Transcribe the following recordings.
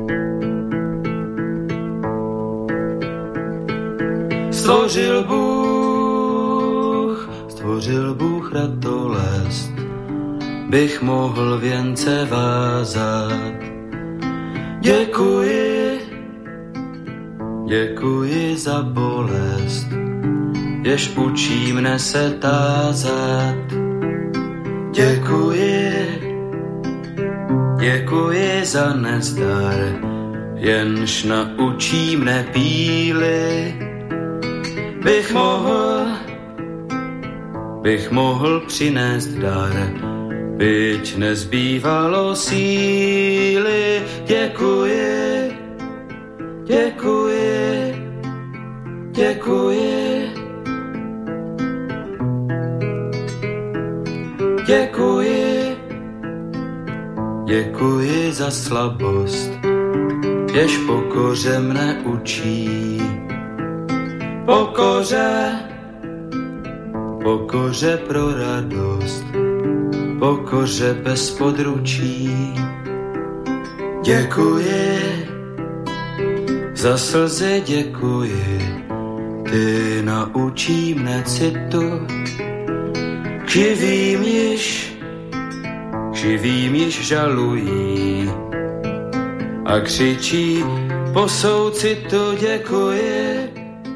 Stvořil Bůh ratolest, bych mohl věnce vázat. Děkuji za bolest, jež učí mne se tázat. Děkuji za nezdar, jenž naučí mne píly. Bych mohl přinést dar, byť nezbývalo síly. Děkuji za slabost, jež pokoře mne učí. Pokoře pro radost, pokoře bez područí. Děkuji za slzy, děkuji, ty naučí mne citu. Živým již žalují a křičí po soucitu. Děkuji.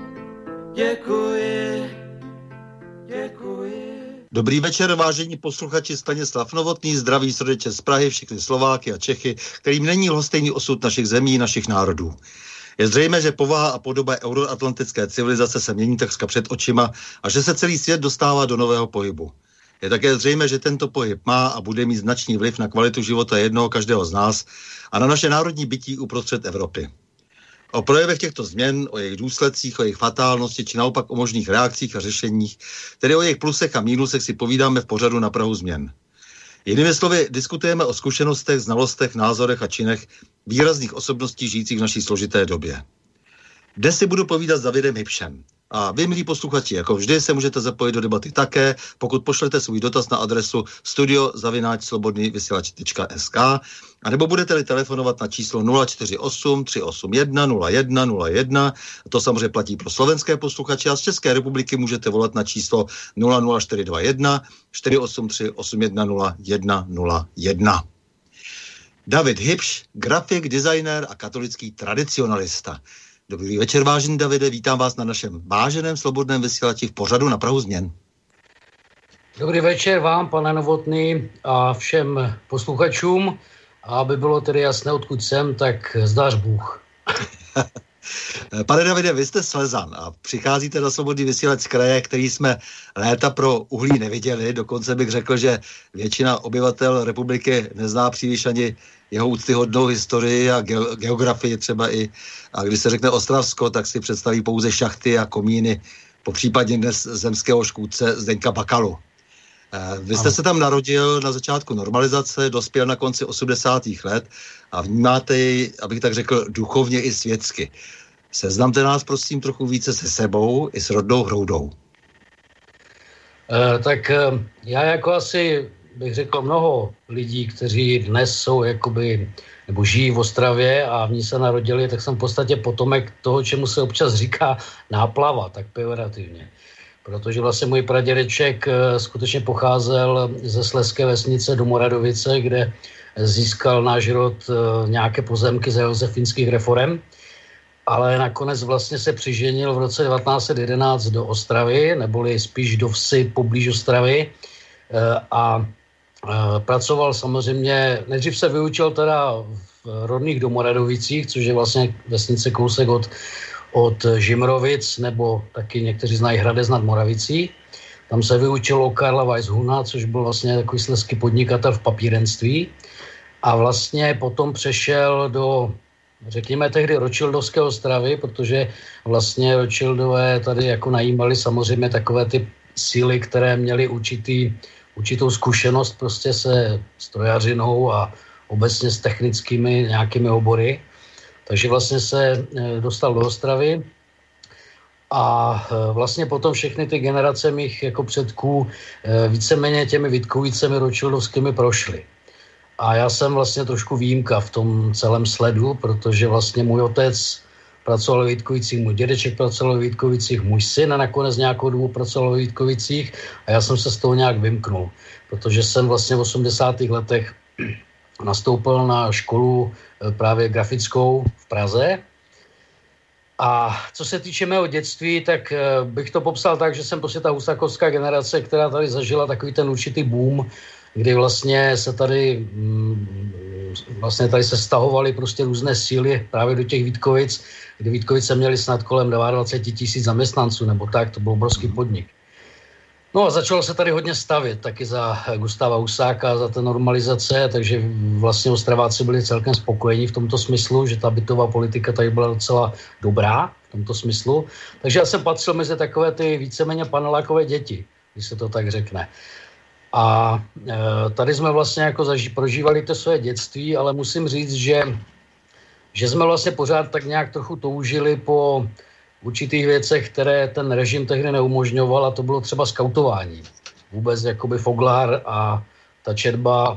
Dobrý večer, vážení posluchači, Stanislav Novotný, zdraví srdečně z Prahy, všechny Slováky a Čechy, kterým není lhostejný osud našich zemí, našich národů. Je zřejmé, že povaha a podoba euroatlantické civilizace se mění takřka před očima a že se celý svět dostává do nového pohybu. Je také zřejmé, že tento pohyb má a bude mít značný vliv na kvalitu života jednoho každého z nás a na naše národní bytí uprostřed Evropy. O projevech těchto změn, o jejich důsledcích, o jejich fatálnosti, či naopak o možných reakcích a řešeních, tedy o jejich plusech a mínusech si povídáme v pořadu Na prahu změn. Jinými slovy, diskutujeme o zkušenostech, znalostech, názorech a činech výrazných osobností žijících v naší složité době. Dnes si budu povídat s Davidem Hipšem. A vy, milí posluchači, jako vždy se můžete zapojit do debaty také, pokud pošlete svůj dotaz na adresu studio@slobodnyvysielac.sk a nebo budete-li telefonovat na číslo 048 381 0101, to samozřejmě platí pro slovenské posluchače, a z České republiky můžete volat na číslo 00421 483 810 101. David Hipš, grafik, designer a katolický tradicionalista. Dobrý večer, vážený Davide, vítám vás na našem váženém slobodném vysílači v pořadu Na prahu změn. Dobrý večer vám, pane Novotný, a všem posluchačům. A aby bylo tedy jasné, odkud jsem, tak zdař Bůh. Pane Davide, vy jste Slezan a přicházíte na Slobodný vysílač z kraje, který jsme léta pro uhlí neviděli. Dokonce bych řekl, že většina obyvatel republiky nezná příliš ani jeho úctyhodnou historii a geografii třeba i. A když se řekne Ostravsko, tak si představí pouze šachty a komíny, popřípadně dnes zemského škůdce Zdeňka Bakalu. Vy jste se tam narodil na začátku normalizace, dospěl na konci 80. let a vnímáte ji, abych tak řekl, duchovně i světsky. Seznamte nás, prosím, trochu více se sebou i s rodnou hroudou. Tak já jako asi bych řekl mnoho lidí, kteří dnes jsou jakoby, nebo žijí v Ostravě a v ní se narodili, tak jsem v podstatě potomek toho, čemu se občas říká náplava, tak pejorativně. Protože vlastně můj pradědeček skutečně pocházel ze slezské vesnice Domoradovice, kde získal náš rod nějaké pozemky za josefínských reforem, ale nakonec vlastně se přiženil v roce 1911 do Ostravy, neboli spíš do vsi poblíž Ostravy, a pracoval samozřejmě, nejdřív se vyučil teda v rodných Domoradovicích, což je vlastně vesnice kousek od Žimrovic, nebo taky někteří znají Hradec nad Moravicí. Tam se vyučil o Karla Weisshuna, což byl vlastně takový slezský podnikatel v papírenství. A vlastně potom přešel do, řekněme tehdy, Rothschildovské Ostravy, protože vlastně Rothschildové tady jako najímali samozřejmě takové ty síly, které měly určitou zkušenost prostě se strojařinou a obecně s technickými nějakými obory. Takže vlastně se dostal do Ostravy a vlastně potom všechny ty generace mých jako předků víceméně těmi Vítkovicemi Rothschildovskými prošly. A já jsem vlastně trošku výjimka v tom celém sledu, protože vlastně můj otec pracoval ve Vítkovicích, můj dědeček pracoval ve Vítkovicích, můj syn nakonec nějakou dobu pracoval ve Vítkovicích a já jsem se z toho nějak vymknul, protože jsem vlastně v 80. letech nastoupil na školu právě grafickou v Praze. A co se týče mého dětství, tak bych to popsal tak, že jsem prostě ta husákovská generace, která tady zažila takový ten určitý boom, kdy vlastně se tady se stahovaly prostě různé síly právě do těch Vítkovic, kdy Vítkovice měli snad kolem 22 000 zaměstnanců, nebo tak, to byl obrovský podnik. No a začalo se tady hodně stavět, taky za Gustáva Husáka, za té normalizace, takže vlastně Ostraváci byli celkem spokojení v tomto smyslu, že ta bytová politika tady byla docela dobrá v tomto smyslu. Takže já jsem patřil mezi takové ty víceméně panelákové děti, když se to tak řekne. A tady jsme vlastně jako prožívali to své dětství, ale musím říct, že jsme vlastně pořád tak nějak trochu toužili po určitých věcech, které ten režim tehdy neumožňoval, a to bylo třeba skautování. Vůbec jakoby Foglar a ta četba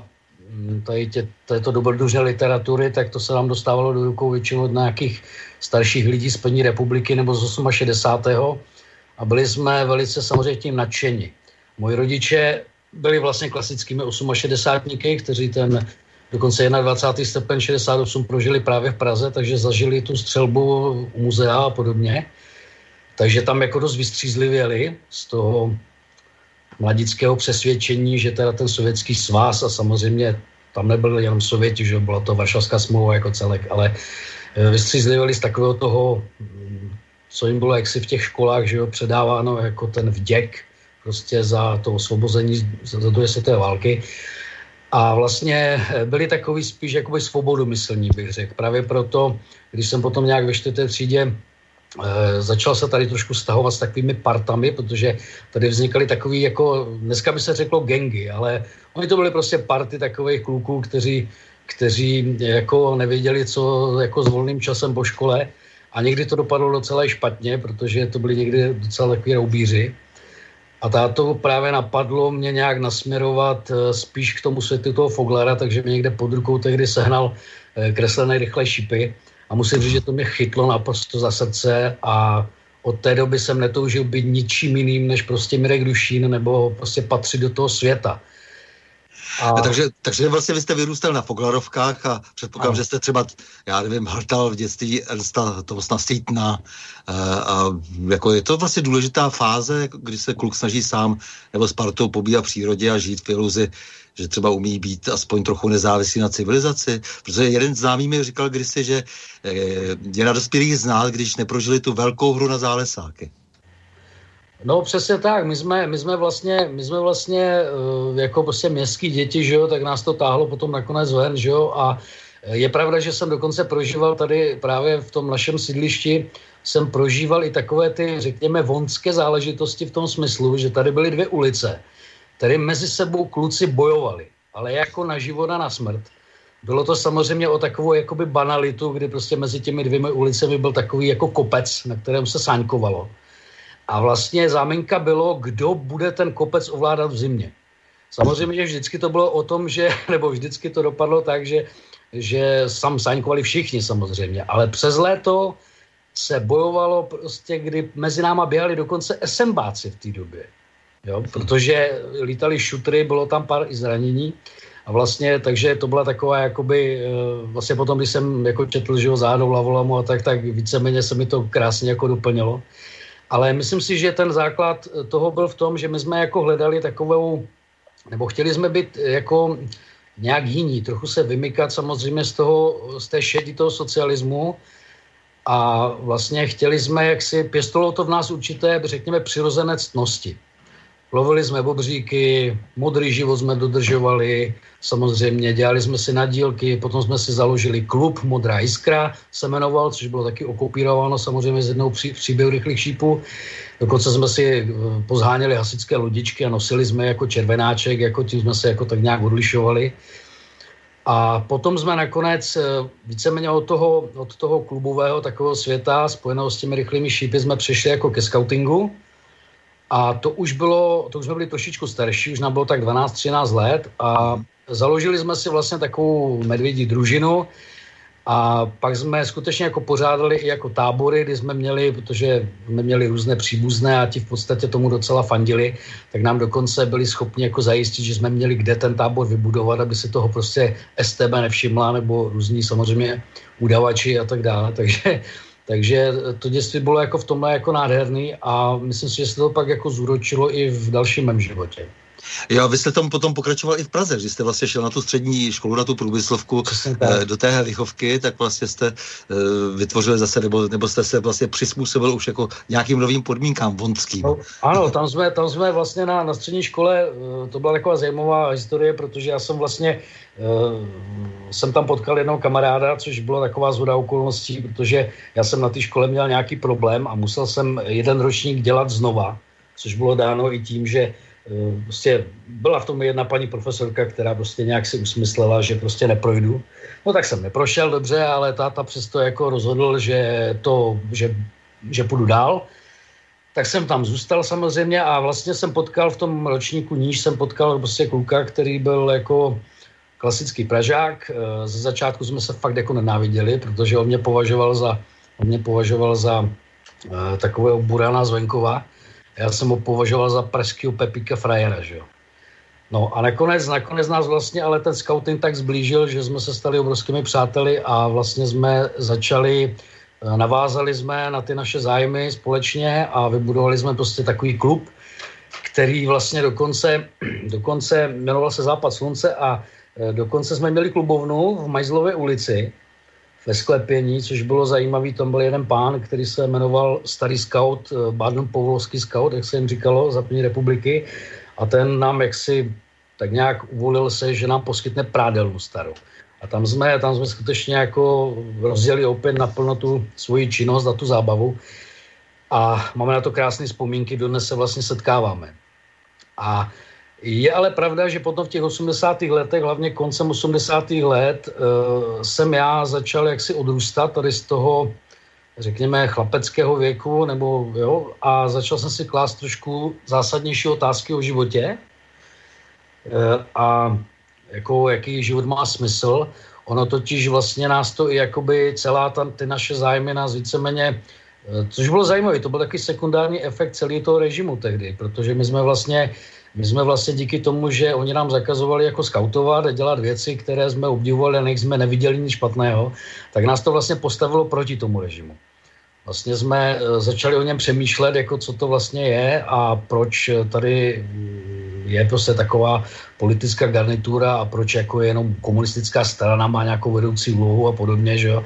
této dobrodružné literatury, tak to se nám dostávalo do rukou většinou od nějakých starších lidí z první republiky nebo z 68. A byli jsme velice samozřejmě tím nadšeni. Moji rodiče byli vlastně klasickými 68-tníky, kteří ten dokonce 21. srpen 68 prožili právě v Praze, takže zažili tu střelbu u muzea a podobně. Takže tam jako dost vystřízlivěli z toho mladického přesvědčení, že teda ten sovětský svaz, a samozřejmě tam nebyl jenom Sověti, že byla to Varšavská smlouva jako celek, ale vystřízlivěli z takového toho, co jim bylo jaksi v těch školách, že jo, předáváno jako ten vděk prostě za to osvobození za druhé světové války. A vlastně byli takový spíš jakoby svobodomyslní, bych řekl. Právě proto, když jsem potom nějak ve 4. třídě začal se tady trošku stahovat s takovými partami, protože tady vznikaly takový, jako dneska by se řeklo gangy, ale oni to byly prostě party takových kluků, kteří jako nevěděli, co jako s volným časem po škole, a někdy to dopadlo docela špatně, protože to byli někdy docela takový roubíři. A táto právě napadlo mě nějak nasměrovat spíš k tomu světu toho Foglara, takže mě někde pod rukou tehdy sehnal kreslené rychlé šípy. A musím říct, že to mě chytlo naprosto za srdce a od té doby jsem netoužil být ničím jiným, než prostě Mirek Dušín nebo prostě patřit do toho světa. Takže vlastně vy jste vyrůstal na Foglarovkách a předpokládám, že jste třeba, já nevím, hltal v dětství Ernsta Thomase Seatona. A jako je to vlastně důležitá fáze, kdy se kluk snaží sám nebo s partou pobírat v přírodě a žít v iluzi, že třeba umí být aspoň trochu nezávislý na civilizaci. Protože jeden známý mi říkal kdysi, že je na dospělých znát, když neprožili tu velkou hru na zálesáky. No přesně tak, my jsme vlastně jako prostě městský děti, že jo, tak nás to táhlo potom nakonec ven, že jo, a je pravda, že jsem dokonce prožíval tady právě v tom našem sídlišti, jsem prožíval i takové ty, řekněme, vonské záležitosti v tom smyslu, že tady byly 2 ulice, které mezi sebou kluci bojovali, ale jako na život a na smrt. Bylo to samozřejmě o takovou jakoby banalitu, kdy prostě mezi těmi 2 ulicemi byl takový jako kopec, na kterém se sáňkovalo. A vlastně záminka bylo, kdo bude ten kopec ovládat v zimě. Samozřejmě vždycky to bylo o tom, nebo vždycky to dopadlo tak, že sam sáňkovali všichni samozřejmě, ale přes léto se bojovalo prostě, kdy mezi náma běhali dokonce SMBáci v té době. Jo? Protože lítali šutry, bylo tam pár i zranění a vlastně, takže to byla taková jakoby, vlastně potom, když jsem jako četl, že ho záhodou Lavolamu a tak víceméně se mi to krásně jako doplnilo. Ale myslím si, že ten základ toho byl v tom, že my jsme jako hledali takovou, nebo chtěli jsme být jako nějak jiní, trochu se vymykat samozřejmě z té šedi toho socialismu a vlastně chtěli jsme, pěstovalo to v nás určité, řekněme, přirozené ctnosti. Lovili jsme bobříky, modrý život jsme dodržovali, samozřejmě dělali jsme si nadílky, potom jsme si založili klub Modrá jiskra, se jmenoval, což bylo taky okopírováno samozřejmě z jednou příběhu rychlých šípů. Dokonce jsme si pozháněli hasičské ludičky a nosili jsme jako červenáček, jako tím jsme se jako tak nějak odlišovali. A potom jsme nakonec víceméně od toho klubového takového světa spojeného s těmi rychlými šípy jsme přešli jako ke skautingu. A to už jsme byli trošičku starší, už nám bylo tak 12-13 let a založili jsme si vlastně takovou medvědí družinu a pak jsme skutečně jako pořádali i jako tábory, kdy jsme měli, protože jsme měli různé příbuzné a ti v podstatě tomu docela fandili, tak nám dokonce byli schopni jako zajistit, že jsme měli kde ten tábor vybudovat, aby si toho prostě STB nevšimla, nebo různí samozřejmě udavači a tak dále, takže to dětství bylo jako v tomhle jako nádherný a myslím si, že se to pak jako zúročilo i v dalším mém životě. Jo, vy jste tam potom pokračoval i v Praze, když jste vlastně šel na tu střední školu, na tu průmyslovku, do té Lichovky, tak vlastně jste vytvořili zase, nebo jste se vlastně přizpůsobil už jako nějakým novým podmínkám vondským. No, ano, tam jsme vlastně na střední škole, to byla taková zajímavá historie, protože já jsem vlastně jsem tam potkal jednoho kamaráda, což byla taková shoda okolností, protože já jsem na té škole měl nějaký problém a musel jsem jeden ročník dělat znova, což bylo dáno i tím, že prostě byla v tom jedna paní profesorka, která prostě nějak si usmyslela, že prostě neprojdu. No tak jsem neprošel dobře, ale táta přesto jako rozhodl, že půjdu dál. Tak jsem tam zůstal samozřejmě a vlastně jsem potkal v tom ročníku níž jsem potkal prostě kluka, který byl jako klasický Pražák. Ze začátku jsme se fakt jako nenáviděli, protože on mě považoval za takového burana z venkova. Já jsem ho považoval za pražského Pepíka frajera, že jo. No a nakonec nás vlastně ale ten scouting tak zblížil, že jsme se stali obrovskými přáteli a vlastně jsme navázali jsme na ty naše zájmy společně a vybudovali jsme prostě takový klub, který vlastně dokonce jmenoval se Západ slunce a dokonce jsme měli klubovnu v Majzlově ulici ve Sklepění, což bylo zajímavý, tam byl jeden pán, který se jmenoval Starý scout, Bádno-Povlovský scout, jak se jim říkalo, za první republiky a ten nám jaksi tak nějak uvolil se, že nám poskytne prádelnu starou. A tam jsme skutečně jako rozjeli opět naplno tu svoji činnost a tu zábavu a máme na to krásné vzpomínky, dodnes se vlastně setkáváme. A je ale pravda, že potom v těch 80. letech, hlavně koncem 80. let, jsem já začal jaksi odrůstat tady z toho, řekněme, chlapeckého věku, nebo jo, a začal jsem si klást trošku zásadnější otázky o životě a jako, jaký život má smysl. Ono totiž vlastně nás to i jakoby ty naše zájmy nás víceméně, což bylo zajímavé, to byl takový sekundární efekt celého toho režimu tehdy, protože my jsme vlastně díky tomu, že oni nám zakazovali jako skautovat a dělat věci, které jsme obdivovali a jsme neviděli nic špatného, tak nás to vlastně postavilo proti tomu režimu. Vlastně jsme začali o něm přemýšlet, jako co to vlastně je a proč tady je prostě taková politická garnitura a proč jako jenom komunistická strana má nějakou vedoucí úlohu a podobně, že jo.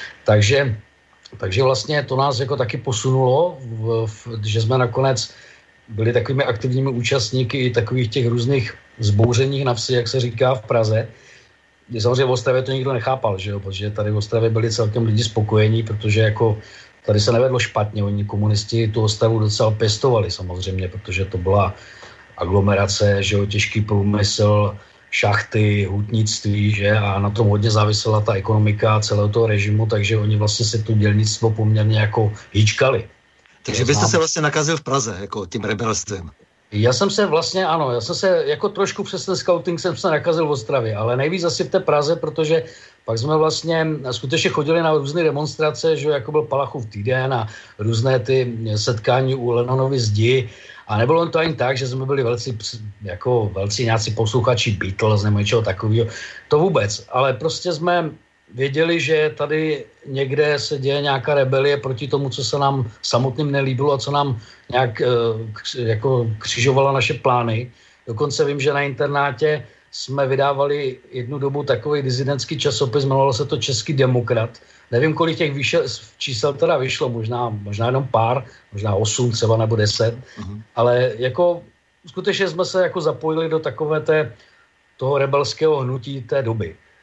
Takže vlastně to nás jako taky posunulo, že jsme nakonec byli takovými aktivními účastníky i takových těch různých zbouřeních na vsi, jak se říká v Praze. Samozřejmě v Ostravě to nikdo nechápal, že jo, protože tady v Ostravě byli celkem lidi spokojení, protože jako tady se nevedlo špatně, oni komunisti tu Ostravu docela pěstovali samozřejmě, protože to byla aglomerace, že jo, těžký průmysl, šachty, hutnictví, že, a na tom hodně závisela ta ekonomika celého toho režimu, takže oni vlastně se tu dělnictvo poměrně jako hýčkali. Takže byste se vlastně nakazil v Praze, jako tím rebelstvem. Já jsem se jako trošku přes ten scouting jsem se nakazil v Ostravě, ale nejvíc asi v té Praze, protože pak jsme vlastně skutečně chodili na různé demonstrace, že jako byl Palachův týden a různé ty setkání u Lennonovy zdi. A nebylo to ani tak, že jsme byli velcí nějací posluchači Beatles nebo něčeho takového. To vůbec, ale prostě jsme věděli, že tady někde se děje nějaká rebelie proti tomu, co se nám samotným nelíbilo a co nám nějak jako křižovalo naše plány. Dokonce vím, že na internátě jsme vydávali jednu dobu takový disidentský časopis, jmenovalo se to Český demokrat. Nevím, kolik těch čísel teda vyšlo, možná jenom pár, možná 8 třeba nebo 10, ale jako skutečně jsme se jako zapojili do takové toho rebelského hnutí té doby.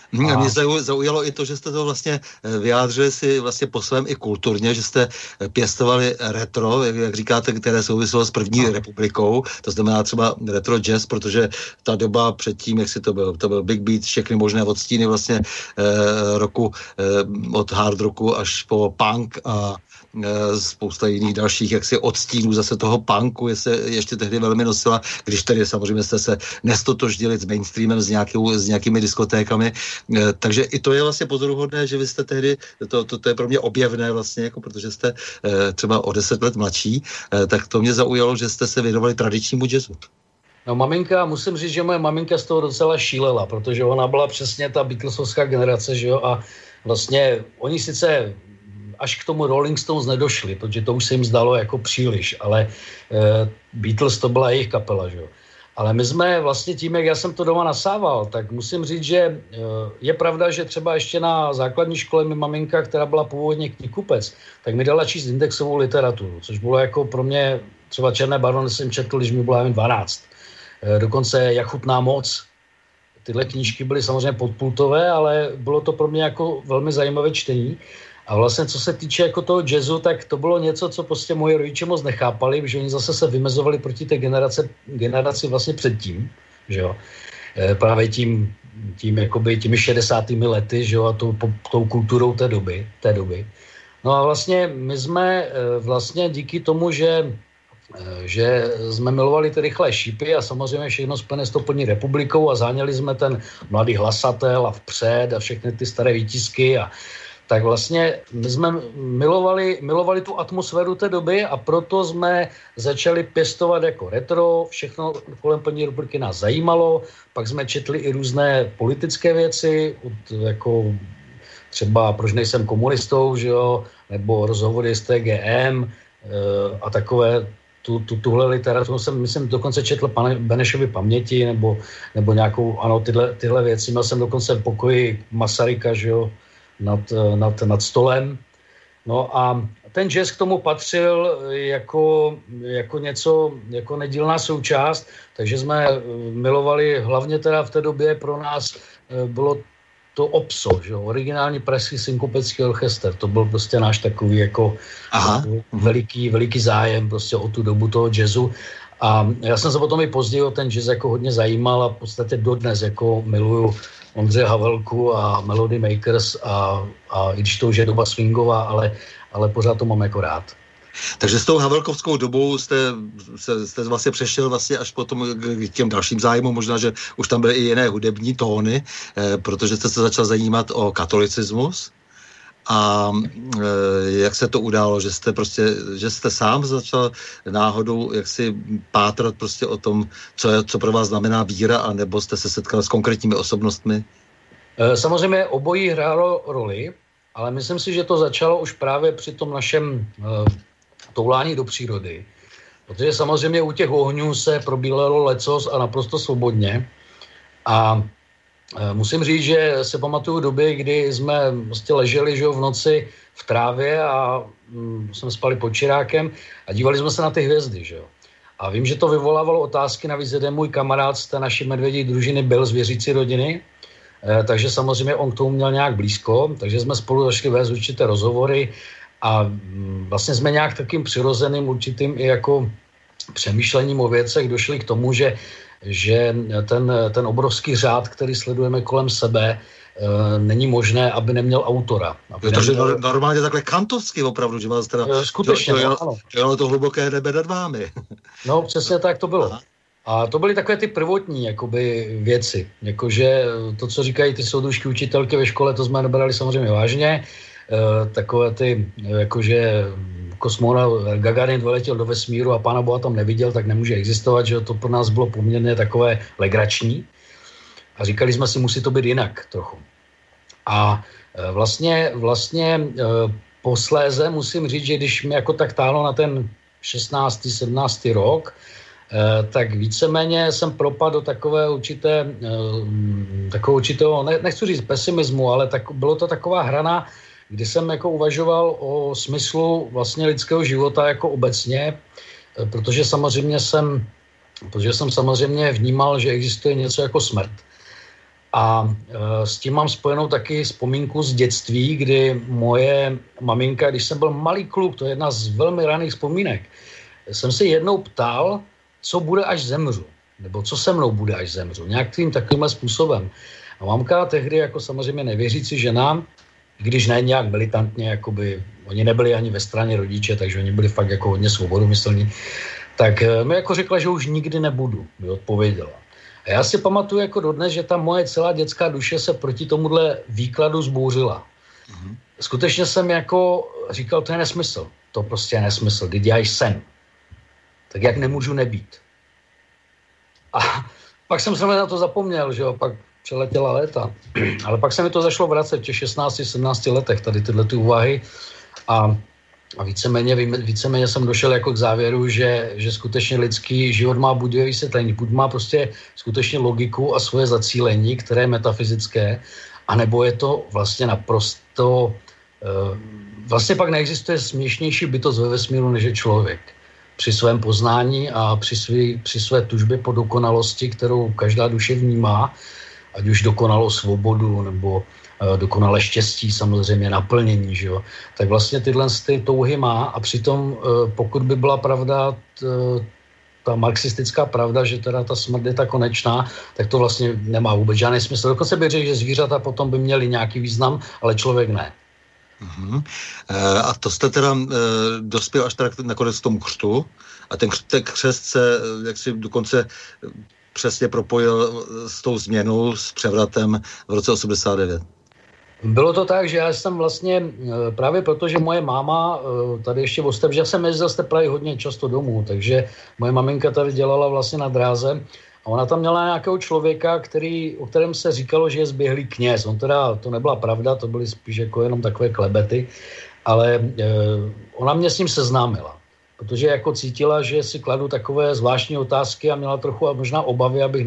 Mě zaujalo i to, že jste to vlastně vyjádřili si vlastně po svém i kulturně, že jste pěstovali retro, jak říkáte, které souviselo s první republikou, to znamená třeba retro jazz, protože ta doba předtím, jak si to byl Big Beat, všechny možné odstíny vlastně roku, od hard rocku až po punk a spousta jiných dalších jaksi odstínů zase toho punku, se ještě tehdy velmi nosila, když tedy samozřejmě jste se nestotožnili s mainstreamem, s nějakými diskotékami, takže i to je vlastně pozoruhodné, že vy jste tehdy, to je pro mě objevné vlastně, jako protože jste třeba o 10 let mladší, tak to mě zaujalo, že jste se věnovali tradičnímu jazzu. No maminka, musím říct, že moje maminka z toho docela šílela, protože ona byla přesně ta Beatlesovská generace, že jo, a vlastně oni sice až k tomu Rolling Stones nedošli, protože to už se jim zdalo jako příliš, ale Beatles to byla jejich kapela, že jo. Ale my jsme vlastně tím, jak já jsem to doma nasával, tak musím říct, že je pravda, že třeba ještě na základní škole mi maminka, která byla původně knihkupec, tak mi dala číst indexovou literaturu, což bylo jako pro mě, třeba Černé barony jsem četl, když mi bylo 12. Dokonce Jak chutná moc. Tyhle knížky byly samozřejmě podpultové, ale bylo to pro mě jako velmi zajímavé čtení. A vlastně, co se týče jako toho jazzu, tak to bylo něco, co prostě moji rodiče moc nechápali, že oni zase se vymezovali proti té generaci vlastně předtím, že jo. Právě tím jakoby těmi 60. lety, že jo, a tou kulturou té doby. No a vlastně my jsme vlastně díky tomu, že jsme milovali ty rychlé šípy a samozřejmě všechno spojené s tou první republikou a záněli jsme ten Mladý hlasatel a Vpřed a všechny ty staré výtisky a tak vlastně my jsme milovali tu atmosféru té doby a proto jsme začali pěstovat jako retro, všechno kolem první republiky nás zajímalo, pak jsme četli i různé politické věci, jako třeba Proč nejsem komunistou, že jo, nebo Rozhovory s TGM a takové. Tuhle literaturu jsem, myslím, dokonce četl Benešovy paměti, nebo nějakou, ano, tyhle věci. Měl jsem dokonce v pokoji Masaryka, že jo, nad stolem. No a ten jazz k tomu patřil jako něco, jako nedílná součást, takže jsme milovali, hlavně teda v té době pro nás bylo to OPSO, že jo, originální pražský synkopecký orchestr, to byl prostě náš takový jako veliký zájem prostě o tu dobu toho jazzu. A já jsem se potom i později o ten jazz jako hodně zajímal a v podstatě dodnes jako miluju Ondřeje Havelku a Melody Makers a i když to už je doba swingová, ale pořád to mám jako rád. Takže s tou havelkovskou dobou jste vlastně přešel vlastně až potom k těm dalším zájmům, možná, že už tam byly i jiné hudební tóny, protože jste se začal zajímat o katolicismus. A jak se to událo, že jste sám začal náhodou jaksi pátrat prostě o tom, co pro vás znamená víra, anebo jste se setkal s konkrétními osobnostmi? Samozřejmě obojí hrálo roli, ale myslím si, že to začalo už právě při tom našem toulání do přírody. Protože samozřejmě u těch ohňů se probílelo lecos a naprosto svobodně. A musím říct, že se pamatuju doby, kdy jsme vlastně leželi, že v noci v trávě a jsme spali pod čirákem a dívali jsme se na ty hvězdy, že jo. A vím, že to vyvolávalo otázky, navíc jeden můj kamarád z té naší medvědí družiny byl z věřící rodiny, takže samozřejmě on k tomu měl nějak blízko, takže jsme spolu začali vést určité rozhovory a vlastně jsme nějak takým přirozeným určitým i jako přemýšlením o věcech došli k tomu, že ten obrovský řád, který sledujeme kolem sebe, není možné, aby neměl autora. Takže normálně takhle kantovsky opravdu, že vás teda... Skutečně, ano. Jo, to hluboké nebe nad vámi. No, přesně tak to bylo. Aha. A to byly takové ty prvotní jakoby věci. Jakože to, co říkají ty soudružky učitelky ve škole, to jsme nebrali samozřejmě vážně. Takové ty, jakože kosmonaut Gagarin vyletěl do vesmíru a Pána Boha tam neviděl, tak nemůže existovat, že to pro nás bylo poměrně takové legrační. A říkali jsme si, musí to být jinak trochu. A vlastně posléze musím říct, že když mi jako tak táhlo na ten 16. 17. rok, tak víceméně jsem propadl do takového určitého, nechci říct pesimismu, ale bylo to taková hrana, kdy jsem jako uvažoval o smyslu vlastně lidského života jako obecně, protože jsem samozřejmě vnímal, že existuje něco jako smrt. A s tím mám spojenou taky vzpomínku z dětství, kdy moje maminka, když jsem byl malý kluk, to je jedna z velmi raných vzpomínek, jsem se jednou ptal, co bude, až zemřu, nebo co se mnou bude, až zemřu, nějakým takovým způsobem. A mamka tehdy jako samozřejmě nevěřící žena, když ne nějak militantně, jakoby, oni nebyli ani ve straně rodiče, takže oni byli fakt jako hodně svobodomyslní, tak mi jako řekla, že už nikdy nebudu, mi odpověděla. A já si pamatuju jako dodnes, že ta moje celá dětská duše se proti tomuhle výkladu zbouřila. Skutečně jsem jako říkal, to je nesmysl. To prostě je nesmysl, když já jsem. Tak jak nemůžu nebýt? A pak jsem se na to zapomněl, že jo, pak přeletěla léta. Ale pak se mi to zašlo vracet v těch 16-17 letech, tady tyhle ty úvahy. A víceméně jsem došel jako k závěru, že skutečně lidský život má buď dvě vysvětlení. Buď má prostě skutečně logiku a svoje zacílení, které je metafyzické, anebo je to vlastně naprosto... Vlastně pak neexistuje směšnější bytost ve vesmíru, než je člověk. Při svém poznání a při své tužbě po dokonalosti, kterou každá duše vnímá, ať už dokonalou svobodu nebo dokonalé štěstí, samozřejmě naplnění, že jo? Tak vlastně tyhle touhy má a přitom, pokud by byla pravda, ta marxistická pravda, že teda ta smrt je ta konečná, tak to vlastně nemá vůbec žádný smysl. Dokonce bych řekl, že zvířata potom by měly nějaký význam, ale člověk ne. A to jste teda dospěl až tak nakonec k tomu křtu a ten křest se jaksi dokonce přesně propojil s tou změnou, s převratem v roce 89. Bylo to tak, že já jsem vlastně, právě proto, že moje máma tady ještě v Ostravě, že já jsem jezdil z té Prahy hodně často domů, takže moje maminka tady dělala vlastně na dráze a ona tam měla nějakého člověka, o kterém se říkalo, že je zběhlý kněz. On teda, to nebyla pravda, to byly spíš jako jenom takové klebety, ale ona mě s ním seznámila, protože jako cítila, že si kladu takové zvláštní otázky a měla trochu a možná obavy, abych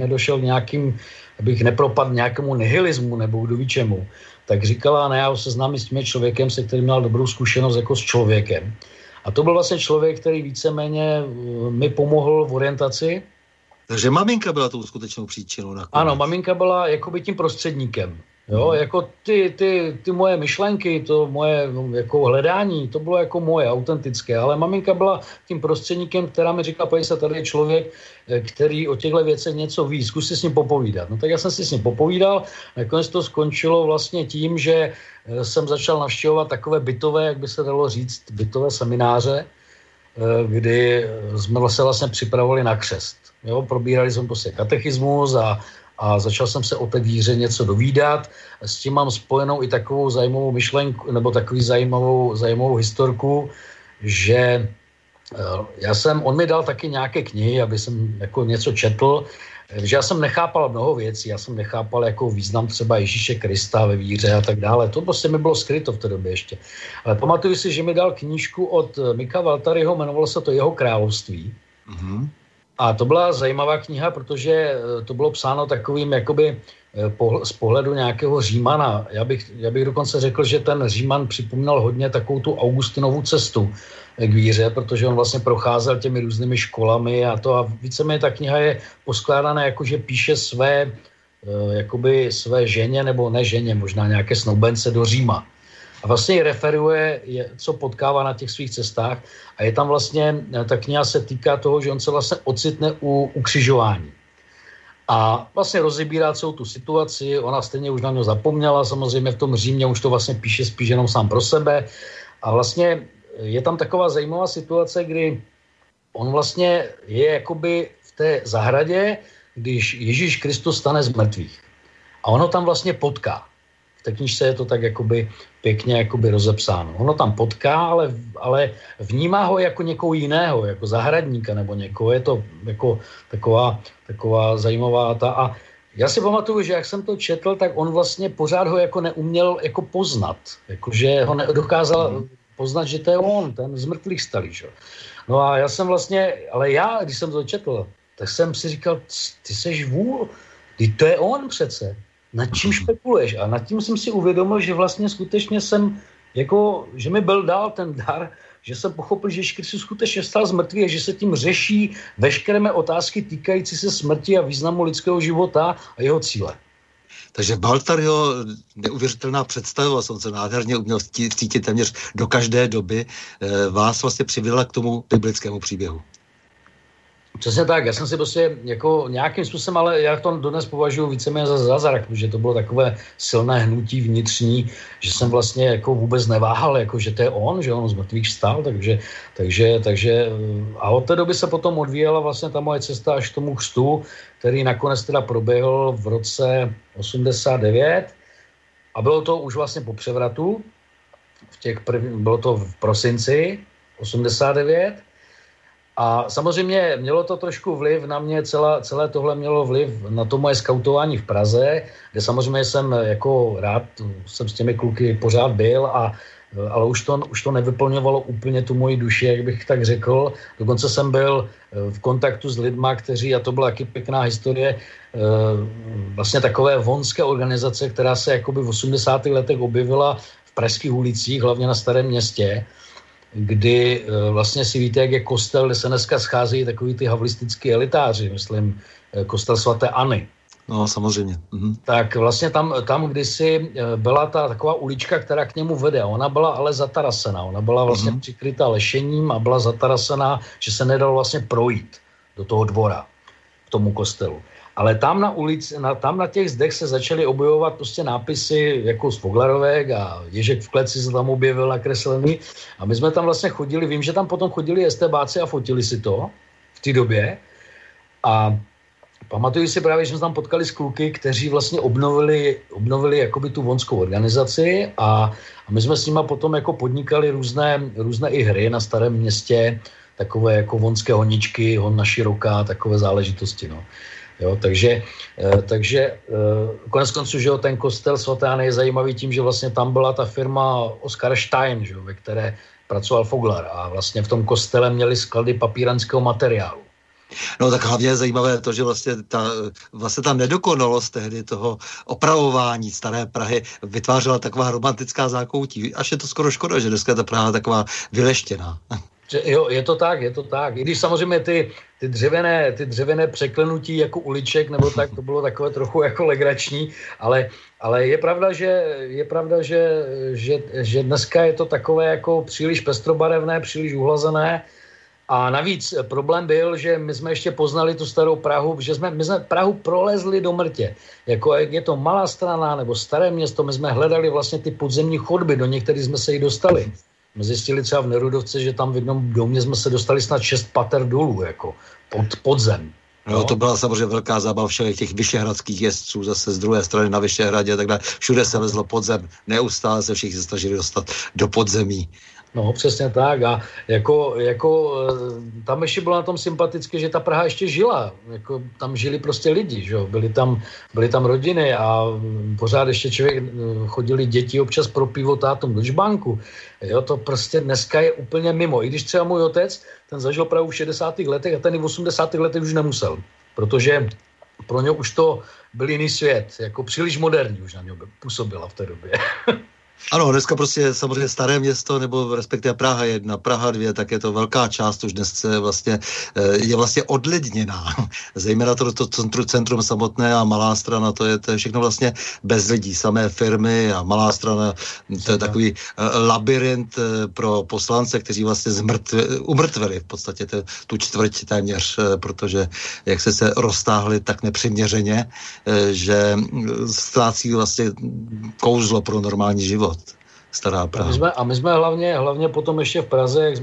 nepropadl nějakému nihilismu nebo kdo ví čemu. Tak říkala, ne, já ho seznámím s tím člověkem, se kterým měl dobrou zkušenost jako s člověkem. A to byl vlastně člověk, který víceméně mi pomohl v orientaci. Takže maminka byla tou skutečnou příčinou nakonec. Ano, maminka byla jakoby tím prostředníkem. Jo, jako ty moje myšlenky, to moje jako hledání, to bylo jako moje, autentické, ale maminka byla tím prostředníkem, která mi říkala, pojď se, tady je člověk, který o těchto věcech něco ví, zkus si s ním popovídat. No tak já jsem si s ním popovídal, nakonec to skončilo vlastně tím, že jsem začal navštěvovat takové bytové, jak by se dalo říct, bytové semináře, kdy jsme se vlastně připravovali na křest. Jo, probírali jsme prostě katechismus a začal jsem se o té víře něco dovídat. S tím mám spojenou i takovou zajímavou myšlenku, nebo takový zajímavou historku, že on mi dal taky nějaké knihy, aby jsem jako něco četl, že já jsem nechápal mnoho věcí, já jsem nechápal jako význam třeba Ježíše Krista ve víře a tak dále. To prostě mi bylo skryto v té době ještě. Ale pamatuju si, že mi dal knížku od Mika Valtaryho, jmenovalo se to Jeho království. Mm-hmm. A to byla zajímavá kniha, protože to bylo psáno takovým jakoby z pohledu nějakého Římana. Já bych dokonce řekl, že ten Říman připomínal hodně takovou tu Augustinovu cestu k víře, protože on vlastně procházel těmi různými školami a to a víceméně ta kniha je poskládaná jako, že píše své ženě nebo ne ženě, možná nějaké snoubence do Říma. A vlastně referuje, co potkává na těch svých cestách a je tam vlastně, ta kniha se týká toho, že on se vlastně ocitne u ukřižování. A vlastně rozebírá celou tu situaci, ona stejně už na něj zapomněla, samozřejmě v tom Římě už to vlastně píše spíš jenom sám pro sebe. A vlastně je tam taková zajímavá situace, kdy on vlastně je jakoby v té zahradě, když Ježíš Kristus stane z mrtvých. A ono tam vlastně potká. V té knížce je to tak jakoby pěkně jakoby rozepsáno. Ono tam potká, ale vnímá ho jako někoho jiného, jako zahradníka nebo někoho. Je to jako taková zajímavá ta. A já si pamatuju, že jak jsem to četl, tak on vlastně pořád ho jako neuměl jako poznat. Jakože ho nedokázal poznat, že to je on, ten z mrtvých stalý. Že? No a já jsem vlastně, ale já, když jsem to četl, tak jsem si říkal, ty seš vůl, to je on přece. Nad čím špekuluješ? A nad tím jsem si uvědomil, že vlastně skutečně jsem, jako, že mi byl dál ten dar, že jsem pochopil, že Ježíš Kristus skutečně vstal z mrtvých a že se tím řeší veškeré mé otázky týkající se smrti a významu lidského života a jeho cíle. Takže Baltario, neuvěřitelná představovost, on se nádherně uměl cítit téměř do každé doby, vás vlastně přivedla k tomu biblickému příběhu. Přesně tak, já jsem si prostě jako nějakým způsobem, ale já to dodnes považuji víceméně za zázrak, protože to bylo takové silné hnutí vnitřní, že jsem vlastně jako vůbec neváhal, jako že to je on, že on z mrtvých vstal, takže a od té doby se potom odvíjela vlastně ta moje cesta až k tomu křtu, který nakonec teda proběhl v roce 89 a bylo to už vlastně po převratu, bylo to v prosinci 89. A samozřejmě mělo to trošku vliv na mě, celé tohle mělo vliv na to moje skautování v Praze, kde samozřejmě jsem jako rád, jsem s těmi kluky pořád byl, ale už to nevyplňovalo úplně tu moji duši, jak bych tak řekl. Dokonce jsem byl v kontaktu s lidma, kteří, a to byla taky pěkná historie, vlastně takové vonské organizace, která se jakoby v 80. letech objevila v pražských ulicích, hlavně na Starém Městě, kdy vlastně si víte, jak je kostel, kde se dneska scházejí takový ty havlistický elitáři, myslím, kostel svaté Anny. No, samozřejmě. Tak vlastně tam kdysi byla ta taková ulička, která k němu vede. Ona byla ale zatarasená. Ona byla vlastně přikrytá lešením a byla zatarasená, že se nedalo vlastně projít do toho dvora, k tomu kostelu. Ale tam na ulici, tam na těch zdech se začaly objevovat prostě nápisy jako z Foglarovek a Ježek v kleci se tam objevil nakreslený. A my jsme tam vlastně chodili, vím, že tam potom chodili estebáci a fotili si to v té době. A pamatuju si právě, že jsme tam potkali s kluky, kteří vlastně obnovili jakoby tu vonskou organizaci a my jsme s nima potom jako podnikali různé i hry na Starém Městě, takové jako vonské honičky, hon široká, takové záležitosti, no. Jo, takže konec konců, že jo, ten kostel svaté Anny je zajímavý tím, že vlastně tam byla ta firma Oskar Stein, že jo, ve které pracoval Foglar a vlastně v tom kostele měli sklady papíranského materiálu. No tak hlavně je zajímavé to, že vlastně ta nedokonalost tehdy toho opravování Staré Prahy vytvářela taková romantická zákoutí. Až je to skoro škoda, že dneska ta Praha taková vyleštěná. Jo, je to tak. I když samozřejmě ty dřevěné překlenutí jako uliček, nebo tak, to bylo takové trochu jako legrační, ale je pravda, že dneska je to takové jako příliš pestrobarevné, příliš uhlazené. A navíc problém byl, že my jsme ještě poznali tu starou Prahu, že my jsme Prahu prolezli do mrtě. Jako jak je to Malá Strana nebo Staré Město, my jsme hledali vlastně ty podzemní chodby, do některých jsme se i dostali. My zjistili třeba v Nerudovce, že tam v jednom domě jsme se dostali snad 6 pater dolů, jako pod zem. No, to byla samozřejmě velká zábava všech těch vyšehradských jezdců, zase z druhé strany na Vyšehradě a tak dále. Všude se lezlo pod zem, neustále se všichni snažili dostat do podzemí. No, přesně tak. A jako tam ještě bylo na tom sympatické, že ta Praha ještě žila. Jako, tam žili prostě lidi, že jo? Byly tam rodiny a pořád ještě chodili děti občas pro pivo tátom do žbánku. Jo, to prostě dneska je úplně mimo. I když třeba můj otec, ten zažil Prahu v 60. letech a ten i v 80. letech už nemusel. Protože pro ně už to byl jiný svět. Jako příliš moderní už na něj působila v té době. Ano, dneska prostě samozřejmě Staré Město, nebo respektive Praha 1, Praha 2, tak je to velká část, už dnes je vlastně odlidněná. Zejména to centrum samotné a Malá Strana, to je všechno vlastně bez lidí, samé firmy a Malá Strana, to je takový labyrint pro poslance, kteří vlastně umrtvili v podstatě tu čtvrť téměř, protože jak se roztáhli tak nepřiměřeně, že ztrácí vlastně kouzlo pro normální život. Stará Praha. A my jsme hlavně potom ještě v Praze,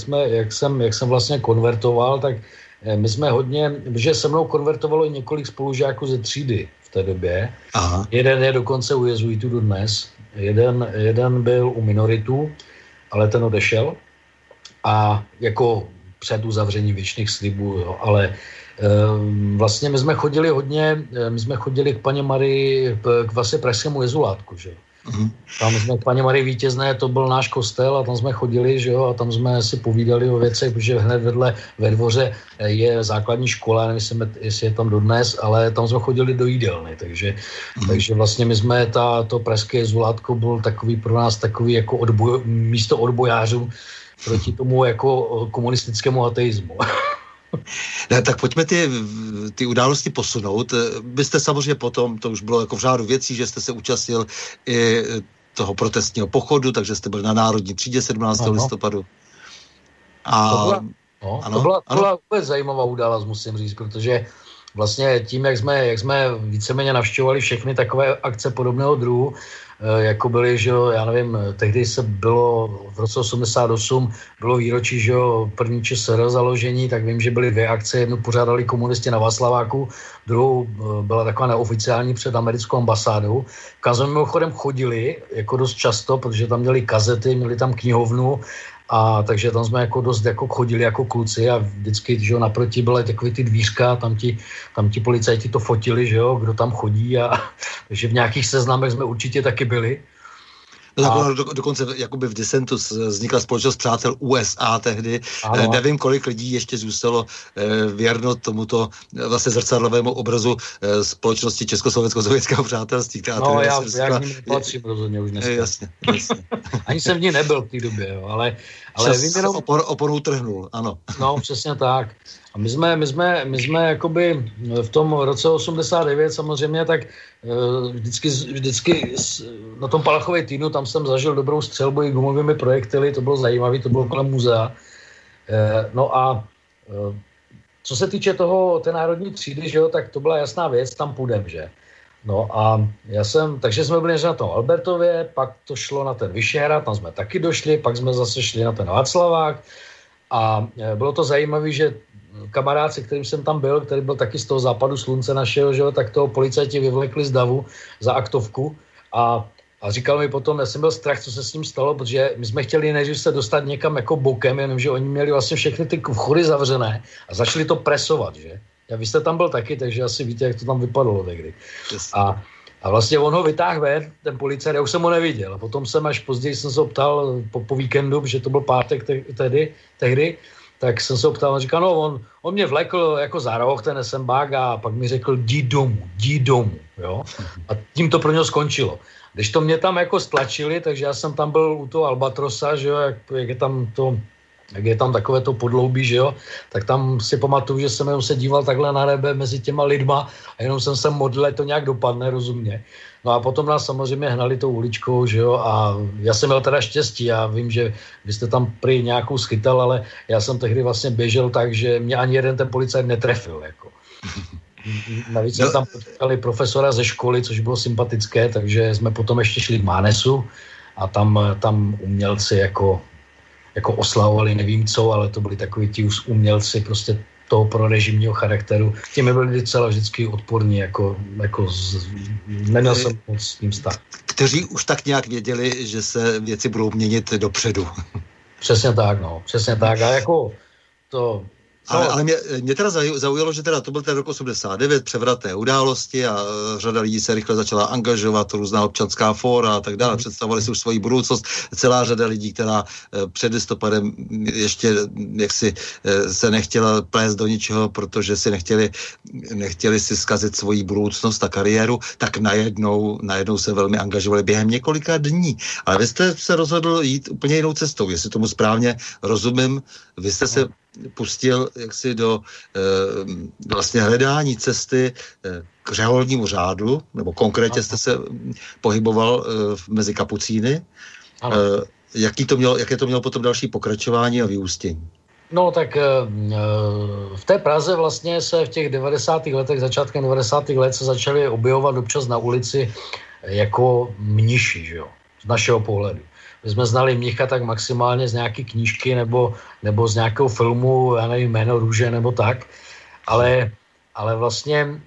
jak jsem vlastně konvertoval, tak my jsme hodně, že se mnou konvertovalo několik spolužáků ze třídy v té době. Aha. Jeden je dokonce u jezuitů dodnes, jeden byl u minoritů, ale ten odešel a jako před uzavřením věčných slibů, jo, ale vlastně my jsme chodili k paně Marii, k vlastně pražskému jezulátku, že jo. Tam jsme k paní Marii Vítězné, to byl náš kostel a tam jsme chodili, že jo, a tam jsme si povídali o věcech, protože hned vedle ve dvoře je základní škola, nevím, jestli je tam dodnes, ale tam jsme chodili do jídelny, takže vlastně my jsme to pražské jezulátko byl takový pro nás takový jako místo odbojářů proti tomu jako komunistickému ateismu. Ne, tak pojďme ty události posunout. Byste samozřejmě potom, to už bylo jako v řádu věcí, že jste se účastnil i toho protestního pochodu, takže jste byl na Národní třídě 17. listopadu. A to byla vůbec zajímavá událost, musím říct, protože vlastně tím, jak jsme víceméně navštěvovali všechny takové akce podobného druhu, jako byly, že já nevím, tehdy bylo v roce 88 bylo výročí, že první ČSR založení, tak vím, že byly 2 akce, jednu pořádali komunisti na Václaváku, druhou byla taková neoficiální před americkou ambasádou, kam jsme mimochodem chodili jako dost často, protože tam měli kazety, měli tam knihovnu, a takže tam jsme jako dost jako chodili jako kluci a vždycky, že naproti byly takové ty dvířka, tam ti policajti to fotili, že jo, kdo tam chodí a takže v nějakých seznamech jsme určitě taky byli. No, dokonce jakoby v disentu vznikla společnost přátel USA tehdy. Ano. Nevím, kolik lidí ještě zůstalo věrno tomuto vlastně zrcadlovému obrazu společnosti Československo-sovětského přátelství. No, já k ním nepatřím rozhodně už dneska. Jasně. Ani jsem v ní nebyl v té době, jo, ale vím jenom... Oponou trhnul, ano. No, přesně tak. A my jsme jakoby v tom roce 89 samozřejmě tak vždycky na tom Palachově týdnu, tam jsem zažil dobrou střelbu i gumovými projektily, to bylo zajímavé, to bylo kolem muzea. No a co se týče té národní třídy, že jo, tak to byla jasná věc, tam půjdem, že? No a takže jsme byli na tom Albertově, pak to šlo na ten Vyšehrad, tam jsme taky došli, pak jsme zase šli na ten Václavák a bylo to zajímavé, že kamarád, se kterým jsem tam byl, který byl taky z toho západu slunce našeho, že jo, tak toho policajti vyvlekli z davu za aktovku a říkal mi potom, já jsem byl strach, co se s ním stalo, protože my jsme chtěli nejdřív se dostat někam jako bokem, jenomže oni měli vlastně všechny ty vchody zavřené a začali to presovat, že? A vy jste tam byl taky, takže asi víte, jak to tam vypadalo tehdy. A vlastně on ho vytáhl ven, ten policajt, já už jsem ho neviděl. A potom až později jsem se optal po víkendu, že to byl pátek tehdy, tak jsem se optal, on říkal, no on mě vlekl jako za roh, ten esembák a pak mi řekl, jdi domů, jo. A tím to pro něho skončilo. Když to mě tam jako stlačili, takže já jsem tam byl u toho Albatrosa, že jo, jak je tam takové to podloubí, že jo, tak tam si pamatuju, že jsem jenom se díval takhle na nebe mezi těma lidma a jenom jsem se modlil, to nějak dopadne, rozumně. No a potom nás samozřejmě hnali tou uličkou, že jo, a já jsem měl teda štěstí, já vím, že vy jste tam prý nějakou schytal, ale já jsem tehdy vlastně běžel tak, že mě ani jeden ten policajt netrefil, jako. Navíc jsme tam potkali profesora ze školy, což bylo sympatické, takže jsme potom ještě šli k Mánesu a tam umělci jako oslavovali nevím co, ale to byli takový ti už umělci prostě toho prorežimního charakteru. Těmi byli docela vždycky odporní, neměl jsem moc s ním vztah. Kteří už tak nějak věděli, že se věci budou měnit dopředu. Přesně tak, no. Přesně tak. A jako to... Ale mě teda zaujalo, že teda to byl ten rok 89, převratné události a řada lidí se rychle začala angažovat, různá občanská fóra a tak dále, představovali si už svoji budoucnost. Celá řada lidí, která před listopadem ještě jaksi se nechtěla plést do ničeho, protože si nechtěli si zkazit svoji budoucnost a kariéru, tak najednou se velmi angažovali během několika dní. Ale vy jste se rozhodl jít úplně jinou cestou, jestli tomu správně rozumím. Vy jste se pustil jaksi do vlastně hledání cesty k řeholnímu řádu, nebo konkrétně jste se pohyboval mezi kapucíny. Jaké to mělo potom další pokračování a vyústění? No tak v té Praze vlastně se v těch 90. letech, začátkem 90. let se začaly objevovat občas na ulici jako mniši, že jo, z našeho pohledu. My jsme znali mnicha tak maximálně z nějaké knížky nebo z nějakého filmu, já nevím, Jméno růže nebo tak, ale vlastně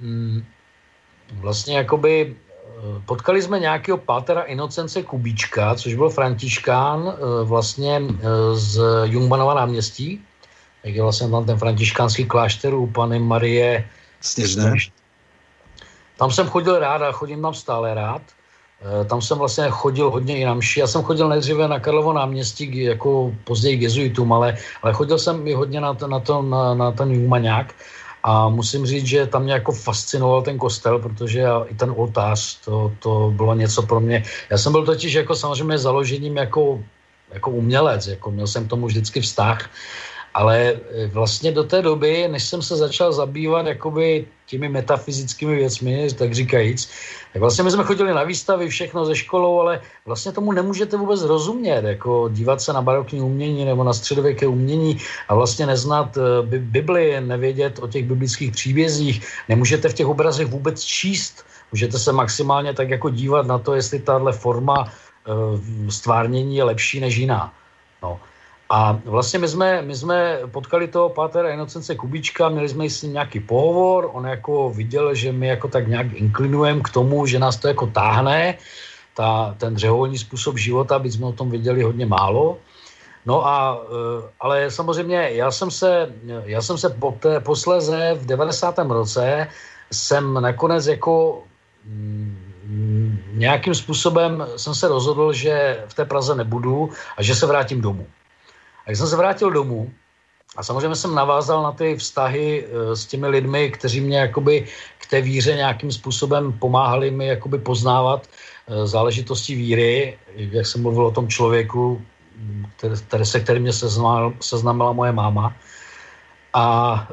jakoby potkali jsme nějakého pátera Inocence Kubíčka, což byl františkán vlastně z Jungmannova náměstí, jak je vlastně tam ten františkánský klášter u Panny Marie Sněžné. Tam jsem chodil rád a chodím tam stále rád. Tam jsem vlastně chodil hodně i na mši. Já jsem chodil nejdříve na Karlovo náměstí, jako později k jezuitům, ale chodil jsem i hodně na ten Jungmannák a musím říct, že tam mě jako fascinoval ten kostel, protože i ten oltář, to bylo něco pro mě. Já jsem byl totiž jako samozřejmě založením jako umělec, jako měl jsem k tomu vždycky vztah Ale vlastně do té doby, než jsem se začal zabývat jakoby těmi metafyzickými věcmi, tak říkajíc, tak vlastně my jsme chodili na výstavy, všechno ze školou, ale vlastně tomu nemůžete vůbec rozumět, jako dívat se na barokní umění nebo na středověké umění a vlastně neznat Bibli, nevědět o těch biblických příbězích, nemůžete v těch obrazech vůbec číst, můžete se maximálně tak jako dívat na to, jestli tahle forma stvárnění je lepší než jiná. No. A vlastně my jsme potkali toho pátera Inocence Kubíčka, měli jsme s ním nějaký pohovor, on jako viděl, že my jako tak nějak inklinujeme k tomu, že nás to jako táhne, ten řeholní způsob života, byť jsme o tom viděli hodně málo. No a, ale samozřejmě já jsem se posléze v 90. roce jsem nakonec jako nějakým způsobem jsem se rozhodl, že v té Praze nebudu a že se vrátím domů. A když jsem se vrátil domů a samozřejmě jsem navázal na ty vztahy s těmi lidmi, kteří mě jakoby k té víře nějakým způsobem pomáhali mi jakoby poznávat záležitosti víry, jak jsem mluvil o tom člověku, se kterým mě seznámila moje máma. A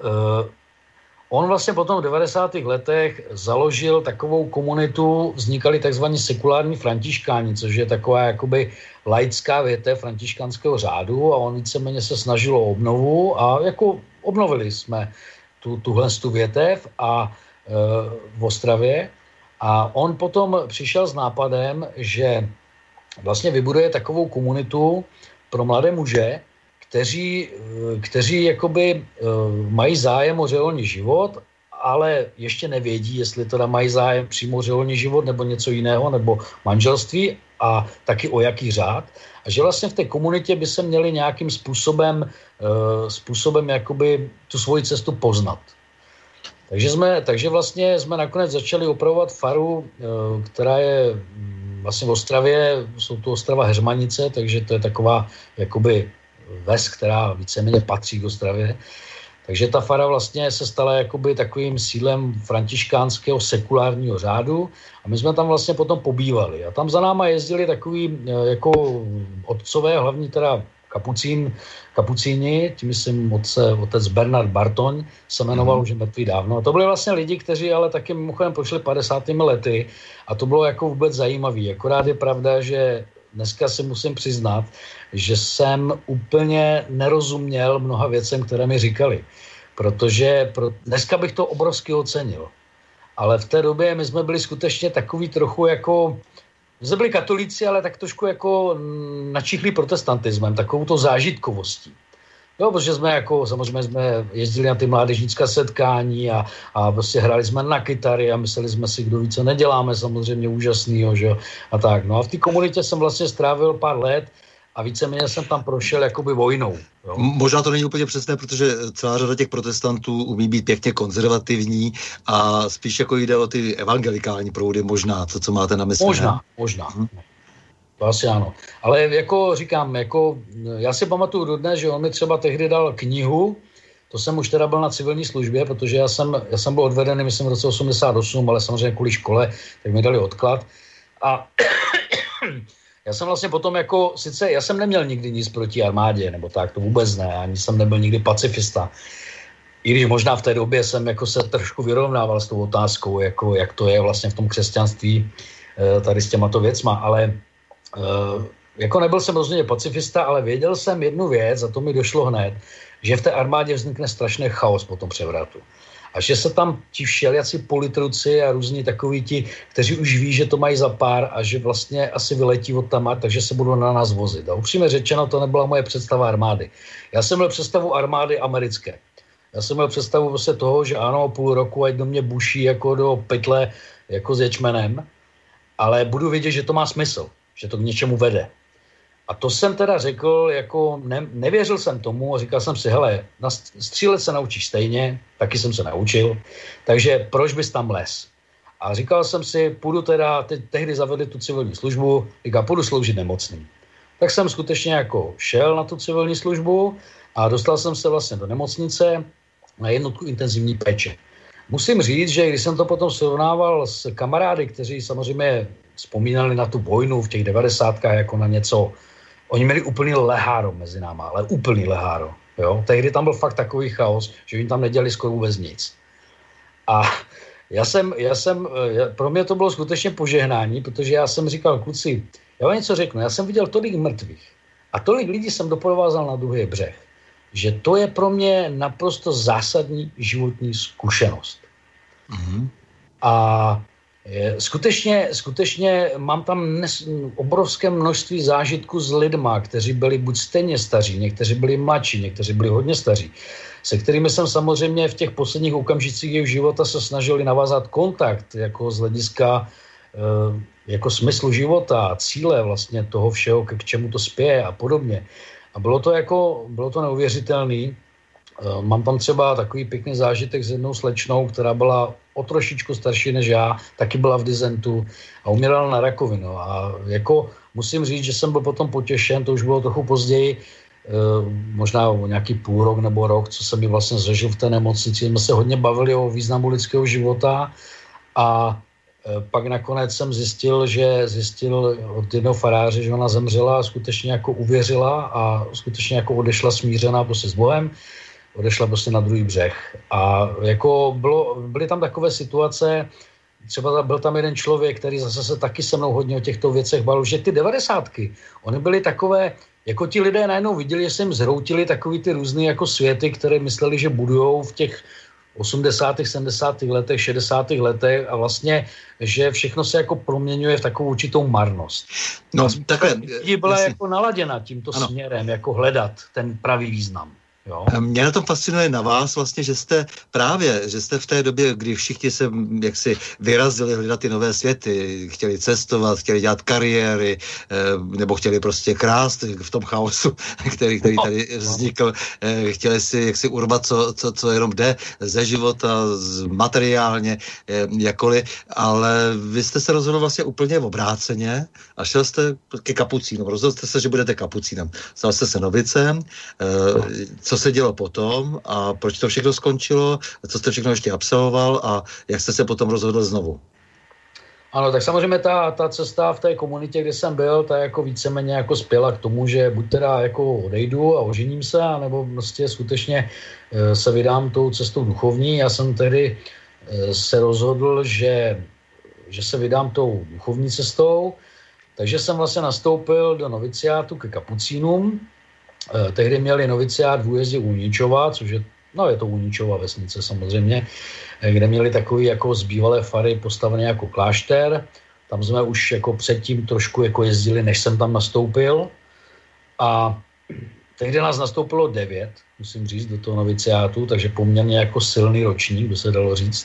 on vlastně potom v 90. letech založil takovou komunitu, vznikali takzvaní sekulární františkáni, což je taková jakoby laická větev františkánského řádu a on víceméně se snažil o obnovu a jako obnovili jsme tuhle větev a v Ostravě a on potom přišel s nápadem, že vlastně vybuduje takovou komunitu pro mladé muže, kteří jakoby mají zájem o řeholní život, ale ještě nevědí, jestli teda mají zájem přímo o řeholní život nebo něco jiného, nebo manželství a taky o jaký řád. A že vlastně v té komunitě by se měli nějakým způsobem jakoby tu svoji cestu poznat. Takže vlastně jsme nakonec začali opravovat faru, která je vlastně v Ostravě, jsou to Ostrava Heřmanice, takže to je taková jakoby ves, která víceméně patří k Ostravě. Takže ta fara vlastně se stala jakoby takovým sídlem františkánského sekulárního řádu a my jsme tam vlastně potom pobývali. A tam za náma jezdili takový jako otcové, hlavní teda kapucíni, tím myslím otec Bernard Bartoň, se jmenoval, už je mrtvý dávno. A to byli vlastně lidi, kteří ale taky mimochodem prošli 50. lety a to bylo jako vůbec zajímavý. Akorát je pravda, že dneska si musím přiznat, že jsem úplně nerozuměl mnoha věcem, které mi říkali. Protože dneska bych to obrovsky ocenil. Ale v té době my jsme byli skutečně takový trochu jako... My jsme byli katolíci, ale tak trošku jako načichlí protestantismem, takovou to zážitkovostí. Jo, protože samozřejmě jsme jezdili na ty mládežnická setkání a prostě hráli jsme na kytary a mysleli jsme si, kdo ví, co neděláme, samozřejmě úžasnýho, že a tak. No a v té komunitě jsem vlastně strávil pár let a víceméně jsem tam prošel jakoby vojnou. Jo. Možná to není úplně přesné, protože celá řada těch protestantů umí být pěkně konzervativní a spíš jako jde o ty evangelikální proudy, možná, to, co máte na mysli. Možná. To asi ano. Ale jako říkám, já si pamatuju dodnes, že on mi třeba tehdy dal knihu, to jsem už teda byl na civilní službě, protože já jsem byl odvedený, myslím, v roce 88, ale samozřejmě kvůli škole, tak mi dali odklad. A já jsem vlastně potom já jsem neměl nikdy nic proti armádě, nebo tak, to vůbec ne, ani jsem nebyl nikdy pacifista. I když možná v té době jsem se trošku vyrovnával s tou otázkou, jak to je vlastně v tom křesťanství tady s těmato věcma, ale nebyl jsem rozhodně pacifista, ale věděl jsem jednu věc, a to mi došlo hned, že v té armádě vznikne strašný chaos po tom převratu. A že se tam ti všelijací politruci a různí takoví ti, kteří už ví, že to mají za pár a že vlastně asi vyletí od tam, takže se budou na nás vozit. A upřímně řečeno, to nebyla moje představa armády. Já jsem měl představu armády americké. Já jsem měl představu vlastně toho, že ano, půl roku, ať do mě buší jako do pytle, jako s ječmenem, ale budu vědět, že to má smysl, že to k něčemu vede. A to jsem teda řekl, nevěřil jsem tomu a říkal jsem si, hele, střílet se naučíš stejně, taky jsem se naučil, takže proč bys tam les? A říkal jsem si, půjdu teda, tehdy zavedli tu civilní službu, půjdu sloužit nemocným. Tak jsem skutečně šel na tu civilní službu a dostal jsem se vlastně do nemocnice na jednotku intenzivní péče. Musím říct, že když jsem to potom srovnával s kamarády, kteří samozřejmě vzpomínali na tu vojnu v těch 90kách jako na něco. Oni měli úplný leháro mezi náma, ale úplný leháro. Jo? Tehdy tam byl fakt takový chaos, že oni tam nedělali skoro vůbec nic. A pro mě to bylo skutečně požehnání, protože já jsem říkal, kluci, já vám něco řeknu, já jsem viděl tolik mrtvých a tolik lidí jsem doprovázal na druhý břeh, že to je pro mě naprosto zásadní životní zkušenost. Mm-hmm. A skutečně mám tam obrovské množství zážitků s lidma, kteří byli buď stejně staří, někteří byli mladší, někteří byli hodně staří, se kterými jsem samozřejmě v těch posledních okamžicích jejich života se snažili navázat kontakt, jako z hlediska jako smyslu života, cíle vlastně toho všeho, k čemu to spěje a podobně. A bylo to neuvěřitelný. Mám tam třeba takový pěkný zážitek s jednou slečnou, která byla o trošičku starší než já, taky byla v dizentu a umírala na rakovinu. A jako musím říct, že jsem byl potom potěšen, to už bylo trochu později, možná nějaký půl rok nebo rok, co jsem ji vlastně zažil v té nemocnici. Jsme se hodně bavili o významu lidského života a pak nakonec jsem zjistil od jednoho faráře, že ona zemřela a skutečně jako uvěřila a skutečně jako odešla smířená prostě s Bohem, odešla prostě na druhý břeh. A jako byly tam takové situace, třeba byl tam jeden člověk, který zase se taky se mnou hodně o těchto věcech bavil, že ty 90ky, oni byly takové, jako ti lidé najednou viděli, že se jim zhroutili takový ty různý jako světy, které mysleli, že budujou v těch 80., 70. letech, 60. letech a vlastně, že všechno se jako proměňuje v takovou určitou marnost. No, takhle. Byla jako naladěna tímto směrem, jako hledat ten pravý význam. Jo. Mě na tom fascinuje na vás vlastně, že jste v té době, kdy všichni se jaksi vyrazili hledat ty nové světy, chtěli cestovat, chtěli dělat kariéry, nebo chtěli prostě krást v tom chaosu, který tady vznikl, chtěli si jaksi urvat, co jenom jde ze života, materiálně, jakkoliv, ale vy jste se rozhodl vlastně úplně obráceně a šel jste ke kapucínům, rozhodl jste se, že budete kapucínem. Stal jste se novicem, co se dělo potom a proč to všechno skončilo, co jste všechno ještě absolvoval a jak jste se potom rozhodl znovu? Ano, tak samozřejmě ta cesta v té komunitě, kde jsem byl, ta jako víceméně jako spěla k tomu, že buď teda jako odejdu a ožením se, anebo prostě skutečně se vydám tou cestou duchovní. Já jsem tehdy se rozhodl, že se vydám tou duchovní cestou, takže jsem vlastně nastoupil do noviciátu ke kapucínům. Tehdy měli noviciát v újezdě Uničova, což je to Uničova vesnice samozřejmě, kde měli takový jako z bývalé fary postavený jako klášter. Tam jsme už jako předtím trošku jako jezdili, než jsem tam nastoupil. A tehdy nás nastoupilo 9, musím říct, do toho noviciátu, takže poměrně jako silný ročník, by se dalo říct.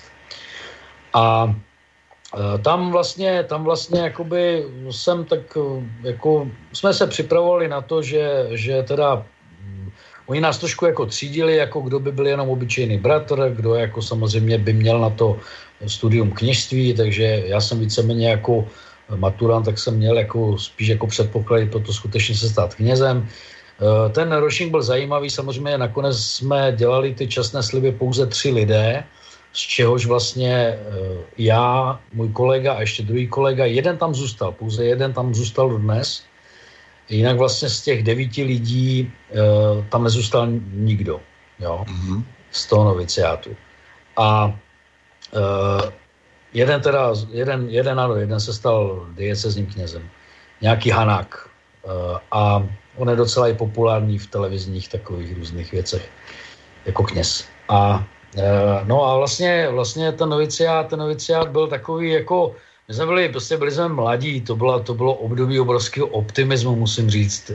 A tam vlastně jakoby jsem tak jako, jsme se připravovali na to, že teda oni nás trošku jako třídili, jako kdo by byl jenom obyčejný bratr, kdo jako samozřejmě by měl na to studium kněžství, takže já jsem víceméně jako maturant, tak jsem měl jako spíš jako předpoklady pro to skutečně se stát knězem. Ten ročník byl zajímavý, samozřejmě nakonec jsme dělali ty čestné sliby pouze 3 lidé, z čehož vlastně já, můj kolega a ještě druhý kolega, pouze jeden tam zůstal dodnes. Jinak vlastně z těch 9 lidí tam nezůstal nikdo, jo, z toho noviciátu. A jeden se stal diecézním knězem, nějaký Hanák. A on je docela i populární v televizních takových různých věcech, jako kněz. A vlastně ten noviciát byl takový jako, my jsme byli jsme mladí, to bylo období obrovského optimismu, musím říct.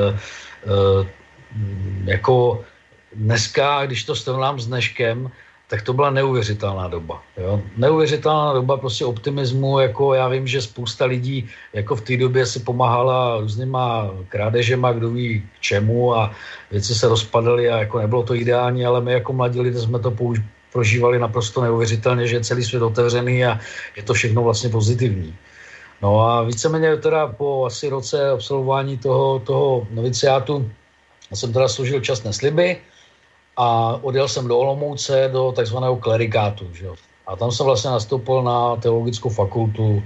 Jako dneska, když to srovnám s dneškem, tak to byla neuvěřitelná doba. Jo? Neuvěřitelná doba prostě optimismu, jako já vím, že spousta lidí jako v té době si pomáhala různýma krádežema, kdo ví k čemu a věci se rozpadaly a jako nebylo to ideální, ale my jako mladí lidé jsme to prožívali naprosto neuvěřitelně, že je celý svět otevřený a je to všechno vlastně pozitivní. No a víceméně teda po asi roce absolvování toho noviciátu jsem teda složil čestné sliby a odjel jsem do Olomouce do takzvaného klerikátu. Že? A tam jsem vlastně nastoupil na teologickou fakultu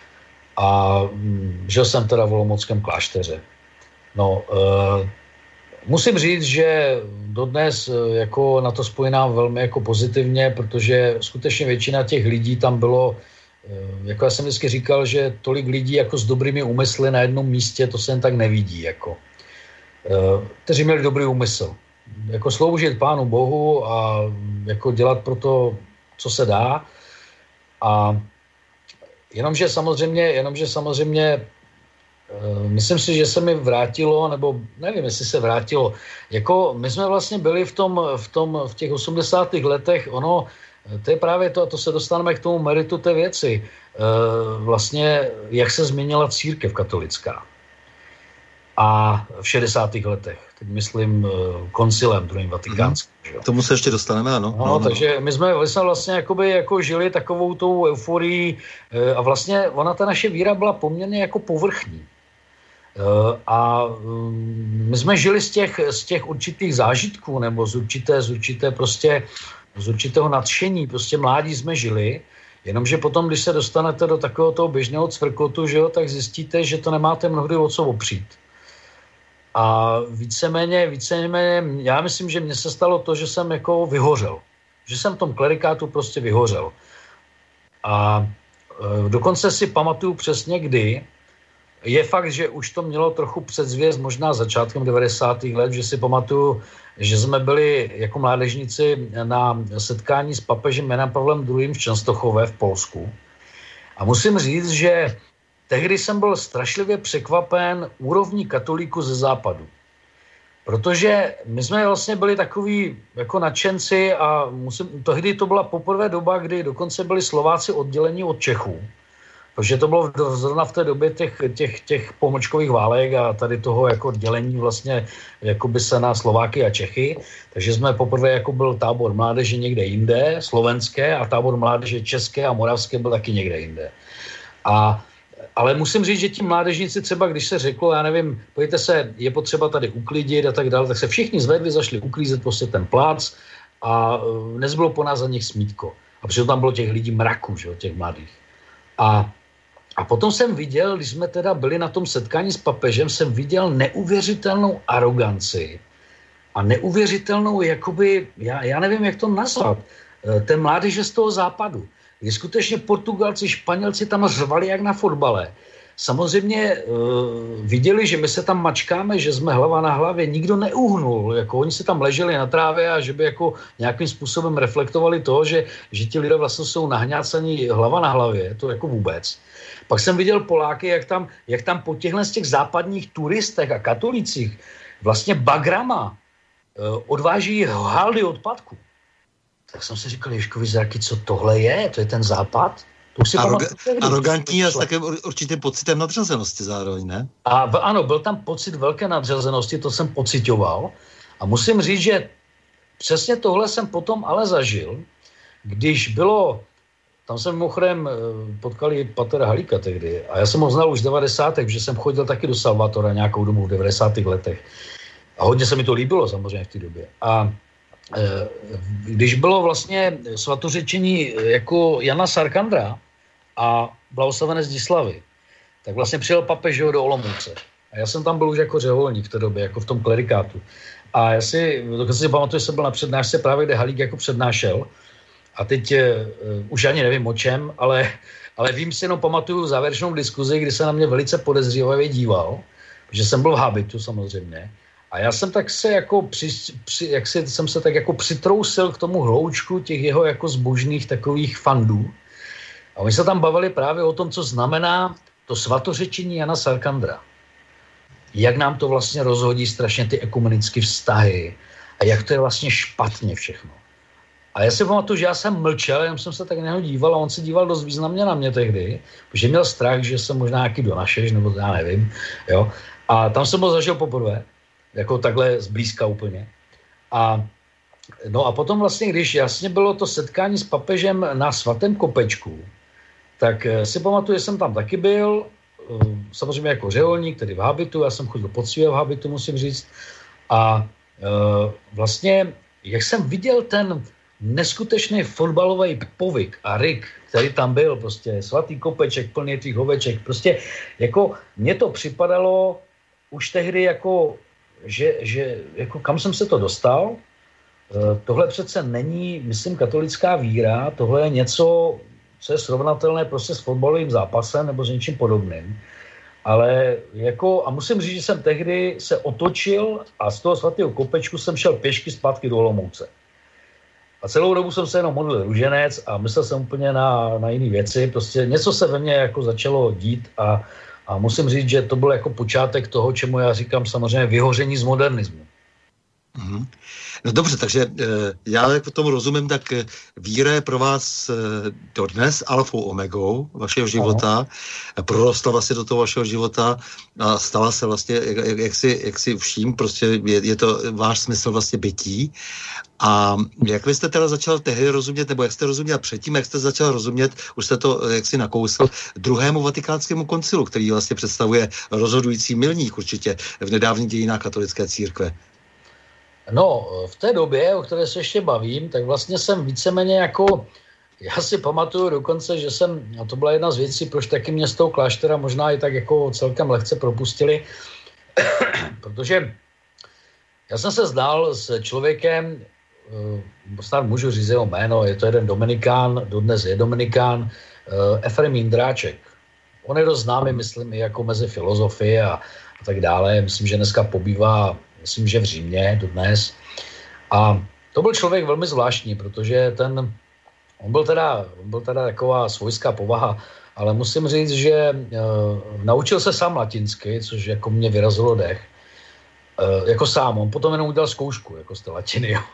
a žil jsem teda v olomouckém klášteře. No, Musím říct, že dodnes jako na to spojínám velmi jako pozitivně, protože skutečně většina těch lidí tam bylo, jako já jsem vždycky říkal, že tolik lidí jako s dobrými úmysly na jednom místě, to se jen tak nevidí, jako. Kteří měli dobrý úmysl. Jako sloužit Pánu Bohu a jako dělat pro to, co se dá. A jenomže samozřejmě myslím si, že se mi vrátilo, nebo nevím, jestli se vrátilo. Jako my jsme vlastně byli v těch 80. letech, to je právě to, a to se dostaneme k tomu meritu té věci. Vlastně, jak se změnila církev katolická. A v 60. letech, teď myslím koncilem druhým vatikánským. K tomu se ještě dostaneme, ano. No. Takže my jsme vlastně jako žili takovou tou euforií a vlastně ona ta naše víra byla poměrně jako povrchní. A my jsme žili z těch určitých zážitků nebo z určitého nadšení, prostě mládí jsme žili, jenomže potom, když se dostanete do takového toho běžného cvrkotu, že jo, tak zjistíte, že to nemáte mnohdy o co opřít. A víceméně, já myslím, že mně se stalo to, že jsem jako vyhořel. Že jsem v tom klerikátu prostě vyhořel. A dokonce si pamatuju přesně kdy. Je fakt, že už to mělo trochu předzvěst, možná začátkem 90. let, že si pamatuju, že jsme byli jako mládežníci na setkání s papežem Janem Pavlem II. V Częstochowe v Polsku. A musím říct, že tehdy jsem byl strašlivě překvapen úrovní katolíků ze západu. Protože my jsme vlastně byli takový jako nadšenci a tehdy to byla poprvé doba, kdy dokonce byli Slováci oddělení od Čechů. Protože to bylo zrovna v té době těch pomlčkových válek a tady toho jako dělení vlastně jakoby se na Slováky a Čechy. Takže jsme poprvé jako byl tábor mládeže někde jinde, slovenské, a tábor mládeže české a moravské byl taky někde jinde. Ale musím říct, že ti mládežníci třeba, když se řeklo, já nevím, pojďte se, je potřeba tady uklidit a tak dále, tak se všichni zvedli, zašli uklízet prostě ten plác a nezbylo po nás za nich smítko. A přitom tam bylo těch lidí mraku, že, těch mladých. A potom jsem viděl, když jsme teda byli na tom setkání s papežem, jsem viděl neuvěřitelnou aroganci a neuvěřitelnou, jakoby, já nevím, jak to nazvat, ten mládeže z toho západu. Kdy skutečně Portugalci, Španělci tam řvali jak na fotbale. Samozřejmě viděli, že my se tam mačkáme, že jsme hlava na hlavě, nikdo neuhnul, jako oni se tam leželi na trávě a že by jako nějakým způsobem reflektovali to, že ti lidé vlastně jsou nahňácaní hlava na hlavě, to jako vůbec. Pak jsem viděl Poláky, jak tam po těchhle z těch západních turistech a katolících vlastně bagrama odváží haldy odpadku. Tak jsem si říkal, Ježkovi zraky, co tohle je? To je ten západ? Arrogantní a s takým určitým pocitem nadřazenosti zároveň, ne? Ano, byl tam pocit velké nadřazenosti, to jsem pociťoval. A musím říct, že přesně tohle jsem potom ale zažil, když bylo, tam jsem mimochodem potkali patera Halíka tehdy a já jsem ho znal už v 90. že jsem chodil taky do Salvatora nějakou dobu v 90. letech. A hodně se mi to líbilo samozřejmě v té době. A když bylo vlastně svatořečení jako Jana Sarkandra a blahoslavené Zdislavy, tak vlastně přijel papež do Olomouce. A já jsem tam byl už jako řeholník v té době, jako v tom klerikátu. A já dokonce si pamatuju, že jsem byl na přednášce právě, kde Halík jako přednášel. A teď už ani nevím o čem, ale vím si jenom pamatuju závěrečnou diskuzi, kdy se na mě velice podezřívavě díval, protože jsem byl v habitu samozřejmě. A já jsem tak se jako jsem se tak jako přitrousil k tomu hloučku těch jeho jako zbožných takových fandů. A oni se tam bavili právě o tom, co znamená to svatořečení Jana Sarkandra. Jak nám to vlastně rozhodí strašně ty ekumenické vztahy a jak to je vlastně špatně všechno. A já si pamatuju, že já jsem mlčel, jenom jsem se tak na něho díval a on se díval dost významně na mě tehdy, protože měl strach, že jsem možná nějaký donašeš, nebo já nevím. Jo. A tam jsem ho zažil poprvé. Jako takhle zblízka úplně. A potom vlastně, když jasně bylo to setkání s papežem na Svatém Kopečku, tak si pamatuju, že jsem tam taky byl, samozřejmě jako řeholník, tedy v habitu, já jsem chodil poctivě v habitu, musím říct. A vlastně, jak jsem viděl ten neskutečný fotbalový povyk a rik, který tam byl, prostě Svatý Kopeček, plný těch oveček, prostě jako mně to připadalo už tehdy jako že jako kam jsem se to dostal, tohle přece není, myslím, katolická víra, tohle je něco, co je srovnatelné prostě s fotbalovým zápasem nebo s něčím podobným. Ale jako, a musím říct, že jsem tehdy se otočil a z toho svatého kopečku jsem šel pěšky zpátky do Olomouce. A celou dobu jsem se jenom modlil růženec a myslel jsem úplně na jiné věci. Prostě něco se ve mně jako začalo dít a musím říct, že to byl jako počátek toho, čemu já říkám samozřejmě vyhoření z modernismu. Mm-hmm. No dobře, takže já jak tomu rozumím, tak víra je pro vás dodnes alfou omegou vašeho života, prorostla vlastně do toho vašeho života a stala se vlastně, jak si vším, prostě je to váš smysl vlastně bytí. A jak vy jste teda začal tehdy rozumět, nebo jak jste rozuměl předtím, jak jste začal rozumět, už jste to jaksi nakousl, druhému vatikánskému koncilu, který vlastně představuje rozhodující milník určitě v nedávných dějinách katolické církve? No, v té době, o které se ještě bavím, tak vlastně jsem víceméně jako, já si pamatuju dokonce, že a to byla jedna z věcí, proč taky mě z toho kláštera možná i tak jako celkem lehce propustili, protože já jsem se znal s člověkem, snad můžu říct jeho jméno, je to jeden Dominikán, dodnes je Dominikán, Efrem Jindráček. On je dost známý, myslím, i jako mezi filozofy a tak dále. Myslím, že dneska pobývá, myslím, že v Římě dodnes. A to byl člověk velmi zvláštní, protože on byl teda taková svojská povaha, ale musím říct, že naučil se sám latinsky, což jako mě vyrazilo dech. Jako sám, on potom jenom udělal zkoušku, jako z té latiny, jo.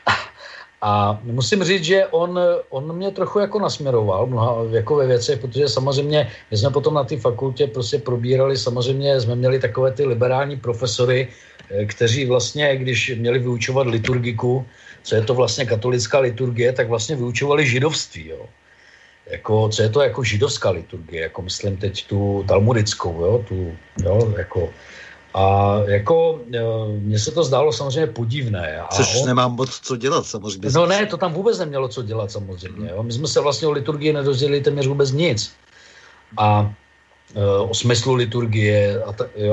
A musím říct, že on mě trochu jako nasměroval mnoha jako ve věcech, protože samozřejmě, my jsme potom na té fakultě prostě probírali, samozřejmě jsme měli takové ty liberální profesory, kteří vlastně, když měli vyučovat liturgiku, co je to vlastně katolická liturgie, tak vlastně vyučovali židovství, jo. Jako, co je to jako židovská liturgie, jako myslím teď tu talmudickou, jo, jako. A jako mně se to zdálo samozřejmě podivné. Což nemám moc co dělat samozřejmě. No ne, to tam vůbec nemělo co dělat samozřejmě. Jo. My jsme se vlastně o liturgii nedozvěděli téměř vůbec nic. A o smyslu liturgie.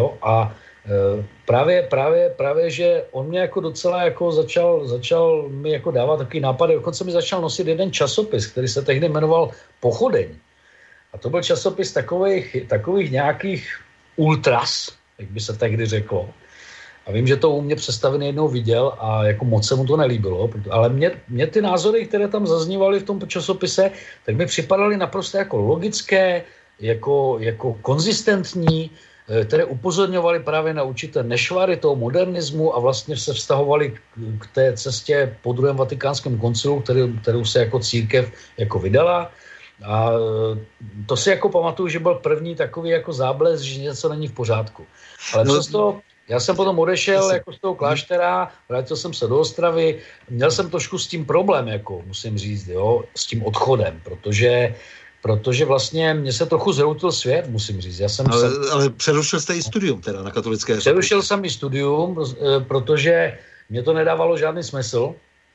Právě, že on mě jako docela jako začal mi jako dávat takový nápady. Dokonce mi začal nosit jeden časopis, který se tehdy jmenoval Pochodeň. A to byl časopis takových nějakých ultras, jak by se tehdy řeklo. A vím, že to u mě představený jednou viděl a jako moc se mu to nelíbilo, ale mě ty názory, které tam zaznívaly v tom časopise, tak mi připadaly naprosto jako logické, jako konzistentní, které upozorňovaly právě na určité nešvary toho modernismu a vlastně se vztahovaly k té cestě po druhém vatikánském koncilu, kterou se jako církev jako vydala. A to si jako pamatuju, že byl první takový jako záblesk, že něco není v pořádku. Ale přesto já jsem potom odešel jako z toho kláštera, vrátil jsem se do Ostravy, měl jsem trošku s tím problém, jako musím říct, jo, s tím odchodem, protože vlastně mě se trochu zhroutil svět, musím říct. Ale přerušil jste i studium teda na katolické fakultě. Přerušil jsem i studium, protože mě to nedávalo žádný smysl.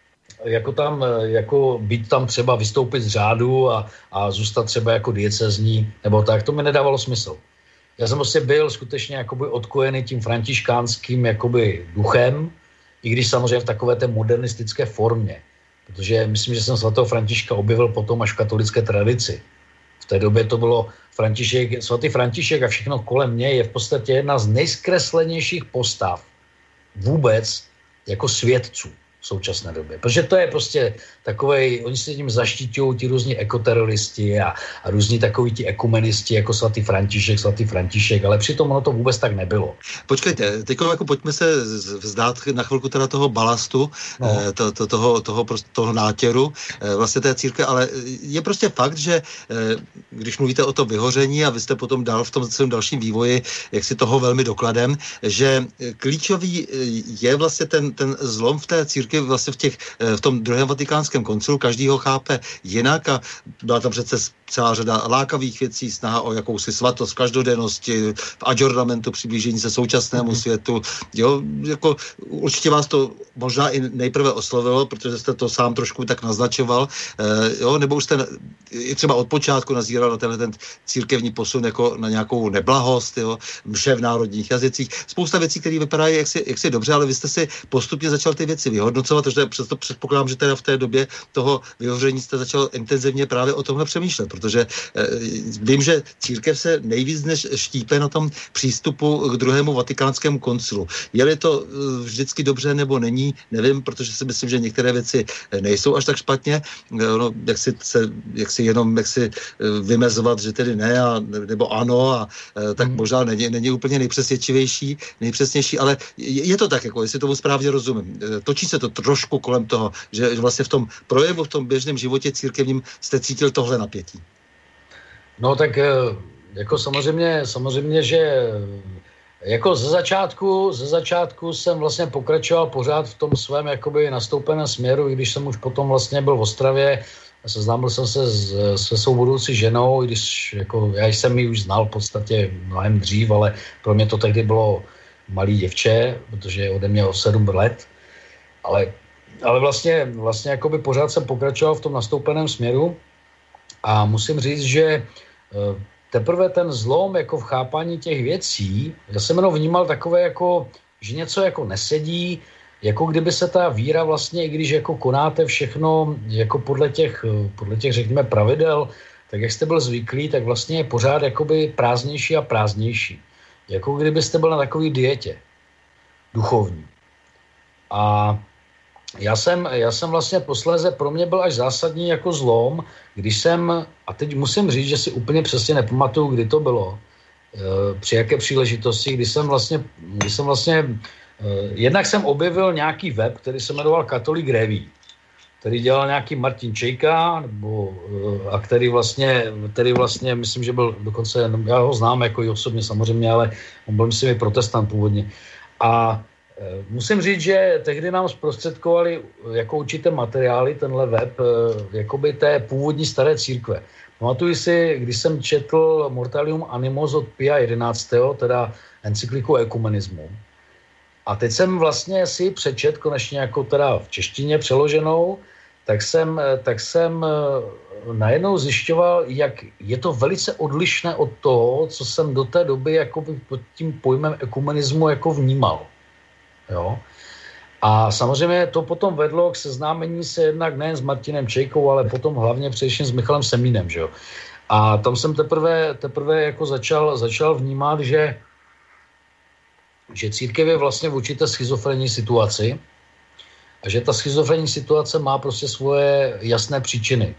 Jako být tam třeba vystoupit z řádu a zůstat třeba jako diecezní, nebo tak, to mi nedávalo smysl. Já jsem prostě byl skutečně jakoby odkojený tím františkánským jakoby duchem, i když samozřejmě v takové té modernistické formě. Protože myslím, že jsem svatého Františka objevil potom až v katolické tradici. V té době to bylo svatý František a všechno kolem mě je v podstatě jedna z nejzkreslenějších postav vůbec jako svědců v současné době. Protože to je prostě takovej, oni se tím zaštiťují ti různí ekoteroristi a různí takoví ti ekumenisti jako svatý František, ale přitom ono to vůbec tak nebylo. Počkejte, teď jako pojďme se vzdát na chvilku teda toho balastu, toho nátěru vlastně té církve, ale je prostě fakt, že když mluvíte o to vyhoření a vy jste potom dál v tom celém dalším vývoji, jak si toho velmi dokladem, že klíčový je vlastně ten zlom v té církvi vlastně v tom druhém vatikánském koncilu, každý ho chápe jinak a byla tam přece celá řada lákavých věcí, snaha o jakousi svatost v každodennosti, v adjornamentu, přiblížení se současnému světu. Jo, jako určitě vás to možná i nejprve oslovilo, protože jste to sám trošku tak naznačoval, jo, nebo už jste třeba od počátku nazíral na tenhle ten církevní posun jako na nějakou neblahost, jo, mše v národních jazycích. Spousta věcí, které vypadají jaksi dobře, ale vy jste si postupně začal ty věci vyhodnocovat, protože přesto předpokládám, že teda v té době toho vyhoření jste začal intenzivně právě o tomhle přemýšlet, protože vím, že církev se nejvíc než štípe na tom přístupu k druhému vatikánskému koncilu. Je-li to vždycky dobře nebo není, nevím, protože si myslím, že některé věci nejsou až tak špatně, no, jak si vymezovat, že tedy ne, nebo ano, a tak možná není úplně nejpřesnější, ale je to tak, jako jestli tomu správně rozumím. Točí se to trošku kolem toho, že vlastně v tom projevu, v tom běžném životě církevním jste cítil tohle napětí. No tak jako samozřejmě, že jako ze začátku jsem vlastně pokračoval pořád v tom svém jakoby nastoupeném směru, i když jsem už potom vlastně byl v Ostravě, seznámil jsem se se svou budoucí ženou, i když jako, já jsem ji už znal v podstatě mnohem dřív, ale pro mě to tehdy bylo malý děvče, protože ode mě o 7 let, ale vlastně jakoby pořád jsem pokračoval v tom nastoupeném směru a musím říct, že teprve ten zlom jako v chápání těch věcí, já jsem jenom vnímal takové jako, že něco jako nesedí, jako kdyby se ta víra vlastně, i když jako konáte všechno jako podle těch řekněme pravidel, tak jak jste byl zvyklý, tak vlastně je pořád jakoby prázdnější a prázdnější. Jako kdybyste byl na takové dietě duchovní. A já jsem vlastně posléze, pro mě byl až zásadní jako zlom, když jsem, a teď musím říct, že si úplně přesně nepamatuju, kdy to bylo, při jaké příležitosti, kdy jsem vlastně jednak jsem objevil nějaký web, který se jmenoval Catholic Review, který dělal nějaký Martin Čejka, a který vlastně, myslím, že byl dokonce, já ho znám jako i osobně samozřejmě, ale on byl, myslím, i protestant původně. A musím říct, že tehdy nám zprostředkovali jako určité materiály, tenhle web, jakoby té původní staré církve. Pamatuji si, když jsem četl Mortalium Animos od Pia 11., teda encykliku ekumenismu. A teď jsem vlastně si přečet konečně jako teda v češtině přeloženou, tak jsem najednou zjišťoval, jak je to velice odlišné od toho, co jsem do té doby jakoby pod tím pojmem ekumenismu jako vnímal. Jo? A samozřejmě to potom vedlo k seznámení se jednak nejen s Martinem Čejkou, ale potom hlavně především s Michalem Semínem. Že jo? A tam jsem teprve jako začal vnímat, že církev je vlastně v určité schizofrenní situaci a že ta schizofrenní situace má prostě svoje jasné příčiny.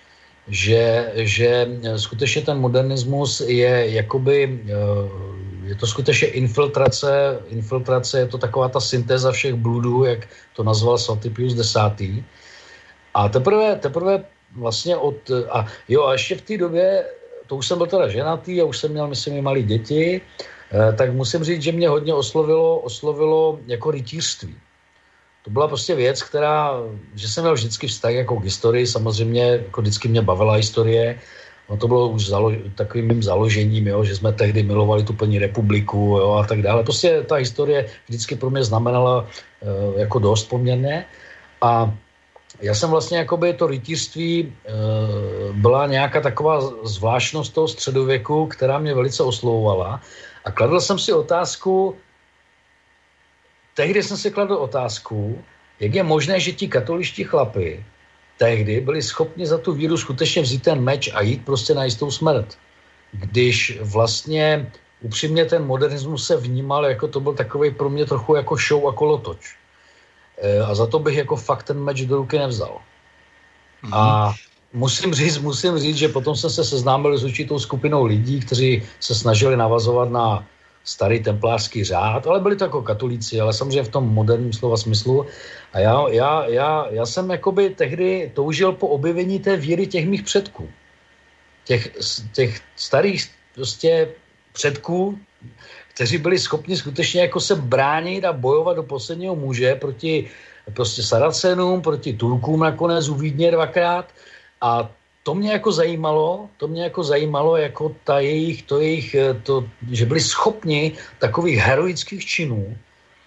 Že skutečně ten modernismus je jakoby, je to skutečně infiltrace, je to taková ta syntéza všech bludů, jak to nazval svatý Pius X. A teprve vlastně a ještě v té době, to už jsem byl teda ženatý a už jsem měl, myslím, i malé děti, tak musím říct, že mě hodně oslovilo jako rytířství. To byla prostě věc, že jsem měl vždycky vztah jako k historii, samozřejmě jako vždycky mě bavila historie. No to bylo už takovým mým založením, jo, že jsme tehdy milovali tu plní republiku, jo, a tak dále. Prostě ta historie vždycky pro mě znamenala jako dost poměrně. A já jsem vlastně jakoby to rytířství byla nějaká taková zvláštnost toho středověku, která mě velice oslovovala. A kladl jsem si otázku, tehdy jsem si kladl otázku, jak je možné, že ti katoličtí chlapi tehdy byli schopni za tu víru skutečně vzít ten meč a jít prostě na jistou smrt. Když vlastně upřímně ten modernismus se vnímal, jako to byl takovej pro mě trochu jako show a kolotoč. A za to bych jako fakt ten meč do ruky nevzal. A musím říct, že potom jsem se seznámil s určitou skupinou lidí, kteří se snažili navazovat na starý templářský řád, ale byli to jako katolíci, ale samozřejmě v tom moderním slova smyslu. A já jsem jakoby tehdy toužil po objevení té víry těch mých předků. Těch starých prostě předků, kteří byli schopni skutečně jako se bránit a bojovat do posledního muže proti prostě Saracenům, proti Turkům nakonec u Vídně 2krát. A to mě jako zajímalo jako že byli schopni takových heroických činů,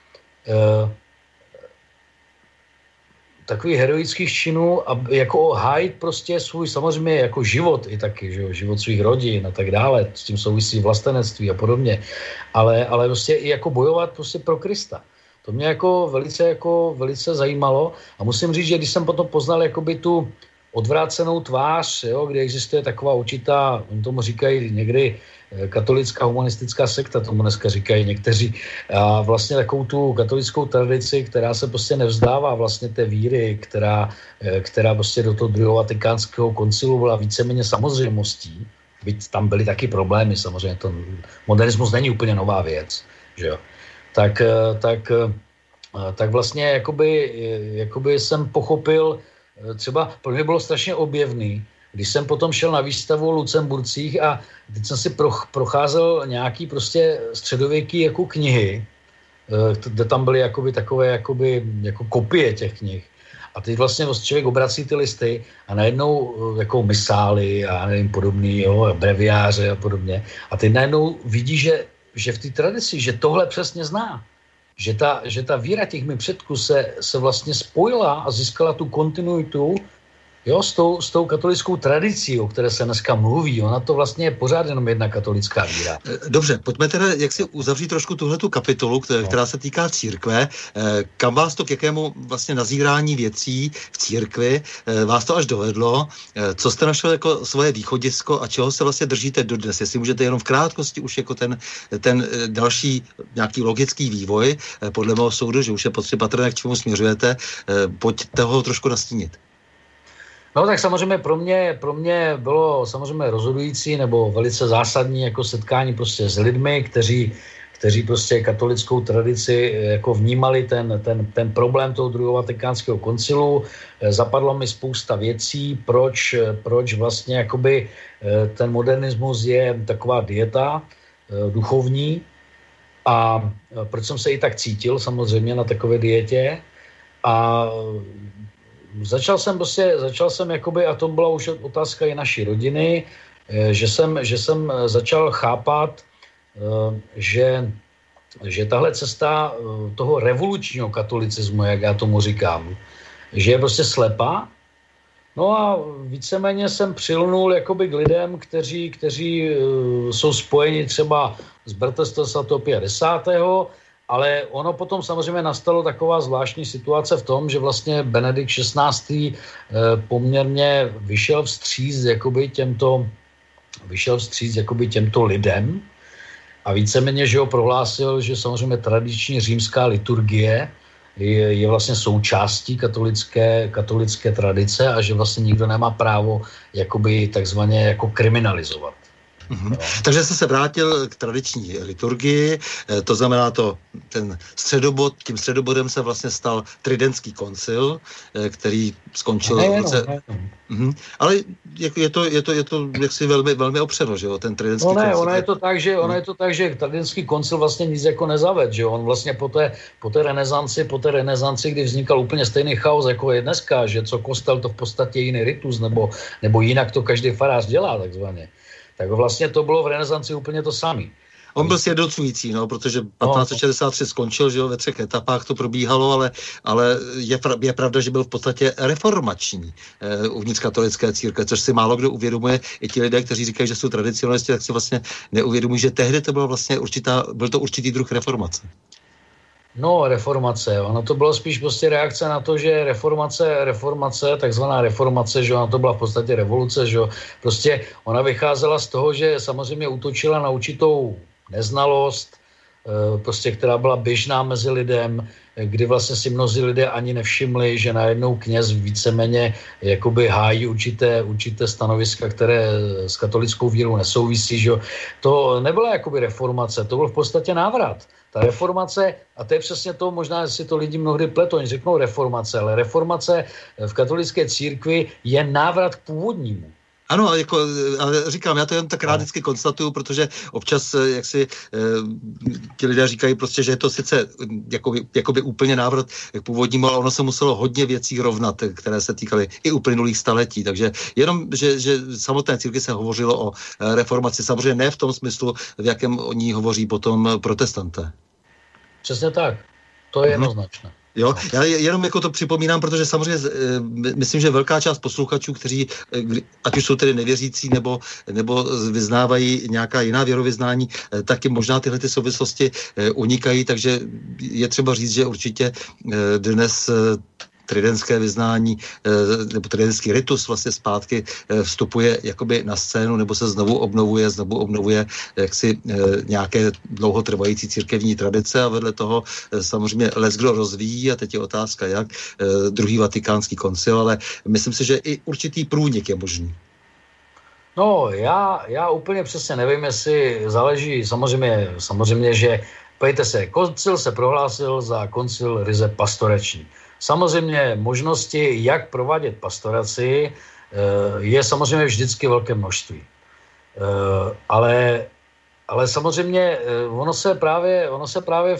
a jako hájit prostě svůj samozřejmě jako život i taky, že jo, život svých rodin a tak dále, s tím souvisí vlastenectví a podobně, ale prostě i jako bojovat prostě pro Krista. To mě jako velice zajímalo a musím říct, že když jsem potom poznal jakoby tu odvrácenou tvář, jo, kde existuje taková určitá, oni tomu říkají někdy katolická humanistická sekta, tomu dneska říkají někteří, a vlastně takovou tu katolickou tradici, která se prostě nevzdává vlastně té víry, která prostě do toho druhého vatikánského koncilu byla víceméně samozřejmostí, byť tam byly taky problémy, samozřejmě to modernismus není úplně nová věc, že jo. Tak vlastně jakoby jsem pochopil, třeba pro mě bylo strašně objevný, když jsem potom šel na výstavu o Lucemburcích a teď jsem si procházel nějaký prostě středověký jako knihy, kde tam byly jakoby takové jako kopie těch knih. A teď vlastně člověk obrací ty listy a najednou jako misály a nevím podobný, jo, breviáře a podobně. A teď najednou vidí, že v té tradici, že tohle přesně zná. Že ta víra těch mých předků se vlastně spojila a získala tu kontinuitu, jo, s tou katolickou tradicí, o které se dneska mluví. Ona to vlastně je pořád jenom jedna katolická víra. Dobře, pojďme teda jak si uzavřít trošku tuhletu kapitolu, která se týká církve. Kam vás to, k jakému vlastně nazírání věcí v církvi vás to až dovedlo? Co jste našel jako svoje východisko a čeho se vlastně držíte dodnes? Jestli můžete jenom v krátkosti už jako ten další nějaký logický vývoj, podle mého soudu, že už je potřeba k čemu směřujete, pojďte ho trošku nastínit. No tak samozřejmě pro mě bylo samozřejmě rozhodující nebo velice zásadní jako setkání prostě s lidmi, kteří prostě katolickou tradici jako vnímali ten problém toho druhého vatikánského koncilu. Zapadlo mi spousta věcí, proč vlastně jakoby ten modernismus je taková dieta duchovní a proč jsem se i tak cítil samozřejmě na takové dietě a Začal jsem jakoby, a to byla už otázka i naší rodiny, že jsem začal chápat, že tahle cesta toho revolučního katolicismu, jak já tomu říkám, že je prostě slepá. No a víceméně jsem přilnul jakoby k lidem, kteří jsou spojeni třeba s Bratrstvem svatého Pia X., ale ono potom samozřejmě nastalo taková zvláštní situace v tom, že vlastně Benedikt XVI. Poměrně vyšel vstříc těmto lidem a víceméně, že ho prohlásil, že samozřejmě tradiční římská liturgie je vlastně součástí katolické tradice a že vlastně nikdo nemá právo jakoby takzvaně jako kriminalizovat. Mm-hmm. Takže jste se vrátil k tradiční liturgii, to znamená tím středobodem se vlastně stal Tridentský koncil, který skončil v roce... Ale je to jaksi velmi, velmi opřeno, že jo, ten Tridentský koncil. Ono je to tak, že Tridentský koncil vlastně nic jako nezaved, že jo, on vlastně po té renesanci, kdy vznikal úplně stejný chaos, jako je dneska, že co kostel, to v podstatě jiný ritus, nebo jinak to každý farář dělá, takzvaně. Tak vlastně to bylo v renesanci úplně to samé. On byl sjednocující, protože 1563 skončil, že jo, ve 3 etapách to probíhalo, ale je pravda, že byl v podstatě reformační uvnitř katolické církve, což si málo kdo uvědomuje. I ti lidé, kteří říkají, že jsou tradicionalisti, tak si vlastně neuvědomují, že tehdy to bylo vlastně byl to určitý druh reformace. No, reformace, ono to bylo spíš prostě reakce na to, že reformace, takzvaná reformace, že ona to byla v podstatě revoluce, že prostě ona vycházela z toho, že samozřejmě útočila na určitou neznalost, prostě, která byla běžná mezi lidem, kdy vlastně si mnozí lidé ani nevšimli, že najednou kněz víceméně jakoby hájí určité stanoviska, které s katolickou vírou nesouvisí, že to nebyla jakoby reformace, to byl v podstatě návrat. Ta reformace, a to je přesně to, možná si to lidi mnohdy pletou, oni řeknou reformace, ale reformace v katolické církvi je návrat k původnímu. Ano, ale říkám, já to jen tak rád vždycky konstatuju, protože občas ti lidé říkají prostě, že je to sice jakoby úplně návrat k původnímu, ale ono se muselo hodně věcí rovnat, které se týkaly i uplynulých staletí. Takže jenom, že samotné církvi se hovořilo o reformaci, samozřejmě ne v tom smyslu, v jakém o ní hovoří potom protestanté. Přesně tak. To je jednoznačné. Jo, já jenom jako to připomínám, protože samozřejmě myslím, že velká část posluchačů, kteří, ať už jsou tedy nevěřící nebo vyznávají nějaká jiná věrovyznání, taky možná tyhle ty souvislosti unikají, takže je třeba říct, že určitě dnes tridentské vyznání nebo tridentský ritus vlastně zpátky vstupuje jakoby na scénu nebo se znovu obnovuje jaksi nějaké dlouhotrvající církevní tradice a vedle toho samozřejmě leckdo rozvíjí a teď je otázka jak druhý vatikánský koncil, ale myslím si, že i určitý průnik je možný. No, já úplně přesně nevím, jestli záleží, samozřejmě, že pojďte se, koncil se prohlásil za koncil ryze pastorační. Samozřejmě možnosti, jak provádět pastoraci, je samozřejmě vždycky velké množství. Ale samozřejmě ono se právě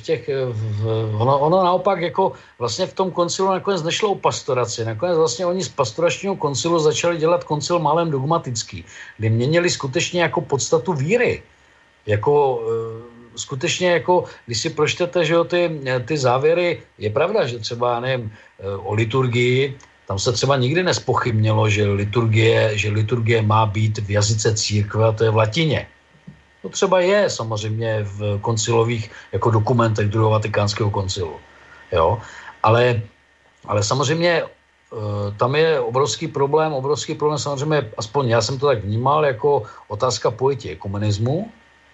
ono naopak jako vlastně v tom koncilu nakonec nešlo o pastoraci. Nakonec vlastně oni z pastoračního koncilu začali dělat koncil málem dogmatický, kdy měnili skutečně jako podstatu víry. Jako skutečně jako, když si pročtete, že jo, ty závěry, je pravda, že třeba, nevím, o liturgii, tam se třeba nikdy nespochybnilo, že liturgie má být v jazyce církve a to je v latině. To třeba je samozřejmě v koncilových jako dokumentech druhého vatikánského koncilu. Jo? Ale samozřejmě tam je obrovský problém samozřejmě, aspoň já jsem to tak vnímal, jako otázka pojetí ekumenismu,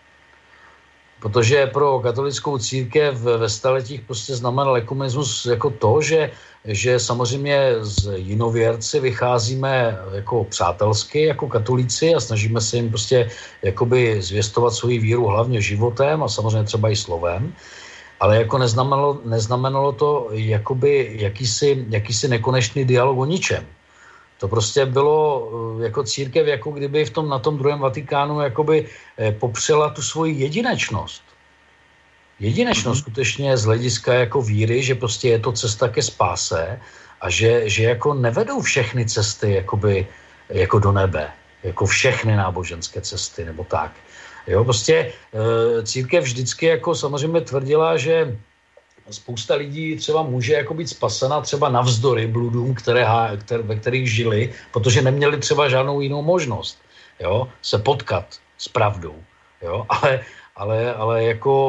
protože pro katolickou církev ve staletích prostě znamenal ekumenismus jako to, že samozřejmě z jinověrci vycházíme jako přátelsky, jako katolíci a snažíme se jim prostě jakoby zvěstovat svoji víru hlavně životem a samozřejmě třeba i slovem, ale jako neznamenalo to jakoby jakýsi nekonečný dialog o ničem. To prostě bylo jako církev, jako kdyby na tom druhém Vatikánu jakoby popřela tu svoji jedinečnost. Jedinečnost skutečně z hlediska jako víry, že prostě je to cesta ke spáse a že jako nevedou všechny cesty jakoby, jako do nebe, jako všechny náboženské cesty nebo tak. Jo, prostě církev vždycky jako samozřejmě tvrdila, že spousta lidí třeba může jako být spasena třeba navzdory bludům, ve kterých žili, protože neměli třeba žádnou jinou možnost, jo, se potkat s pravdou, jo, ale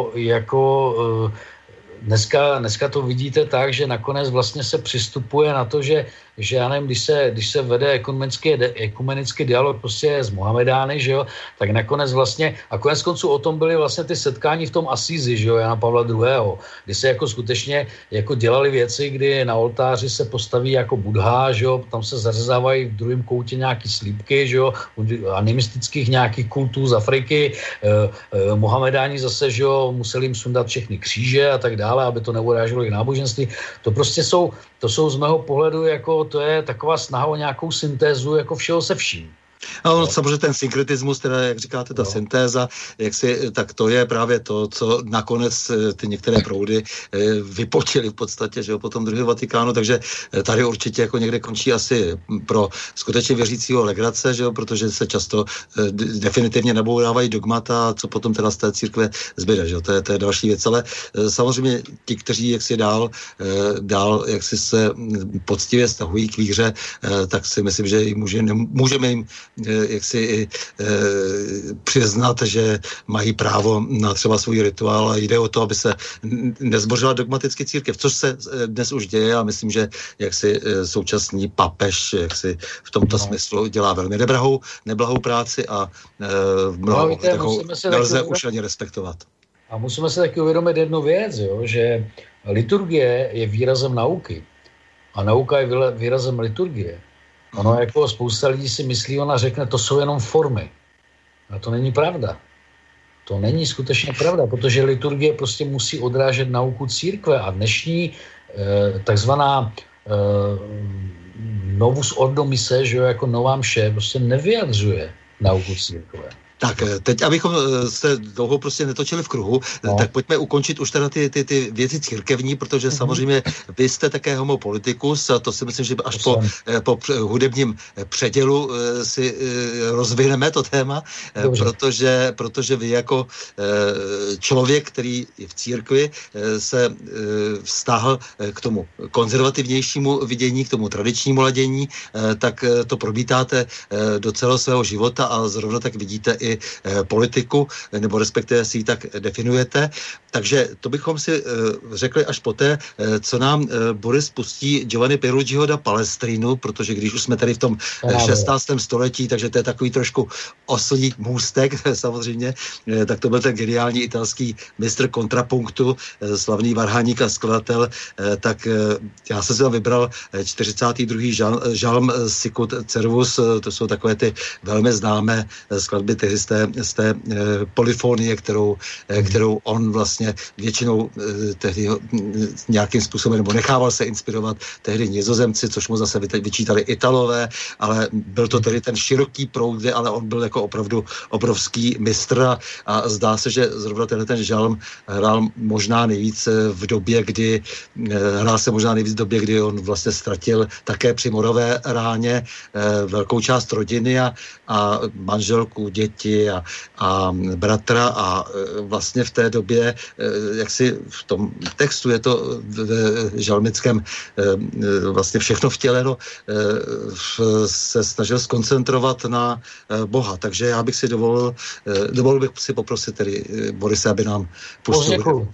jako dneska to vidíte tak, že nakonec vlastně se přistupuje na to, že já nevím, když se vede ekumenický dialog prostě s Mohamedány, že jo, tak nakonec vlastně, a konec konců o tom byly vlastně ty setkání v tom Asízi, že jo, Jana Pavla II., kdy se jako skutečně jako dělali věci, kdy na oltáři se postaví jako Buddha, že jo, tam se zařezávají v druhém koutě nějaký slípky, že jo, animistických nějakých kultů z Afriky, Mohamedáni zase, že jo, museli jim sundat všechny kříže a tak dále, aby to neuráželo jejich náboženství. To prostě to jsou z mého pohledu jako, to je taková snaha o nějakou syntézu jako všeho se vším. A samozřejmě ten synkretismus, teda, jak říkáte, ta syntéza, tak to je právě to, co nakonec ty některé proudy vypočily v podstatě, že jo, po tom druhém Vatikánu, takže tady určitě jako někde končí asi pro skutečně věřícího legrace, že jo, protože se často definitivně nabourávají dogmata, co potom teda z té církve zbyde, že jo, to je další věc, ale samozřejmě ti, kteří jaksi dál jaksi se poctivě stahují k víře, tak si myslím, že můžeme jim jaksi přiznat, že mají právo na třeba svůj rituál a jde o to, aby se nezbořila dogmaticky církev, což se dnes už děje a myslím, že jaksi současný papež jaksi v tomto smyslu dělá velmi neblahou práci a mnoho nelze už ani respektovat. A musíme se taky uvědomit jednu věc, jo, že liturgie je výrazem nauky a nauka je výrazem liturgie. Ono jako spousta lidí si myslí, ona řekne, to jsou jenom formy. A to není pravda. To není skutečně pravda, protože liturgie prostě musí odrážet nauku církve a dnešní takzvaná novus ordo mise, že jo, jako nová mše, prostě nevyjadřuje nauku církve. Tak, teď, abychom se dlouho prostě netočili v kruhu, tak pojďme ukončit už teda ty věci církevní, protože samozřejmě vy jste také homopolitikus a to si myslím, že až po hudebním předělu si rozvineme to téma, protože vy jako člověk, který je v církvi, se vztahl k tomu konzervativnějšímu vidění, k tomu tradičnímu ladění, tak to probítáte do celého svého života a zrovna tak vidíte i politiku, nebo respektive si ji tak definujete. Takže to bychom si řekli až poté, co nám Boris pustí Giovanni Pierluigiho da Palestrinu, protože když už jsme tady v tom 16. století, takže to je takový trošku oslý můstek, samozřejmě, tak to byl ten geniální italský mistr kontrapunktu, slavný varhaník a skladatel, tak já jsem si tam vybral 42. žalm Sicut Cervus, to jsou takové ty velmi známé skladby z té polyfonie, kterou on vlastně většinou tehdy nějakým způsobem, nebo nechával se inspirovat tehdy Nizozemci, což mu zase vyčítali Italové, ale byl to tedy ten široký proud, ale on byl jako opravdu obrovský mistr a zdá se, že zrovna ten žalm hrál možná nejvíc v době, kdy on vlastně ztratil také při morové ráně velkou část rodiny a manželku, děti a bratra a vlastně v té době, jak si v tom textu je to v žalmickém vlastně všechno vtěleno, se snažil skoncentrovat na Boha. Takže já bych si dovolil bych si poprosit tedy Borise, aby nám pustil.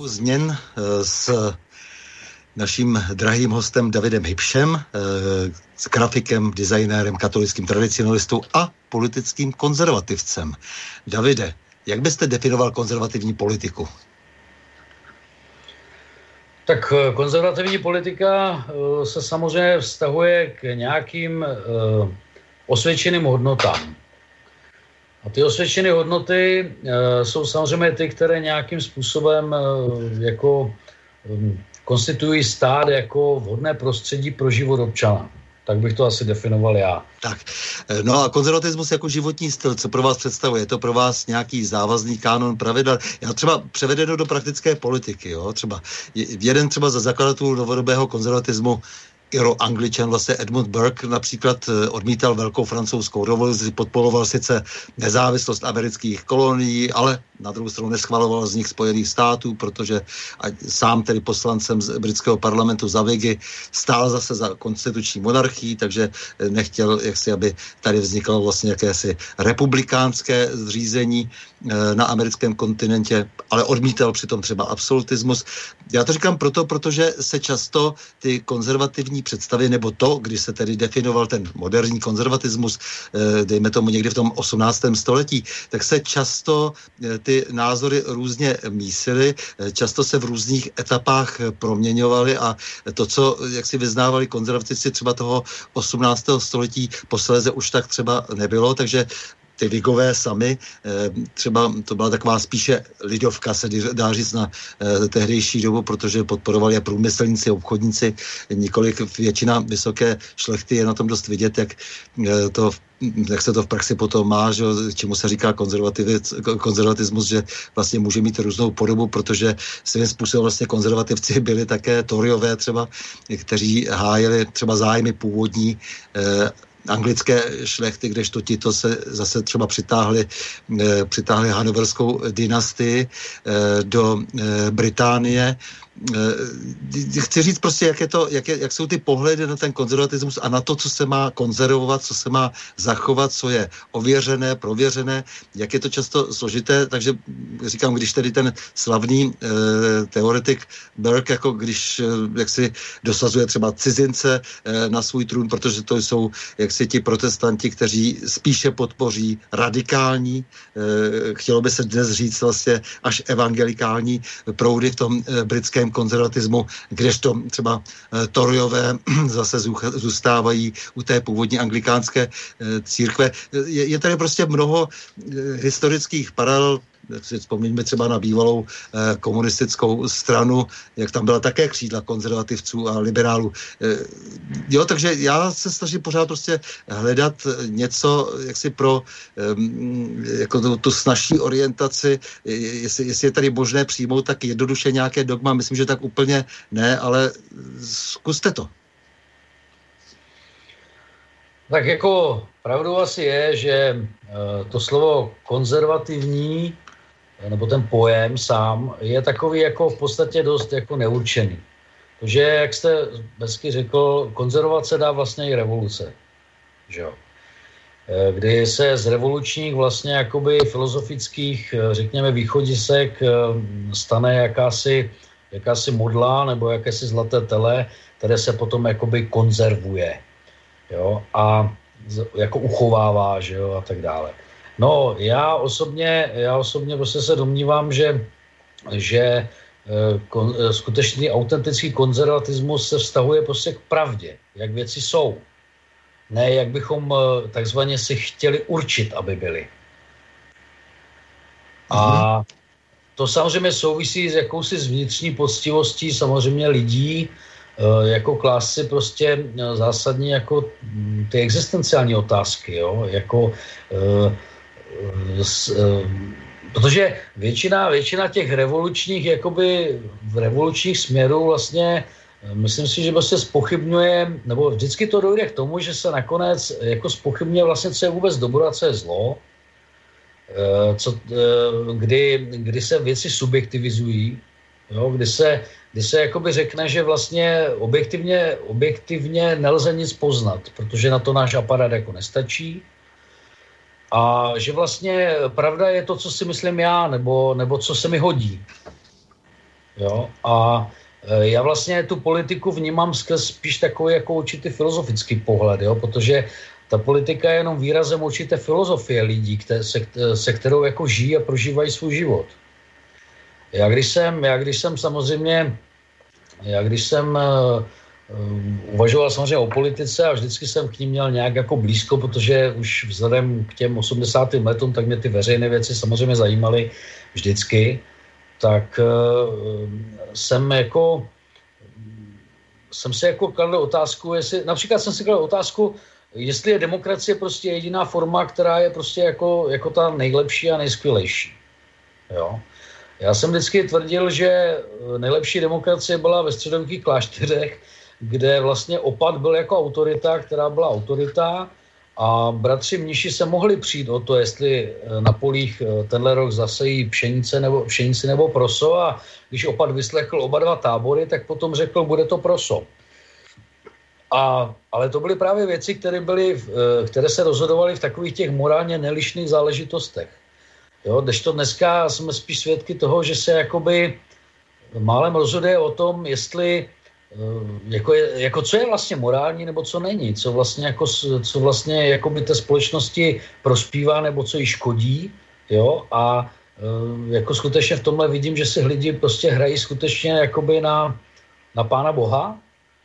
změn s naším drahým hostem Davidem Hybšem, s grafikem, designérem, katolickým tradicionalistou a politickým konzervativcem. Davide, jak byste definoval konzervativní politiku? Tak konzervativní politika se samozřejmě vztahuje k nějakým osvědčeným hodnotám. A ty osvědčené hodnoty jsou samozřejmě ty, které nějakým způsobem jako konstituují stát jako vhodné prostředí pro život občana. Tak bych to asi definoval já. Tak, no a konzervatismus jako životní styl, co pro vás představuje? Je to pro vás nějaký závazný kánon pravidel? Já třeba převedeno do praktické politiky, jo, třeba jeden třeba za zakladatelů novodobého konzervatismu, Angličan, vlastně Edmund Burke například odmítal velkou francouzskou revoluci, podporoval sice nezávislost amerických kolonií, ale na druhou stranu neschvaloval z nich Spojených států, protože sám tedy poslancem z britského parlamentu za Whigy stál zase za konstituční monarchii, takže nechtěl, aby tady vzniklo vlastně jakési republikánské zřízení na americkém kontinentě, ale odmítal přitom třeba absolutismus. Já to říkám protože se často ty konzervativní představy, nebo to, když se tedy definoval ten moderní konzervatismus, dejme tomu někdy v tom 18. století, tak se často ty názory různě mísily, často se v různých etapách proměňovaly a to, co jak si vyznávali konzervativci třeba toho 18. století, posléze už tak třeba nebylo, takže ty Whigové sami, třeba to byla taková spíše lidovka, se dá říct na tehdejší dobu, protože podporovali je průmyslníci, obchodníci, několik většina vysoké šlechty, je na tom dost vidět, jak se to v praxi potom má, že, čemu se říká konzervatismus, že vlastně může mít různou podobu, protože svým způsobem vlastně konzervativci byli také Toryové třeba, kteří hájili třeba zájmy původní anglické šlechty, kdežto tito se zase třeba přitáhli hanoverskou dynastii do Británie. Chci říct prostě, jak jsou ty pohledy na ten konzervatismus a na to, co se má konzervovat, co se má zachovat, co je ověřené, prověřené, jak je to často složité, takže říkám, když tedy ten slavný teoretik Burke, jako když jaksi dosazuje třeba cizince na svůj trůn, protože to jsou jaksi ti protestanti, kteří spíše podpoří radikální, chtělo by se dnes říct vlastně až evangelikální proudy v tom britském konzervatismu, kdežto třeba Toryové zase zůstávají u té původní anglikánské církve. Je tady prostě mnoho historických paralel. Vzpomeňme třeba na bývalou komunistickou stranu, jak tam byla také křídla konzervativců a liberálů. Jo, takže já se snažím pořád prostě hledat něco, jaksi pro jako tu snazší orientaci, jestli je tady možné přijmout tak jednoduše nějaké dogma. Myslím, že tak úplně ne, ale zkuste to. Tak jako pravdou asi je, že to slovo konzervativní nebo ten pojem sám je takový jako v podstatě dost jako neurčený. Protože, jak jste hezky řekl, konzervovat se dá vlastně i revoluce. Že jo? Kdy se z revolučních vlastně jakoby filozofických, řekněme, východisek stane jakási modla nebo jakési zlaté tele, které se potom jakoby konzervuje. Jo? A jako uchovává, že jo, a tak dále. No, já osobně prostě se domnívám, že skutečný autentický konzervatismus se vztahuje prostě k pravdě, jak věci jsou. Ne, jak bychom takzvaně si chtěli určit, aby byly. A to samozřejmě souvisí s jakousi vnitřní poctivostí samozřejmě lidí, jako klást si prostě zásadně jako ty existenciální otázky, jo, jako protože většina těch revolučních, jakoby v revolučních směrů vlastně, myslím si, že prostě zpochybňuje, nebo vždycky to dojde k tomu, že se nakonec jako zpochybňuje vlastně, co je vůbec dobro a co je zlo, kdy se věci subjektivizují, jo, kdy se jakoby řekne, že vlastně objektivně nelze nic poznat, protože na to náš aparát jako nestačí. A že vlastně pravda je to, co si myslím já, nebo co se mi hodí. Jo? A já vlastně tu politiku vnímám spíš takový jako určitý filozofický pohled, jo? Protože ta politika je jenom výrazem určité filozofie lidí, se kterou jako žijí a prožívají svůj život. Já když jsem uvažoval samozřejmě o politice a vždycky jsem k ní měl nějak jako blízko, protože už vzhledem k těm 80. letům, tak mě ty veřejné věci samozřejmě zajímaly vždycky, tak jsem si jako kladl otázku, například jsem si kladl otázku, jestli je demokracie prostě jediná forma, která je prostě jako ta nejlepší a nejskvělejší. Jo? Já jsem vždycky tvrdil, že nejlepší demokracie byla ve středověkých klášterech, kde vlastně opat byl jako autorita, která byla autorita a bratři mniši se mohli přijít o to, jestli na polích tenhle rok zasejí pšenici nebo proso a když opat vyslechl oba dva tábory, tak potom řekl, bude to proso. Ale to byly právě věci, které se rozhodovaly v takových těch morálně nelišných záležitostech. Jo, kdežto dneska jsme spíš svědky toho, že se jakoby málem rozhoduje o tom, jestli co je vlastně morální nebo co není, co vlastně jakoby té společnosti prospívá nebo co jí škodí, jo, a jako skutečně v tomhle vidím, že si lidi prostě hrají skutečně jakoby na Pána Boha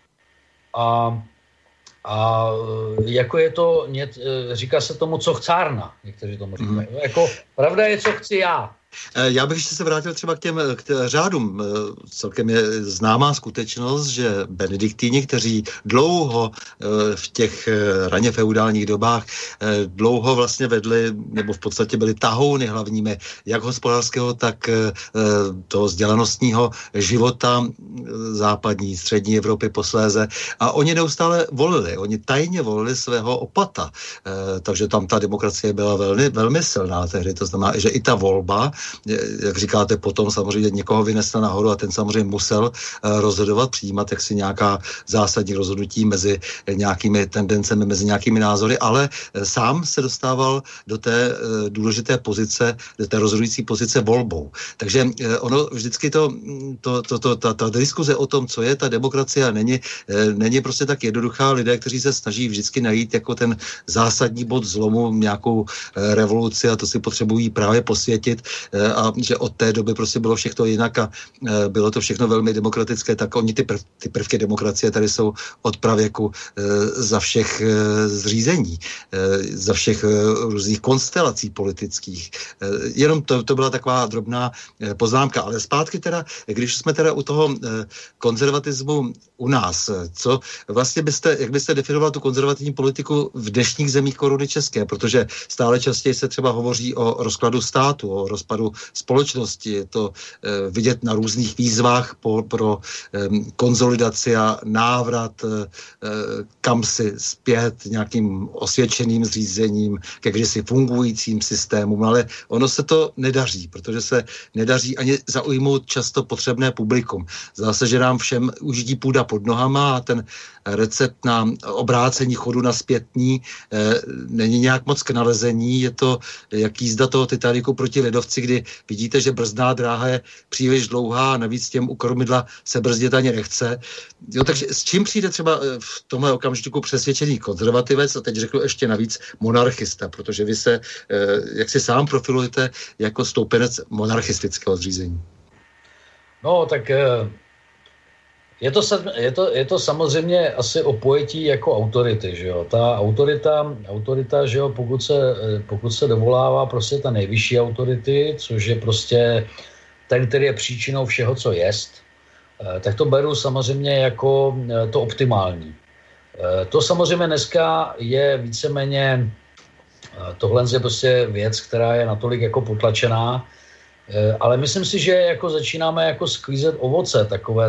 a jako je to, říká se tomu, co chcárna, někteří tomu říkají. Jako, pravda je, co chci já. Já bych ještě se vrátil třeba k řádům. Celkem je známá skutečnost, že benediktíni, kteří dlouho v těch raně feudálních dobách dlouho vlastně vedli, nebo v podstatě byli tahouny hlavními jak hospodářského, tak toho vzdělanostního života západní, střední Evropy posléze. A oni neustále volili, oni tajně volili svého opata. Takže tam ta demokracie byla velmi, velmi silná tehdy. To znamená, že i ta volba, jak říkáte, potom samozřejmě někoho vynesla nahoru a ten samozřejmě musel rozhodovat, přijímat jaksi nějaká zásadní rozhodnutí mezi nějakými tendencemi, mezi nějakými názory, ale sám se dostával do té důležité pozice, do té rozhodující pozice volbou. Takže ono vždycky ta diskuze o tom, co je ta demokracie, není prostě tak jednoduchá. Lidé, kteří se snaží vždycky najít jako ten zásadní bod zlomu, nějakou revoluci, a to si potřebují právě posvětit, a že od té doby prostě bylo všechno jinak a bylo to všechno velmi demokratické, tak oni ty prvky demokracie tady jsou od pravěku za všech zřízení, za všech různých konstelací politických. Jenom to byla taková drobná poznámka, ale zpátky teda, když jsme teda u toho konzervatismu u nás, co vlastně jak byste definoval tu konzervativní politiku v dnešních zemích koruny české, protože stále častěji se třeba hovoří o rozkladu státu, o rozpadu společnosti. Je to vidět na různých výzvách pro konzolidaci a návrat kamsi zpět nějakým osvědčeným zřízením, ke kdysi fungujícím systémům, ale ono se to nedaří, protože se nedaří ani zaujmout často potřebné publikum. Zdá se, že nám všem uždí půda pod nohama a ten recept na obrácení chodu na zpětní není nějak moc k nalezení. Je to jak jízda toho Titaniku proti ledovci, kdy vidíte, že brzdná dráha je příliš dlouhá a navíc těm u kormidla se brzdit ani nechce. Jo, takže s čím přijde třeba v tomhle okamžiku přesvědčený konzervativec a teď řeknu ještě navíc monarchista, protože vy se, jak si sám profilujete jako stoupenec monarchistického zřízení. No, tak je to samozřejmě asi o pojetí jako autority, že jo. Ta autorita, že jo, pokud se dovolává prostě ta nejvyšší autority, což je prostě ten, který je příčinou všeho, co jest, tak to beru samozřejmě jako to optimální. To samozřejmě dneska je víceméně, tohle je prostě věc, která je natolik jako potlačená, ale myslím si, že jako začínáme jako sklízet ovoce takové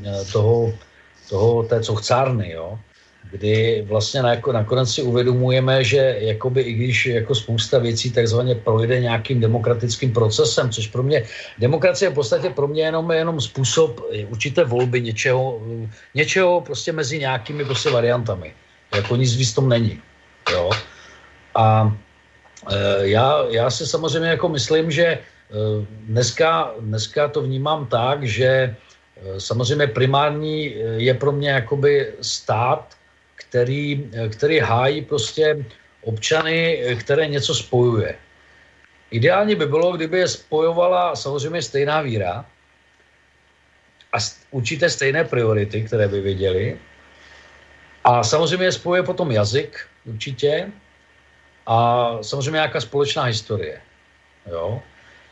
té cochcárny, jo? Kdy vlastně nakonec si uvědomujeme, že jakoby i když jako spousta věcí takzvaně projde nějakým demokratickým procesem, což pro mě, demokracie v podstatě pro mě jenom způsob určité volby něčeho prostě mezi nějakými prostě variantami. Jako nic víc tom není. Jo? A já si samozřejmě jako myslím, že dneska to vnímám tak, že samozřejmě primární je pro mě jakoby stát, který hájí prostě občany, které něco spojuje. Ideálně by bylo, kdyby je spojovala samozřejmě stejná víra a určité stejné priority, které by věděli. A samozřejmě je spojuje potom jazyk určitě a samozřejmě nějaká společná historie. Jo?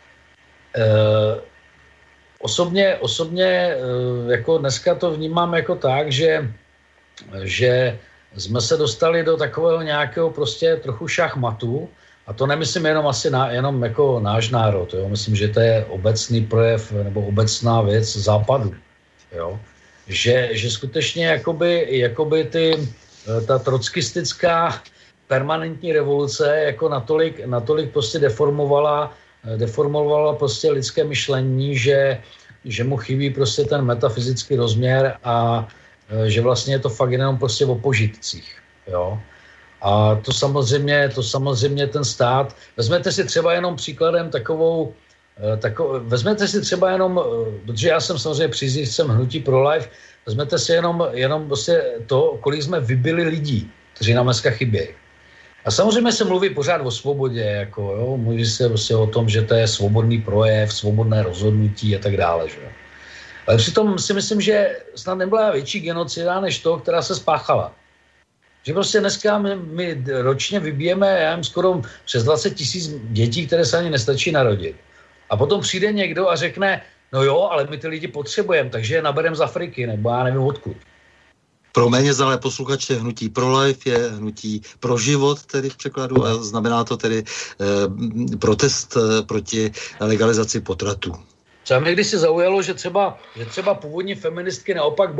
Osobně jako dneska to vnímám jako tak, že jsme se dostali do takového nějakého prostě trochu šachmatu, a to nemyslím jenom jako náš národ, jo? Myslím, že to je obecný projev nebo obecná věc západu. Jo? Že skutečně jakoby ta trockistická permanentní revoluce jako natolik prostě deformovala prostě lidské myšlení, že mu chybí prostě ten metafyzický rozměr a že vlastně je to fakt jenom prostě o požitcích. Jo? A to samozřejmě ten stát, vezmete si třeba jenom příkladem vezmete si třeba jenom, protože já jsem samozřejmě příznivcem hnutí pro life, vezmete si jenom prostě to, kolik jsme vybili lidí, kteří nám dneska chybějí. A samozřejmě se mluví pořád o svobodě, jako, jo? Mluví se prostě o tom, že to je svobodný projev, svobodné rozhodnutí a tak dále. Že? Ale přitom si myslím, že snad nebyla větší genocida než to, která se spáchala. Že prostě dneska my ročně vybijeme, já nevím, skoro přes 20 000 dětí, které se ani nestačí narodit. A potom přijde někdo a řekne, no jo, ale my ty lidi potřebujeme, takže je nabereme z Afriky, nebo já nevím odkud. Pro méně znalé posluchače hnutí pro life je hnutí pro život, tedy v překladu, a znamená to tedy protest proti legalizaci potratů. Třeba mě kdysi zaujalo, že třeba původní feministky naopak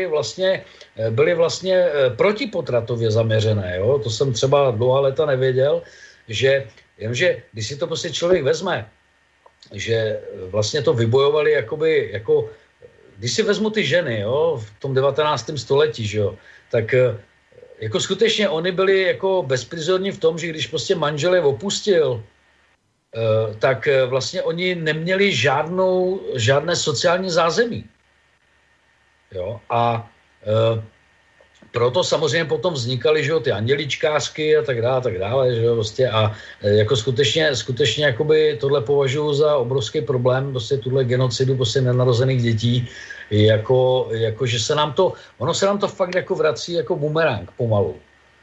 byly vlastně protipotratově zaměřené. Jo? To jsem třeba dlouhá léta nevěděl, jenomže když si to prostě člověk vezme, že vlastně to vybojovali jako když si vezmu ty ženy, jo, v tom 19. století, že jo, tak jako skutečně oni byli jako bezprizorní v tom, že když prostě manžel je opustil, tak vlastně oni neměli žádné sociální zázemí. Jo? A proto samozřejmě potom vznikaly, že jo, ty anděličkářky a tak dále, že jo, prostě a jako skutečně jakoby tohle považuji za obrovský problém, prostě tuhle genocidu prostě nenarozených dětí, jako že ono se nám to fakt jako vrací jako bumerang pomalu.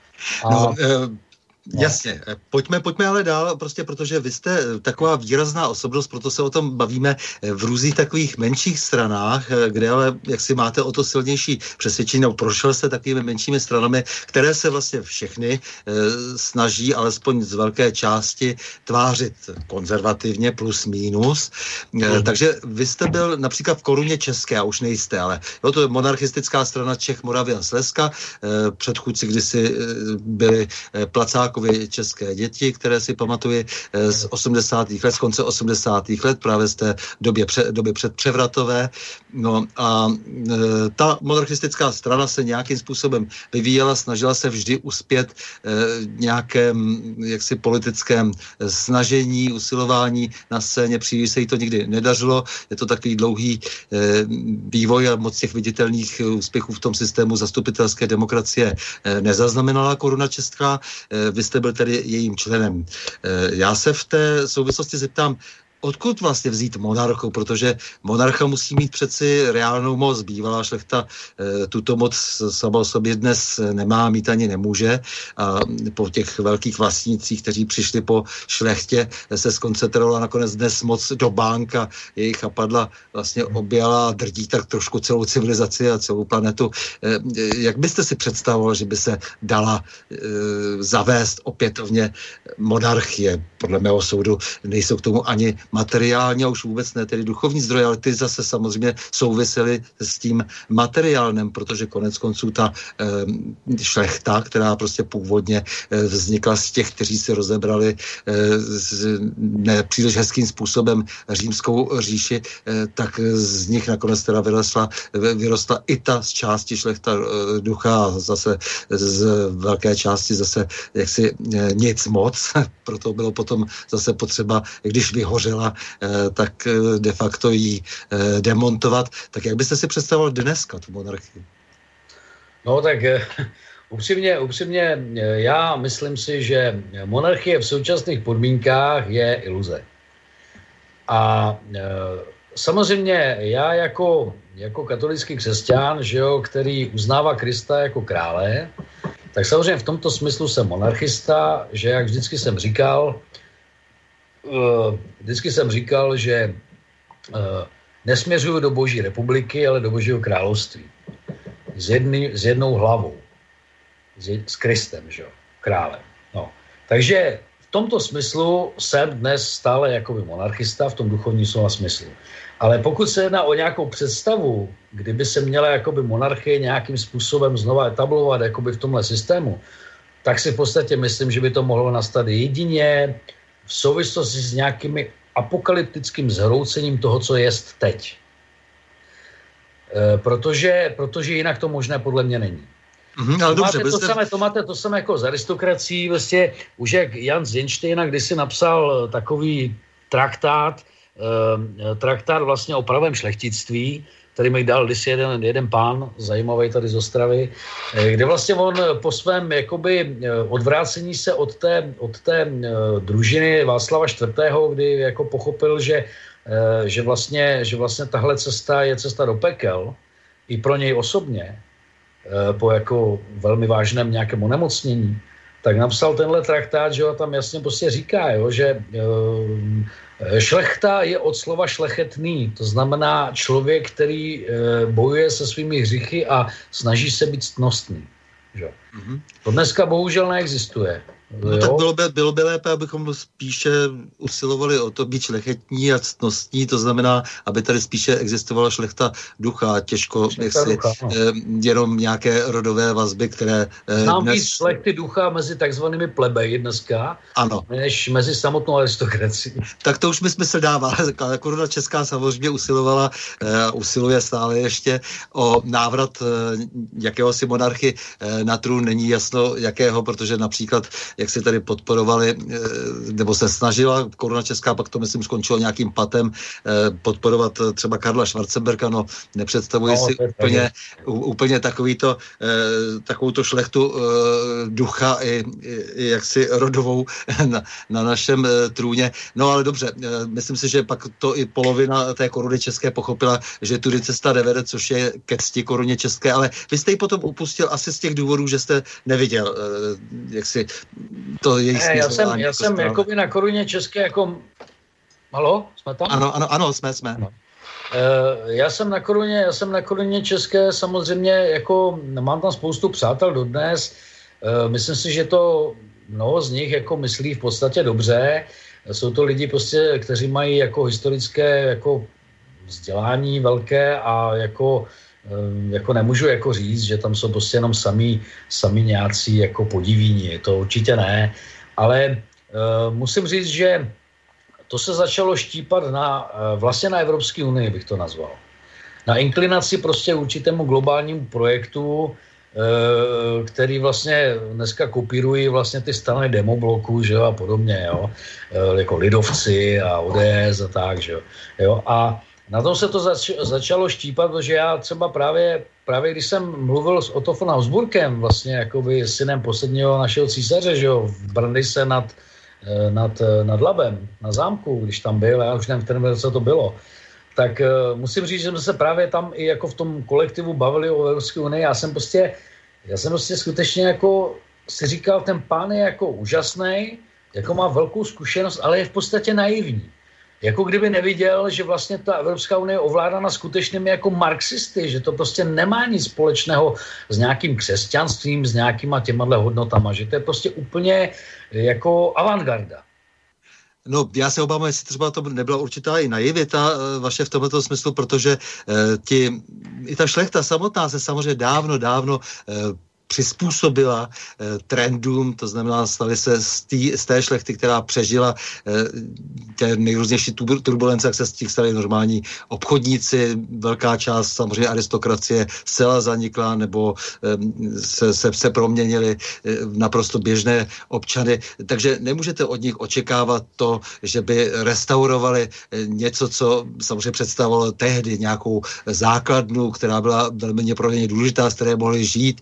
Jasně, pojďme ale dál, prostě protože vy jste taková výrazná osobnost, proto se o tom bavíme v různých takových menších stranách, kde ale jak si máte o to silnější přesvědčení, nebo prošel jste takovými menšími stranami, které se vlastně všechny snaží alespoň z velké části tvářit konzervativně plus minus. Takže vy jste byl například v Koruně České, a už nejste, ale jo, to je monarchistická strana Čech, Moravy a Slezska, předchůdci kdysi byli Placákovi české děti, které si pamatuji z 80. let, z konce 80. let, právě z té doby předpřevratové. No a ta monarchistická strana se nějakým způsobem vyvíjela, snažila se vždy uspět nějakém jaksi politickém snažení, usilování na scéně, příliš se jí to nikdy nedařilo. Je to takový dlouhý vývoj a moc těch viditelných úspěchů v tom systému zastupitelské demokracie nezaznamenala Koruna Česká. Vy jste byl tedy jejím členem. Já se v té souvislosti zeptám, odkud vlastně vzít monarchu, protože monarcha musí mít přeci reálnou moc. Bývalá šlechta tuto moc sama o sobě dnes nemá, mít ani nemůže. A po těch velkých vlastnících, kteří přišli po šlechtě, se skoncentrovala nakonec dnes moc do bank a jejich chapadla vlastně objala a drdí tak trošku celou civilizaci a celou planetu. Jak byste si představoval, že by se dala zavést opětovně monarchie? Podle mého soudu nejsou k tomu ani materiálně, a už vůbec ne tedy duchovní zdroje, ale ty zase samozřejmě souvisely s tím materiálem, protože konec konců ta šlechta, která prostě původně vznikla z těch, kteří si rozebrali nepříliš hezkým způsobem římskou říši, tak z nich nakonec teda vyrostla i ta z části šlechta ducha a zase z velké části zase jaksi nic moc, proto bylo potom zase potřeba, když vyhořela chtěla tak de facto ji demontovat. Tak jak byste si představoval dneska tu monarchii? No tak upřímně, já myslím si, že monarchie v současných podmínkách je iluze. A samozřejmě já jako katolický křesťan, že jo, který uznává Krista jako krále, tak samozřejmě v tomto smyslu jsem monarchista, že jak vždycky jsem říkal, že nesměřuju do Boží republiky, ale do Božího království. S jednou hlavou. S Kristem, že jo, králem. No. Takže v tomto smyslu jsem dnes stále jakoby monarchista v tom duchovním slova smyslu. Ale pokud se jedná o nějakou představu, kdyby se měla jakoby monarchie nějakým způsobem znova etablovat jakoby v tomhle systému, tak si v podstatě myslím, že by to mohlo nastat jedině v souvislosti s nějakými apokalyptickým zhroucením toho, co jest teď. Protože jinak to možné podle mě není. Ale dobře, to máte to samé jako s aristokracií, vlastně už jak Jan Zjenštejna kdysi napsal takový traktát vlastně o pravém šlechtictví, který mi dal kdysi jeden pán, zajímavý tady z Ostravy, kde vlastně on po svém jakoby odvrácení se od té družiny Václava IV., kdy jako pochopil, že vlastně tahle cesta je cesta do pekel, i pro něj osobně, po jako velmi vážném nějakém onemocnění, tak napsal tenhle traktát, že ho tam jasně prostě říká, jo, že šlechta je od slova šlechetný, to znamená člověk, který bojuje se svými hříchy a snaží se být ctnostný. Že? To dneska bohužel neexistuje. No tak bylo by lépe, abychom spíše usilovali o to být šlechetní a ctnostní, to znamená, aby tady spíše existovala šlechta ducha, těžko jenom nějaké rodové vazby, které... Znám víc šlechty ducha mezi takzvanými plebeji dneska, ano, než mezi samotnou aristokracií. Tak to už by smysl dává, ale koruna česká samozřejmě usiluje stále ještě o návrat jakéhosi monarchy na trůn, není jasno jakého, protože například jak si tady podporovali, nebo se snažila koruna česká, pak to myslím skončilo nějakým patem, podporovat třeba Karla Schwarzenberga, no nepředstavuji si úplně takovouto šlechtu ducha i jaksi rodovou na našem trůně. No ale dobře, myslím si, že pak to i polovina té koruny české pochopila, že tudy cesta nevede, což je ke cti koruně české, ale vy jste ji potom upustil asi z těch důvodů, že jste neviděl, jak si to jejich smyslování. Já jsem jakoby na koruně české jako... Haló? Jsme tam? Ano, jsme. No. Já jsem na koruně české samozřejmě jako mám tam spoustu přátel dodnes. Myslím si, že to mnoho z nich jako myslí v podstatě dobře. Jsou to lidi prostě, kteří mají jako historické jako vzdělání velké a jako nemůžu jako říct, že tam jsou prostě jenom sami nějací jako podivíni, to určitě ne, ale musím říct, že to se začalo štípat vlastně na Evropské unii, bych to nazval. Na inklinaci prostě určitému globálnímu projektu, který vlastně dneska kopírují vlastně ty strany demobloků, že jo, a podobně, jo, jako lidovci a ODS a tak, že jo, a na tom se to začalo štípat, protože já třeba právě když jsem mluvil s Otto von Habsburgem, vlastně jakoby synem posledního našeho císaře, že jo, v Brandýse nad Labem, na zámku, když tam byl, já už nevím, v kterém roce to bylo, tak musím říct, že jsme se právě tam i jako v tom kolektivu bavili o Evropské unii. Já jsem prostě skutečně jako si říkal, ten pán je jako úžasný, jako má velkou zkušenost, ale je v podstatě naivní. Jako kdyby neviděl, že vlastně ta Evropská unie je ovládána skutečnými jako marxisty, že to prostě nemá nic společného s nějakým křesťanstvím, s nějakýma těmahle hodnotama, že to je prostě úplně jako avantgarda. No, já se obávám, jestli třeba to nebyla určitá i naivita vaše v tomto smyslu, protože i ta šlechta samotná se samozřejmě dávno přizpůsobila trendům, to znamená stali se z té šlechty, která přežila té nejrůznější turbulence, jak se z těch stali normální obchodníci, velká část samozřejmě aristokracie zcela zanikla, nebo se proměnili naprosto běžné občany, takže nemůžete od nich očekávat to, že by restaurovali něco, co samozřejmě představovalo tehdy nějakou základnu, která byla velmi pro ně důležitá, z které mohli žít,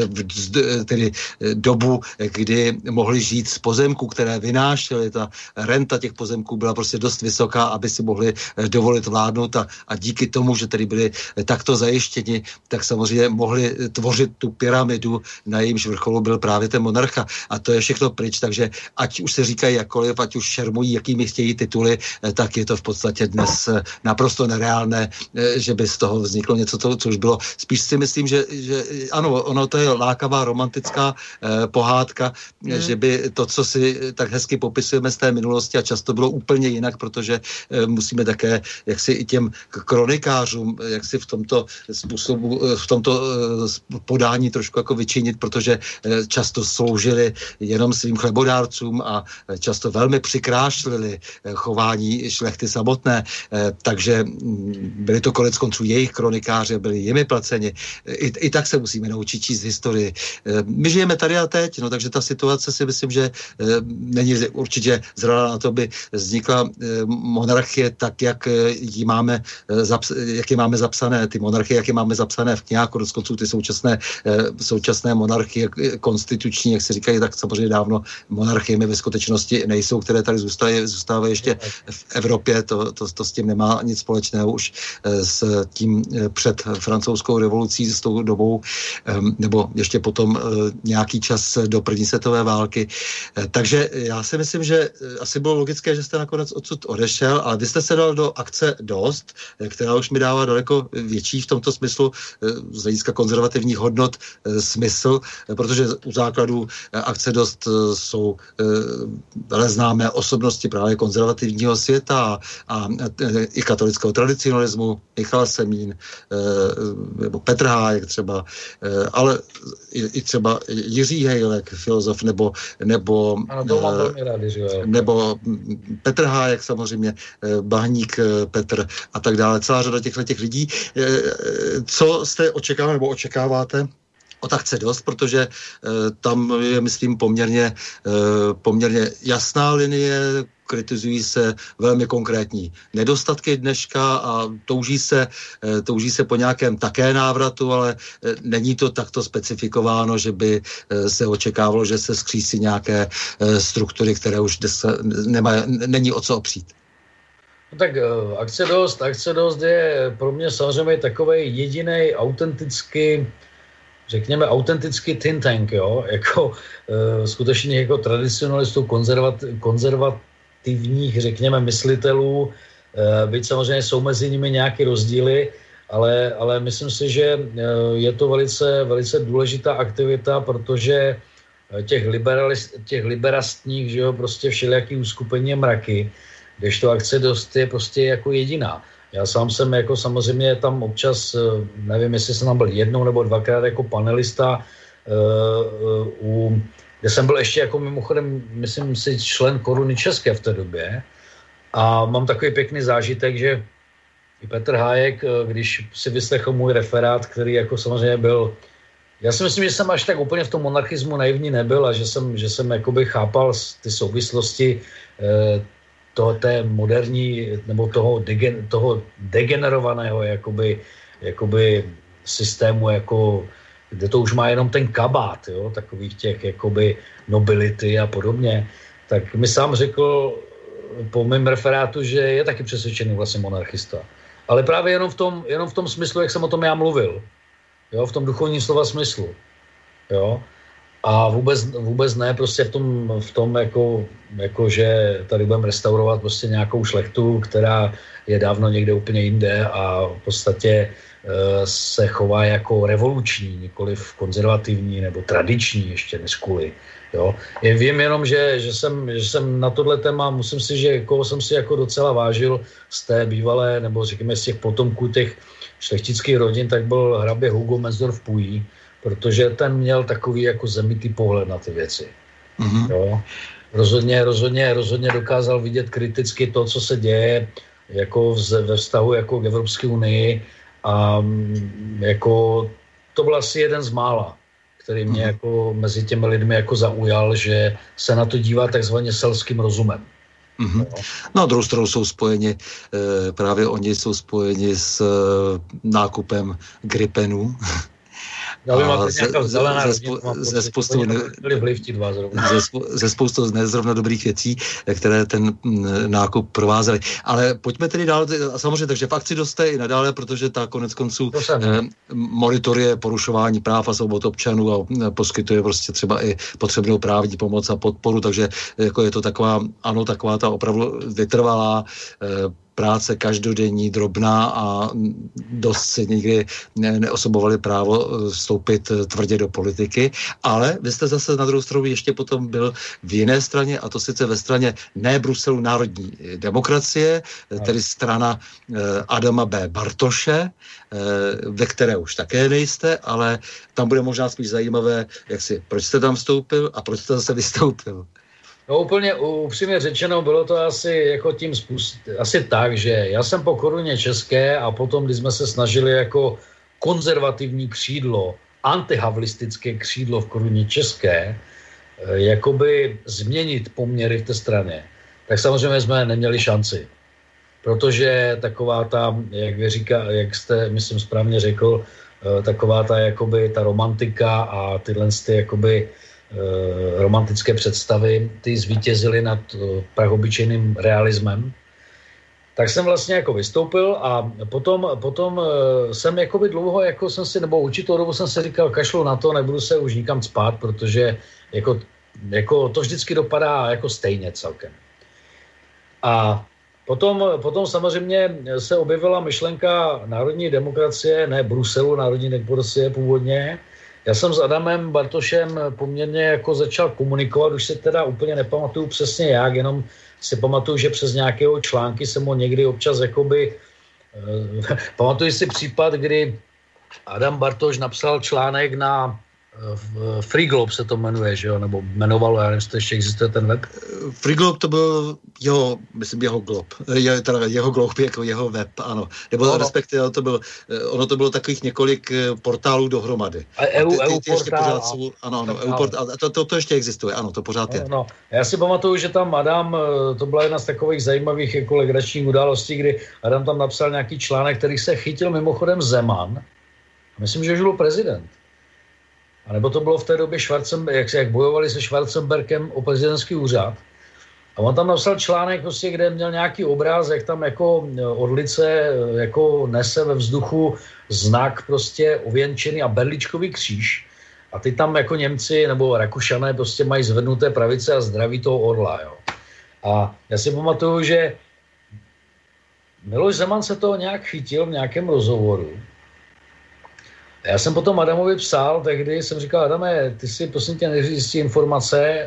tedy dobu, kdy mohli žít z pozemků, které vynášely. Ta renta těch pozemků byla prostě dost vysoká, aby si mohli dovolit vládnout a díky tomu, že tedy byli takto zajištěni, tak samozřejmě mohli tvořit tu pyramidu, na jejímž vrcholu byl právě ten monarcha. A to je všechno pryč, takže ať už se říkají jakkoliv, ať už šermují, jakými chtějí tituly, tak je to v podstatě dnes naprosto nereálné, že by z toho vzniklo něco, co už bylo. Spíš si myslím, že ano, ono to je lákavá romantická pohádka, že by to, co si tak hezky popisujeme z té minulosti, a často bylo úplně jinak, protože musíme také jaksi i těm kronikářům jaksi v tomto způsobu, v tomto podání trošku jako vyčinit, protože často sloužili jenom svým chlebodárcům a často velmi přikrášlili chování šlechty samotné, takže byli to konec konců jejich kronikáři, byli jimi placeni. I tak se musíme naučit číst historii. My žijeme tady a teď, no, takže ta situace si myslím, že není určitě zralá na to, by vznikla monarchie tak, jak ji máme, jak je máme zapsané, ty monarchie, jak je máme zapsané v knihách, konec konců ty současné monarchie konstituční, jak se říkají, tak samozřejmě dávno monarchiemi ve skutečnosti nejsou, které tady zůstávají ještě v Evropě, to s tím nemá nic společného už s tím před francouzskou revolucí, s tou dobou, nebo ještě potom nějaký čas do první světové války. Takže já si myslím, že asi bylo logické, že jste nakonec odsud odešel, ale vy jste se dal do akce Dost, která už mi dává daleko větší v tomto smyslu z hlediska konzervativních hodnot smysl, protože u základů akce Dost jsou velmi známé osobnosti právě konzervativního světa a i katolického tradicionalismu, Michal Semín, nebo Petr Hájek třeba, ale i třeba Jiří Hejlek, filozof, nebo Petr Hájek samozřejmě, Bahník Petr a tak dále, celá řada těch lidí. Co jste očekávali nebo očekáváte od akce Dost, protože tam je, myslím, poměrně jasná linie, kritizují se velmi konkrétní nedostatky dneška a touží se po nějakém také návratu, ale není to takto specifikováno, že by se očekávalo, že se skřísí nějaké struktury, které už není o co opřít. No tak akce Dost je pro mě samozřejmě takovej jedinej autentický think tank, jo, jako skutečně jako tradicionalistů, konzervativních, řekněme, myslitelů, byť samozřejmě jsou mezi nimi nějaké rozdíly, ale myslím si, že je to velice, velice důležitá aktivita, protože těch liberastních, že jo, prostě všelijaký uskupení mraky, kdežto akce Dost je prostě jako jediná. Já sám jsem jako samozřejmě tam občas, nevím, jestli jsem tam byl jednou nebo dvakrát jako panelista, kde jsem byl ještě jako mimochodem, myslím si, člen Koruny České v té době. A mám takový pěkný zážitek, že i Petr Hájek, když si vyslechl můj referát, který jako samozřejmě byl, já si myslím, že jsem až tak úplně v tom monarchismu naivní nebyl a že jsem jakoby chápal ty souvislosti té moderní, nebo toho degenerovaného jakoby systému, jako, kde to už má jenom ten kabát, jo, takových těch jakoby nobility a podobně, tak mi sám řekl po mém referátu, že je taky přesvědčený vlastně monarchista. Ale právě jenom v tom smyslu, jak jsem o tom já mluvil. Jo, v tom duchovním slova smyslu. Jo. A vůbec ne prostě v tom jako že tady budeme restaurovat prostě nějakou šlechtu, která je dávno někde úplně jinde a v podstatě se chová jako revoluční, nikoliv konzervativní nebo tradiční ještě než kvůli. Jo. Vím jenom, že jsem na tohle téma, musím si, že koho jsem si jako docela vážil z té bývalé, nebo řekněme z těch potomků těch šlechtických rodin, tak byl hrabě Hugo Mensdorf Puyi, protože ten měl takový jako zemitý pohled na ty věci. Jo? Rozhodně dokázal vidět kriticky to, co se děje jako ve vztahu jako k Evropské unii a jako to byl asi jeden z mála, který mě jako mezi těmi lidmi jako zaujal, že se na to dívá takzvaně selským rozumem. No a druhou stranu jsou spojeni, právě oni jsou spojeni s nákupem Gripenů. Ze spoustou nezrovna dobrých věcí, které ten nákup provázely. Ale pojďme tedy dál, samozřejmě, takže v akci doste i nadále, protože ta konec konců monitoruje porušování práv a svobod občanů a poskytuje prostě třeba i potřebnou právní pomoc a podporu, takže jako je to taková ta opravdu vytrvalá práce každodenní, drobná a dost si nikdy neosobovali právo vstoupit tvrdě do politiky, ale vy jste zase na druhou stranu ještě potom byl v jiné straně, a to sice ve straně ne Bruselu národní demokracie, tedy strana Adama B. Bartoše, ve které už také nejste, ale tam bude možná spíš zajímavé, proč jste tam vstoupil a proč jste zase vystoupil. No úplně upřímně řečeno, bylo to asi jako asi tak, že já jsem po Koruně české a potom, když jsme se snažili jako konzervativní křídlo, antihavlistické křídlo v Koruně české, jakoby změnit poměry v té straně, tak samozřejmě jsme neměli šanci. Protože taková ta, jak jste, myslím, správně řekl, taková ta jakoby ta romantika a tyhle jakoby romantické představy, ty zvítězily nad prahobyčejným realismem, tak jsem vlastně jako vystoupil a potom jsem jakoby dlouho, jako jsem si, nebo určitou dobu jsem si říkal, kašlu na to, nebudu se už nikam spát, protože jako to vždycky dopadá jako stejně celkem. A potom samozřejmě se objevila myšlenka národní demokracie, ne Bruselu, národní demokracie původně. Já jsem s Adamem Bartošem poměrně jako začal komunikovat, už se teda úplně nepamatuju přesně jak, jenom si pamatuju, že přes nějakého články jsem ho někdy občas jakoby... Pamatuju si případ, kdy Adam Bartoš napsal článek na Free Globe se to jmenuje, že jo, nebo jmenovalo, já nevím, jestli ještě existuje ten web. Free Globe to byl jeho Globe, jeho Globe jako jeho web, ano. Nebo respektive ono to bylo takových několik portálů dohromady. A EU portál. To ještě existuje, ano, to pořád je. No. Já si pamatuju, že tam Adam, to byla jedna z takových zajímavých jako legračních událostí, kdy Adam tam napsal nějaký článek, který se chytil mimochodem Zeman. Myslím, že už byl prezident. A nebo to bylo v té době jak bojovali se Schwarzenbergem o prezidentský úřad. A on tam napsal článek, prostě, kde měl nějaký obraz, jak tam jako orlice jako nese ve vzduchu znak prostě ověnčený a berličkový kříž. A ty tam jako Němci nebo Rakušané prostě mají zvednuté pravice a zdraví toho orla. Jo. A já si pamatuju, že Miloš Zeman se toho nějak chytil v nějakém rozhovoru. Já jsem potom Adamovi psal, tehdy jsem říkal, Adame, ty si prosím tě neříct informace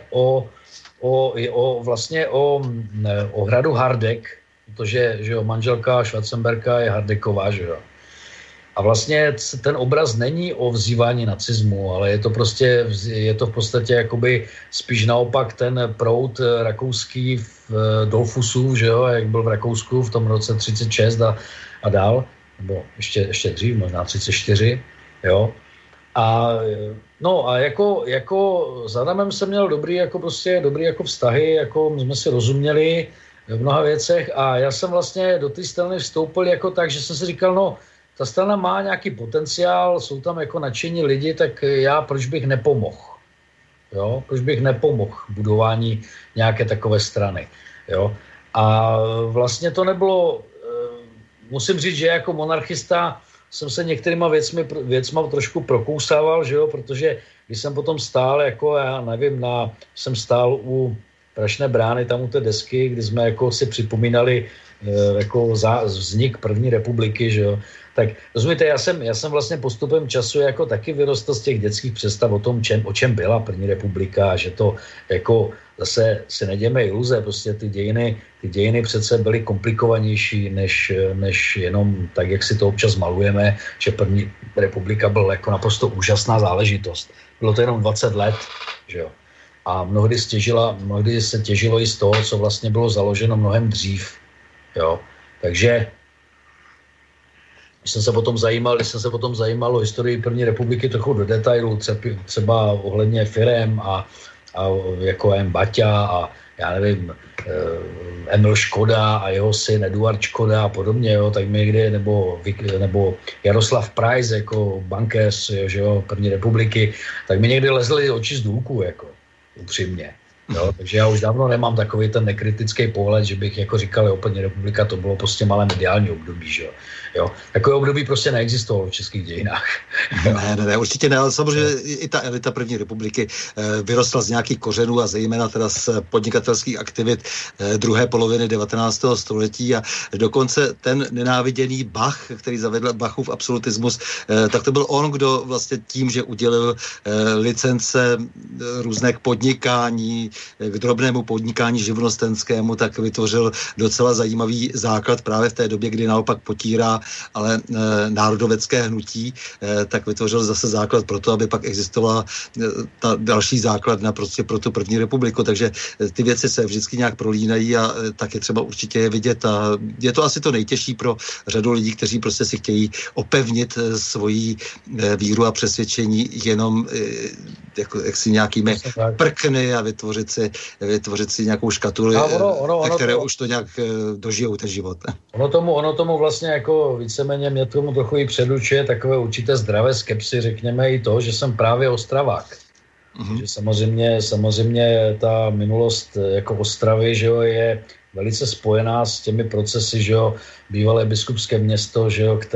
o hradu Hardek, protože že jo, manželka Schwarzenberga je Hardeková, že jo. A vlastně ten obraz není o vzývání nacismu, ale je to v podstatě jakoby spíš naopak ten proud rakouský Dolfusů, že jo, jak byl v Rakousku v tom roce 36 a dál, nebo ještě dřív, možná 34, jo. A no a jako s Adamem jsem měl dobrý jako vztahy, jako jsme si rozuměli v mnoha věcech a já jsem vlastně do té strany vstoupil jako tak, že jsem si říkal, no ta strana má nějaký potenciál, jsou tam jako nadšení lidi, tak já proč bych nepomohl? Jo? Proč bych nepomohl budování nějaké takové strany? Jo? A vlastně to nebylo, musím říct, že jako monarchista jsem se některýma věcma trošku prokousával, že jo? Protože když jsem potom stál, jako já nevím, jsem stál u Prašné brány, tam u té desky, kdy jsme jako si připomínali jako vznik první republiky, že jo? Tak rozumíte, já jsem vlastně postupem času jako taky vyrostl z těch dětských představ o tom, o čem byla první republika, že to jako zase si nedějme iluze, prostě ty dějiny přece byly komplikovanější, než jenom tak, jak si to občas malujeme, že první republika byla jako naprosto úžasná záležitost. Bylo to jenom 20 let, že jo. A mnohdy se těžilo i z toho, co vlastně bylo založeno mnohem dřív, jo. Takže když jsem se potom zajímal o historii první republiky trochu do detailu, třeba ohledně firem a jako M. Baťa a já nevím, Emil Škoda a jeho syn Eduard Škoda a podobně, jo, tak mi někde, nebo Jaroslav Preiss jako bankéř, že jo, první republiky, tak mi někdy lezly oči z důlku, jako upřímně. Jo, takže já už dávno nemám takový ten nekritický pohled, že bych jako říkal, jo, první republika to bylo prostě malé mediální období, že jo. Takové období prostě neexistovalo v českých dějinách. Ne, určitě ne, ale samozřejmě i ta elita první republiky vyrostla z nějakých kořenů a zejména teda z podnikatelských aktivit druhé poloviny 19. století a dokonce ten nenáviděný Bach, který zavedl Bachův absolutismus, tak to byl on, kdo vlastně tím, že udělil licence různé k podnikání, k drobnému podnikání živnostenskému, tak vytvořil docela zajímavý základ právě v té době, kdy naopak potírá ale národovecké hnutí, tak vytvořil zase základ pro to, aby pak existovala ta další základna prostě pro tu první republiku, takže ty věci se vždycky nějak prolínají a tak je třeba určitě je vidět a je to asi to nejtěžší pro řadu lidí, kteří prostě si chtějí opevnit svoji víru a přesvědčení jenom jaksi nějakými prkny a vytvořit si nějakou škatuli, které už to nějak dožijou ten život. Ono tomu vlastně jako víceméně mě tomu trochu i předurčuje takové určité zdravé skepsy, řekněme i to, že jsem právě Ostravák. Mm-hmm. Že samozřejmě ta minulost jako Ostravy, že jo, je velice spojená s těmi procesy, že jo, bývalé biskupské město, že jo,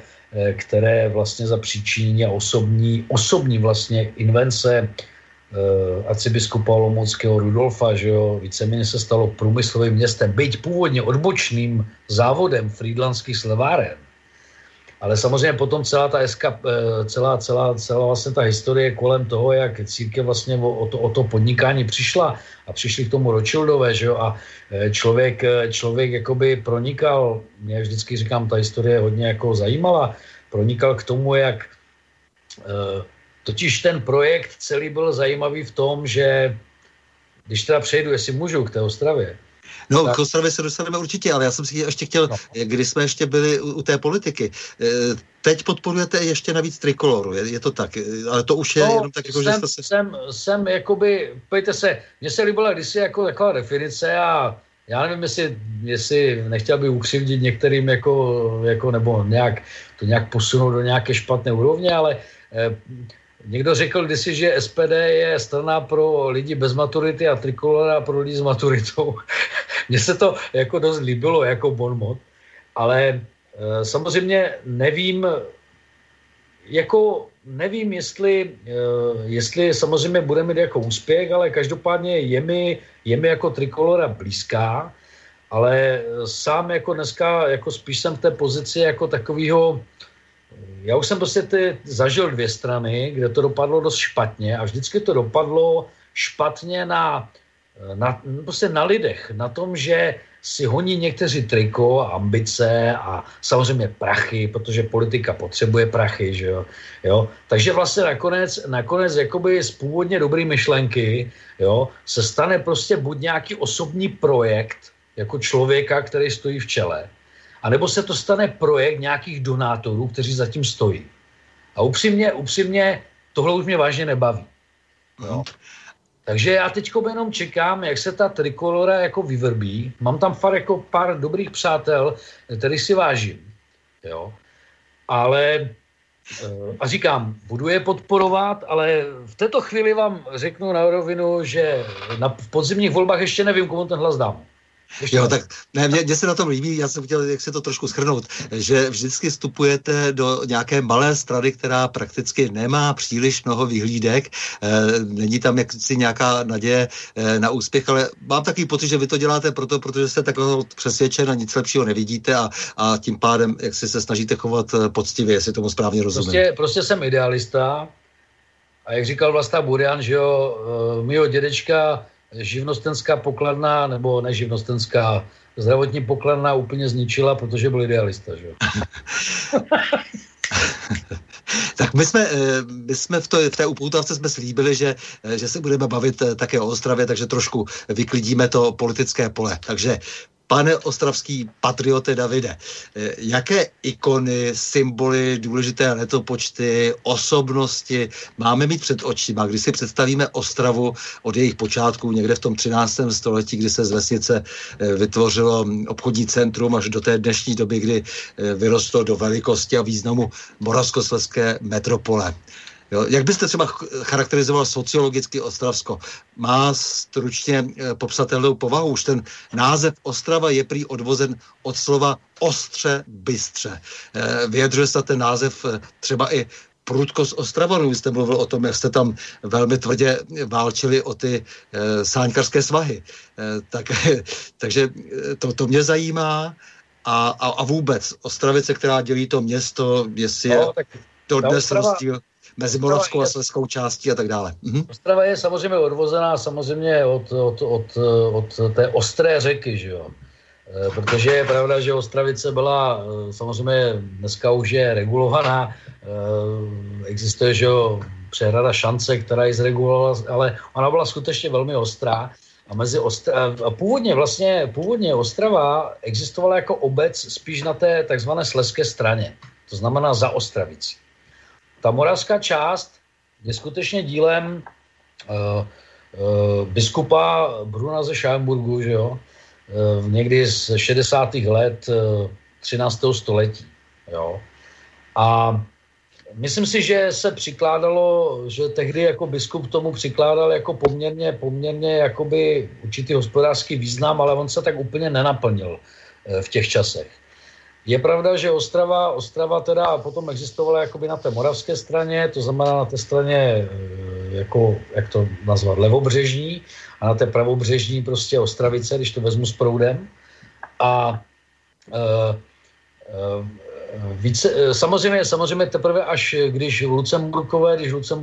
které vlastně za příčinění a osobní vlastně invence arcibiskupa olomouckého Rudolfa, že jo, víceméně se stalo průmyslovým městem, byť původně odbočným závodem frýdlantských sleváren. Ale samozřejmě potom celá vlastně ta historie kolem toho, jak církev vlastně o to podnikání přišla a přišli k tomu Rothschildové, že jo, a člověk jakoby pronikal, já vždycky říkám, ta historie hodně jako zajímala, pronikal k tomu, jak totiž ten projekt celý byl zajímavý v tom, že když teda přejdu, jestli můžu k té Ostravě. No, tak... k Ostravě se dostaneme určitě, ale já jsem si ještě chtěl, když jsme ještě byli u té politiky, teď podporujete ještě navíc Trikoloru, je to tak, ale to už je jenom tak, jako, že jste se... Jsem jakoby, pojďte se, mně se líbila kdysi jako taková definice a já nevím, jestli nechtěl bych ukřivdit některým jako nebo nějak posunout do nějaké špatné úrovně, ale někdo řekl kdysi, že SPD je strana pro lidi bez maturity a Trikolora pro lidi s maturitou. Mně se to jako dost líbilo jako bonmot, ale samozřejmě nevím, jestli samozřejmě bude mít jako úspěch, ale každopádně je mi jako Trikolora blízká, ale sám jako dneska jako spíš jsem v té pozici jako takovýho. Já už jsem prostě zažil dvě strany, kde to dopadlo dost špatně a vždycky to dopadlo špatně prostě na lidech, na tom, že si honí někteří triko a ambice a samozřejmě prachy, protože politika potřebuje prachy, že jo. Takže vlastně nakonec jakoby z původně dobrý myšlenky, jo, se stane prostě buď nějaký osobní projekt jako člověka, který stojí v čele, a nebo se to stane projekt nějakých donátorů, kteří zatím stojí. A upřímně, tohle už mě vážně nebaví. Jo. Takže já teďko jenom čekám, jak se ta Trikolora jako vyvrbí. Mám tam jako pár dobrých přátel, kterých si vážím. Jo. Ale, a říkám, budu je podporovat, ale v této chvíli vám řeknu na rovinu, že v podzimních volbách ještě nevím, komu ten hlas dám. Jo, tak ne, mně se na tom líbí, já jsem chtěl, jak se to trošku shrnout, že vždycky vstupujete do nějaké malé strany, která prakticky nemá příliš mnoho vyhlídek, není tam jaksi nějaká naděje na úspěch, ale mám takový pocit, že vy to děláte protože jste takového přesvědčen a nic lepšího nevidíte a tím pádem, jak si se snažíte chovat poctivě, jestli tomu správně rozumím. Prostě jsem idealista a jak říkal Vlasta Burian, že jo, mýho dědečka živnostenská pokladna, nebo neživnostenská, zdravotní pokladna úplně zničila, protože byl idealista, že jo? Tak my jsme v té upoutávce jsme slíbili, že se budeme bavit také o Ostravě, takže trošku vyklidíme to politické pole. Takže pane ostravský patriote Davide, jaké ikony, symboly, důležité letopočty, osobnosti máme mít před očima, když si představíme Ostravu od jejich počátků někde v tom 13. století, kdy se z vesnice vytvořilo obchodní centrum až do té dnešní doby, kdy vyrostlo do velikosti a významu moravskoslezské metropole. Jo, jak byste třeba charakterizoval sociologicky Ostravsko? Má stručně popsatelnou povahu. Už ten název Ostrava je prý odvozen od slova ostře, bystře. Vyjadřuje se ten název třeba i prudkost Ostravanů. Vy jste mluvil o tom, jak jste tam velmi tvrdě válčili o ty sáňkarské svahy. Takže to mě zajímá. A vůbec Ostravice, která dělí to město, jestli je to dnes rozdíl mezi moravskou a slezskou částí a tak dále. Ostrava je samozřejmě odvozená samozřejmě od té ostré řeky, že jo. Protože je pravda, že Ostravice byla samozřejmě dneska už je regulovaná, existuje, že jo, přehrada Šance, která ji zregulovala, ale ona byla skutečně velmi ostrá. A původně Ostrava existovala jako obec spíš na té takzvané slezské straně, to znamená za Ostravicí. Ta moravská část je skutečně dílem biskupa Bruna ze Schauenburgu, že jo? Někdy z 60. let 13. století. Jo? A myslím si, že se přikládalo, že tehdy jako biskup tomu přikládal jako poměrně jakoby určitý hospodářský význam, ale on se tak úplně nenaplnil v těch časech. Je pravda, že Ostrava teda potom existovala jakoby na té moravské straně, to znamená na té straně, jako, jak to nazvat, levobřežní, a na té pravobřežní prostě Ostravice, když to vezmu s proudem. A samozřejmě teprve až když Lucemburkové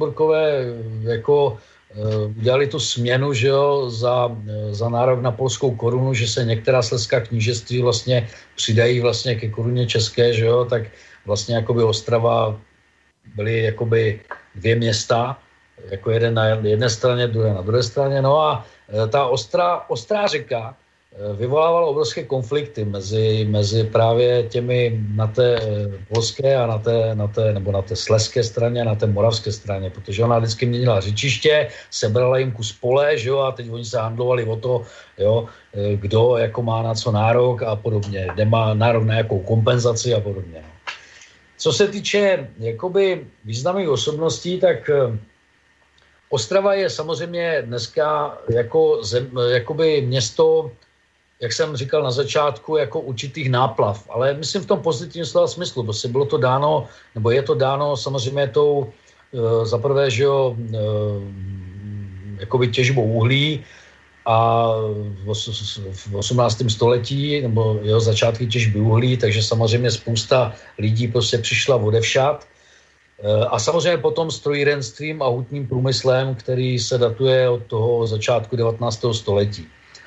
jako udělali tu směnu, že jo, za nárok na polskou korunu, že se některá slezská knížectví vlastně přidají vlastně ke koruně české, že jo, tak vlastně jakoby Ostrava byly jakoby dvě města, jako jeden na jedné straně, druhé na druhé straně, no a ta ostrá řeka vyvolávala obrovské konflikty mezi právě těmi na té polské a na té slezské straně a na té moravské straně, protože ona vždycky měnila řečiště, sebrala jim kus pole, že jo, a teď oni se handlovali o to, jo, kdo jako má na co nárok a podobně, kde má nárok na jakou kompenzaci a podobně. No. Co se týče jakoby významných osobností, tak Ostrava je samozřejmě dneska jakoby město, jak jsem říkal na začátku, jako určitých náplav, ale myslím v tom pozitivním slova smyslu, protože bylo to dáno, nebo je to dáno samozřejmě tou zaprvé, že jo, jakoby těžbou uhlí a v 18. století, nebo jeho začátky těžby uhlí, takže samozřejmě spousta lidí prostě přišla odevšad. A samozřejmě potom strojírenstvím a hutním průmyslem, který se datuje od toho začátku 19. století.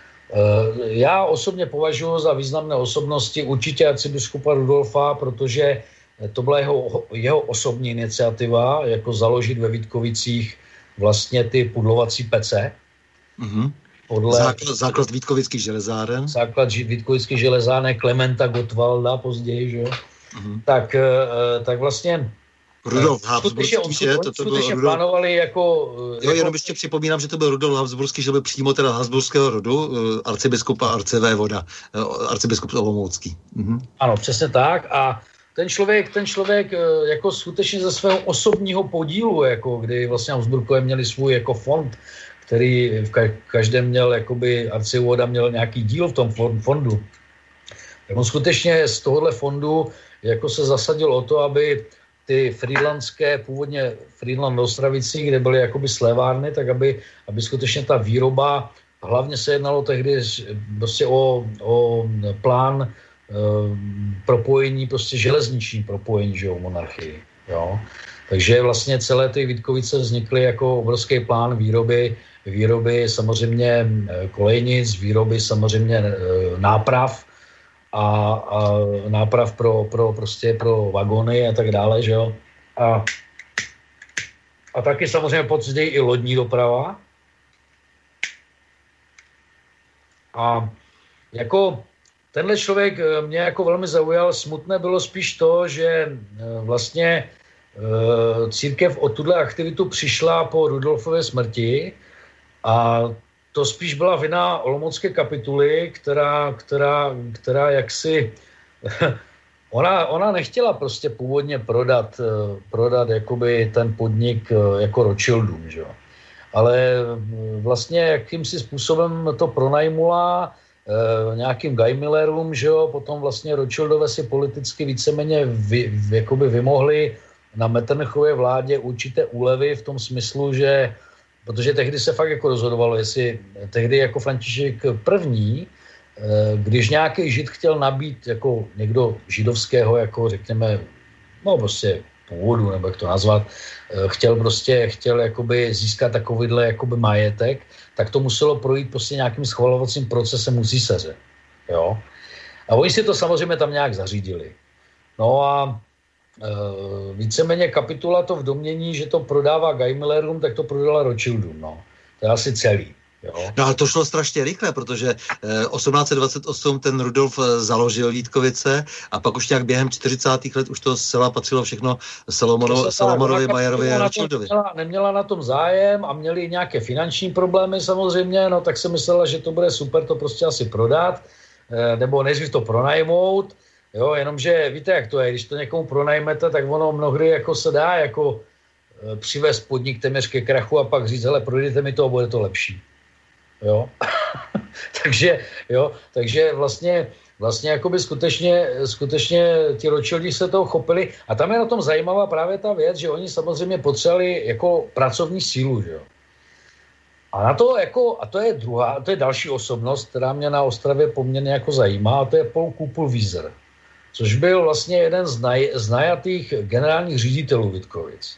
Já osobně považuji za významné osobnosti určitě arcibiskupa Rudolfa, protože to byla jeho osobní iniciativa, jako založit ve Vítkovicích vlastně ty pudlovací pece. Mm-hmm. Základ Vítkovických železáren. Základ Vítkovických železáren Klementa Gottwalda později, že jo. Mm-hmm. Tak vlastně Rudolf Habsburský, to bylo plánovali jako... Jo, jenom ještě připomínám, že to byl Rudolf Habsburský, že byl přímo teda habsburského rodu, arcibiskup a arcivévoda, arcibiskup Olomoucký. Mhm. Ano, přesně tak. A ten člověk jako skutečně ze svého osobního podílu, jako kdy vlastně Habsburkové měli svůj jako fond, který v každém měl, jakoby arcivévoda měl nějaký díl v tom fondu. Tak on skutečně z tohohle fondu jako se zasadil o to, aby ty frýdlandské, původně Frýdland Ostravicí, kde byly jakoby slévárny, tak aby skutečně ta výroba, hlavně se jednalo tehdy prostě o plán propojení, prostě železniční propojení, že jo, monarchii, jo. Takže vlastně celé ty Vítkovice vznikly jako obrovský plán výroby výroby samozřejmě kolejnic, výroby samozřejmě náprav a náprav pro vagony a tak dále, že jo. A taky samozřejmě později i lodní doprava. A jako tenhle člověk mě jako velmi zaujal. Smutné bylo spíš to, že vlastně církev o tuhle aktivitu přišla po Rudolfově smrti a to spíš byla vina olomoucké kapituly, která jaksi ona nechtěla prostě původně prodat jakoby ten podnik jako Rothschildům, že jo. Ale vlastně jakýmsi způsobem to pronajmula nějakým Geimillerům, že jo, potom vlastně Rothschildové si politicky víceméně jakoby vymohli na Metternichově vládě určité úlevy v tom smyslu, že protože tehdy se fakt jako rozhodovalo, jestli tehdy jako František I., když nějaký žid chtěl nabít jako někdo židovského, jako řekněme, no prostě původu, nebo jak to nazvat, chtěl jakoby získat takovýhle jakoby majetek, tak to muselo projít prostě nějakým schvalovacím procesem u císaře, jo. A oni si to samozřejmě tam nějak zařídili. No a víceméně kapitula to v domnění, že to prodává Geimillerům, tak to prodala Rothschildům, no. To je asi celý. Jo. No ale to šlo strašně rychle, protože 1828 ten Rudolf založil Vítkovice a pak už nějak během 40. let už to zcela patřilo všechno Salomonovi, Majerovi a Rothschildovi. Neměla na tom zájem a měli nějaké finanční problémy samozřejmě, no tak se myslela, že to bude super to prostě asi prodat, nebo nejdřív to pronajmout, jo, jenomže víte, jak to je, když to někomu pronajmete, tak ono mnohdy jako se dá jako přivést podnik téměř ke krachu a pak říct, hele, projdete mi to a bude to lepší. Jo. takže vlastně jakoby skutečně ti Rothschildi se toho chopili a tam je na tom zajímavá právě ta věc, že oni samozřejmě potřebovali jako pracovní sílu, že jo. A to je další osobnost, která mě na Ostravě poměrně jako zajímá, a to je Paul Kupelwieser, což byl vlastně jeden z najatých generálních ředitelů Vítkovic.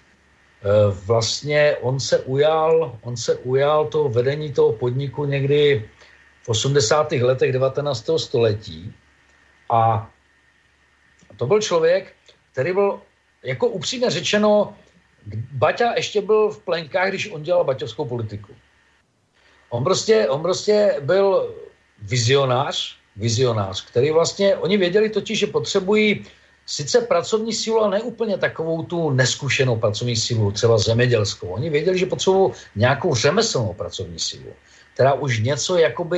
Vlastně on se ujal toho vedení toho podniku někdy v 80. letech 19. století a to byl člověk, který byl, jako upřímně řečeno, Baťa ještě byl v plenkách, když on dělal baťovskou politiku. On prostě byl vizionář, který vlastně, oni věděli totiž, že potřebují sice pracovní sílu, ale ne úplně takovou tu neskušenou pracovní sílu, třeba zemědělskou. Oni věděli, že potřebují nějakou řemeslnou pracovní sílu, která už něco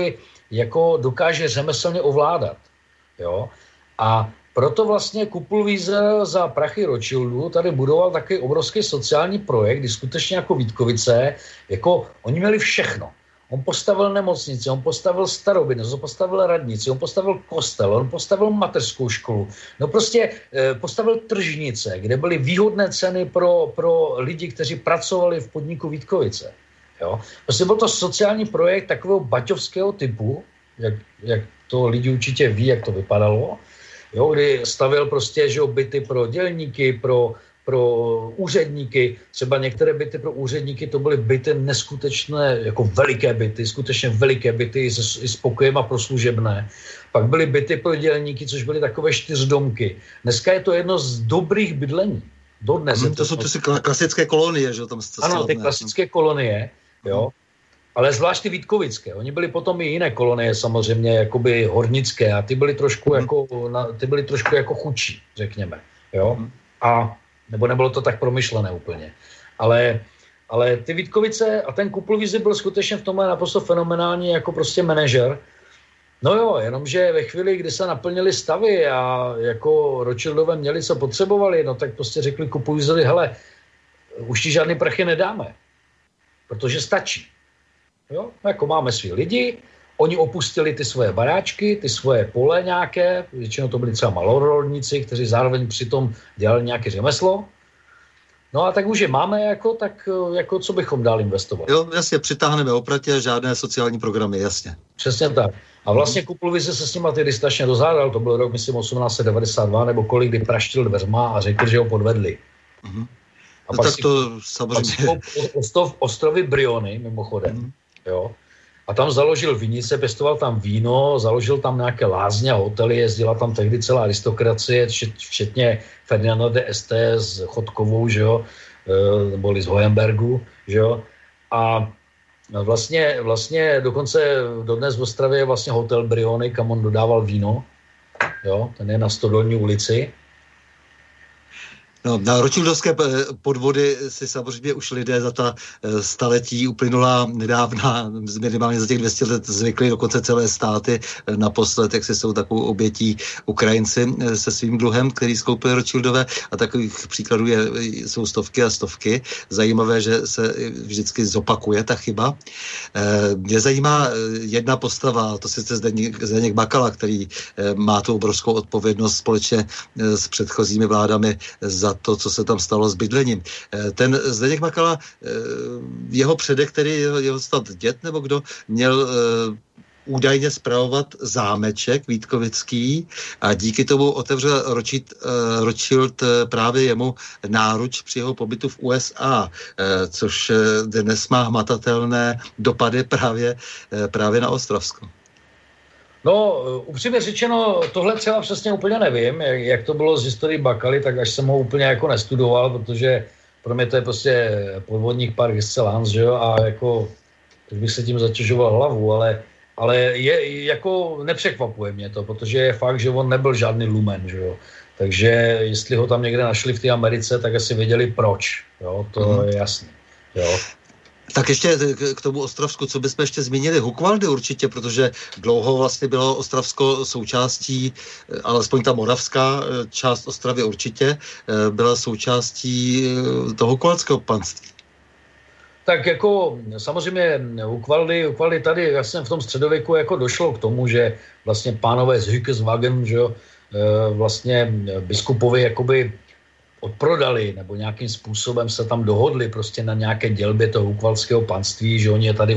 jako dokáže řemeslně ovládat. Jo? A proto vlastně Kupelwieser za prachy Rothschildů tady budoval takový obrovský sociální projekt, kdy skutečně jako Vítkovice, jako oni měli všechno. On postavil nemocnici, on postavil starobiny, on postavil radnici, on postavil kostel, on postavil mateřskou školu. No prostě postavil tržnice, kde byly výhodné ceny pro lidi, kteří pracovali v podniku Vítkovice. Jo? Prostě byl to sociální projekt takového baťovského typu, jak to lidi určitě ví, jak to vypadalo, jo? Kdy stavěl prostě byty pro dělníky, pro úředníky, třeba některé byty pro úředníky, to byly byty neskutečné, jako veliké byty, skutečně veliké byty s pokojem a proslužebné. Pak byly byty pro dělníky, což byly takové 4domky. Dneska je to jedno z dobrých bydlení. Dodnes. To jsou ty klasické kolonie, že tam ano, ty klasické kolonie, jo. Ale zvlášť ty vítkovické. Oni byli potom i jiné kolonie samozřejmě, jakoby hornické a ty byly trošku jako chudší, řekněme, jo. A nebo nebylo to tak promyšlené úplně. Ale ty Vítkovice a ten Kupelwieser byl skutečně v tomhle naprosto fenomenální jako prostě manažer. No jo, jenomže ve chvíli, kdy se naplnily stavy a jako Rothschildové měli, co potřebovali, no tak prostě řekli Kupelwieserovi, hele, už ti žádný prachy nedáme, protože stačí. Jo, jako máme svý lidi, oni opustili ty svoje baráčky, ty svoje pole nějaké, většinou to byli třeba malorodníci, kteří zároveň přitom dělali nějaké řemeslo. No a tak už je máme, tak co bychom dál investovat. Jo, jasně, přitáhneme opratě, žádné sociální programy, jasně. Přesně tak. A vlastně Kupelwieser se s nima tedy strašně rozhádal, to byl rok, myslím, 1892, nebo kolik, kdy praštil dveřma a řekl, že ho podvedli. A no pak tak to samozřejmě... ostrovy Briony, mimochodem, jo. A tam založil vinice, pěstoval tam víno, založil tam nějaké lázně a hotely, jezdila tam tehdy celá aristokracie, včetně Ferdinanda de Este s Chodkovou, že jo, neboli z Hohenbergu, že jo. A vlastně dokonce dodnes v Ostravě je vlastně hotel Briony, kam on dodával víno, jo, ten je na Stodolní ulici. No, na rothschildovské podvody si samozřejmě už lidé za ta staletí uplynulá nedávna, minimálně za těch 200 let zvykli, dokonce celé státy naposled, jak si jsou takovou obětí Ukrajinci se svým dluhem, který skoupili Rothschildové, a takových příkladů jsou stovky a stovky. Zajímavé, že se vždycky zopakuje ta chyba. Mě zajímá jedna postava, to sice Zdeněk Bakala, který má tu obrovskou odpovědnost společně s předchozími vládami za to, co se tam stalo s bydlením. Ten Zdeněk Bakala, jeho předek, který jeho snad děd nebo kdo, měl údajně spravovat zámeček Vítkovický a díky tomu otevřel Rothschild právě jemu náruč při jeho pobytu v USA, což dnes má hmatatelné dopady právě na Ostravsko. No, upřímně řečeno, tohle třeba přesně úplně nevím, jak to bylo z historii Bakaly, tak až jsem ho úplně jako nestudoval, protože pro mě to je prostě podvodník par excellence, že jo, a jako, teď bych se tím zatěžoval hlavu, ale je, jako nepřekvapuje mě to, protože je fakt, že on nebyl žádný lumen, že jo. Takže jestli ho tam někde našli v té Americe, tak asi věděli proč, jo, to je jasné, jo. Tak ještě k tomu Ostravsku, co bychom ještě zmínili? Hukvaldy určitě, protože dlouho vlastně bylo Ostravsko součástí, alespoň ta moravská část Ostravy určitě, byla součástí toho hukvaldského panství. Tak jako samozřejmě Hukvaldy tady vlastně v tom středověku jako došlo k tomu, že vlastně pánové z Hückeswagen, že jo, vlastně biskupovi jakoby odprodali, nebo nějakým způsobem se tam dohodli prostě na nějaké dělbě toho hukvaldského panství, že oni je tady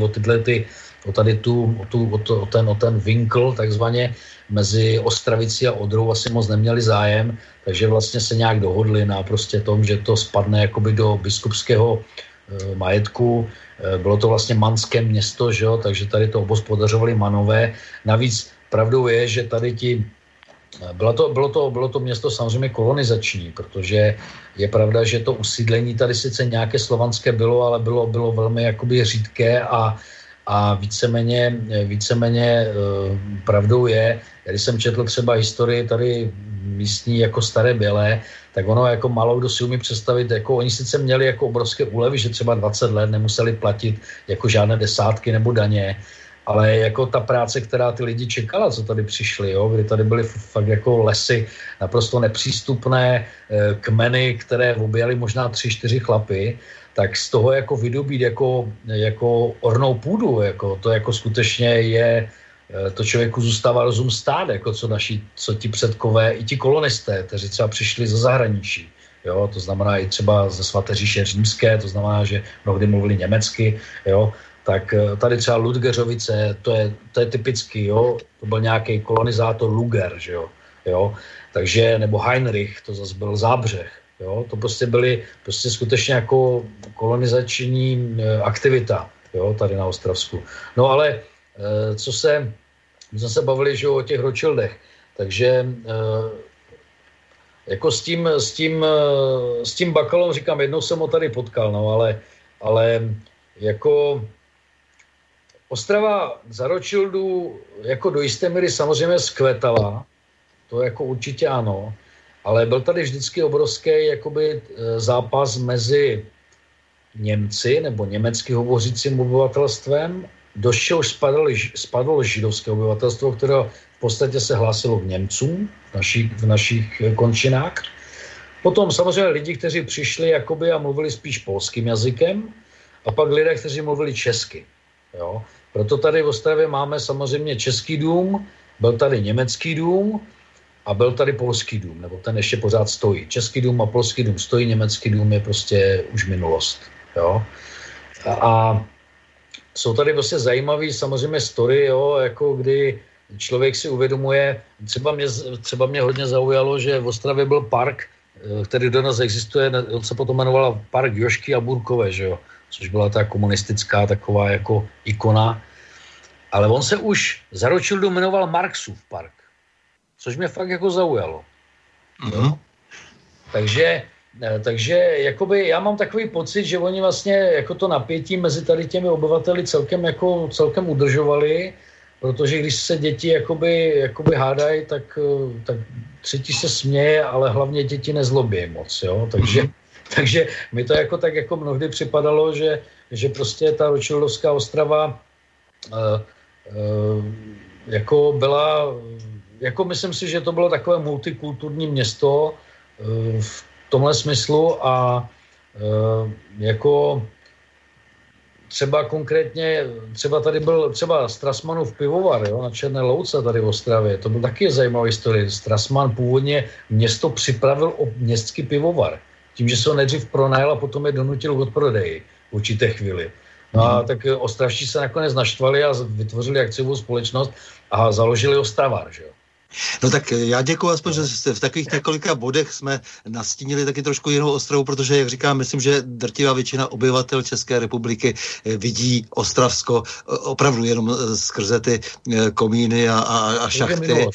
o ten vinkl takzvaně mezi Ostravicí a Odrou asi moc neměli zájem, takže vlastně se nějak dohodli na prostě tom, že to spadne jakoby do biskupského majetku. Bylo to vlastně manské město, že jo, takže tady to obospodařovali Manové. Navíc pravdou je, že tady bylo to město samozřejmě kolonizační, protože je pravda, že to usídlení tady sice nějaké slovanské bylo, ale bylo velmi jakoby řídké a víceméně pravdou je, když jsem četl třeba historii tady místní jako Staré Bělé, tak ono jako málo kdo si umí představit, jako oni sice měli jako obrovské úlevy, že třeba 20 let nemuseli platit jako žádné desátky nebo daně, ale jako ta práce, která ty lidi čekala, co tady přišli, jo, kdy tady byly fakt jako lesy, naprosto nepřístupné kmeny, které objali možná 3-4 chlapy, tak z toho jako vydobít jako ornou půdu, jako to jako skutečně je, to člověku zůstává rozum stát, jako co ti předkové, i ti kolonisté, kteří třeba přišli ze zahraničí, jo, to znamená i třeba ze Svaté říše římské, to znamená, že mnohdy mluvili německy, jo, tak tady třeba Ludgeřovice, to je typický, jo, to byl nějaký kolonizátor Luger, že jo, takže, nebo Heinrich, to zase byl Zábřeh, jo, to prostě byly prostě skutečně jako kolonizační aktivita, jo, tady na Ostravsku. No ale my jsme se bavili, že o těch Rothschildech, takže jako s tím Bakalou, říkám, jednou jsem ho tady potkal, no, ale jako Ostrava za Rothschildů jako do jisté míry samozřejmě zkvetala, to jako určitě ano, ale byl tady vždycky obrovský jakoby zápas mezi Němci nebo německy hovořícím obyvatelstvem, do čehož spadlo židovské obyvatelstvo, které v podstatě se hlásilo k Němcům v našich končinách. Potom samozřejmě lidi, kteří přišli jakoby a mluvili spíš polským jazykem, a pak lidé, kteří mluvili česky. Jo? Proto tady v Ostravě máme samozřejmě český dům, byl tady německý dům a byl tady polský dům, nebo ten ještě pořád stojí. Český dům a polský dům stojí, německý dům je prostě už minulost. Jo? A jsou tady prostě zajímavé samozřejmě story, jo, jako kdy člověk si uvědomuje, třeba mě hodně zaujalo, že v Ostravě byl park který do nás existuje, on se potom jmenoval Park Jožky a Burkové, že jo? Což byla ta komunistická taková jako ikona. Ale on se už za Rothschildu jmenoval Marxův park, což mě fakt jako zaujalo. Mm-hmm. Takže jakoby já mám takový pocit, že oni vlastně jako to napětí mezi tady těmi obyvateli celkem udržovali, protože když se děti jakoby hádají, tak třetí se směje, ale hlavně děti nezlobí moc, jo, takže mi to jako tak jako mnohdy připadalo, že prostě ta Rothschildovská Ostrava jako byla, jako myslím si, že to bylo takové multikulturní město v tomhle smyslu a jako třeba konkrétně, třeba tady byl třeba Strassmanův pivovar, jo, na Černé Louce tady v Ostravě, to byl taky zajímavá historie. Strassman původně město připravil o městský pivovar, tím, že se ho nejdřív pronajal a potom je donutil k odprodeji v určité chvíli. No a tak ostravští se nakonec naštvali a vytvořili akciovou společnost a založili Ostravar, že jo. No tak já děkuji aspoň, že v takových několika bodech jsme nastínili taky trošku jinou Ostravu, protože, jak říkám, myslím, že drtivá většina obyvatel České republiky vidí Ostravsko opravdu jenom skrze ty komíny a šachty.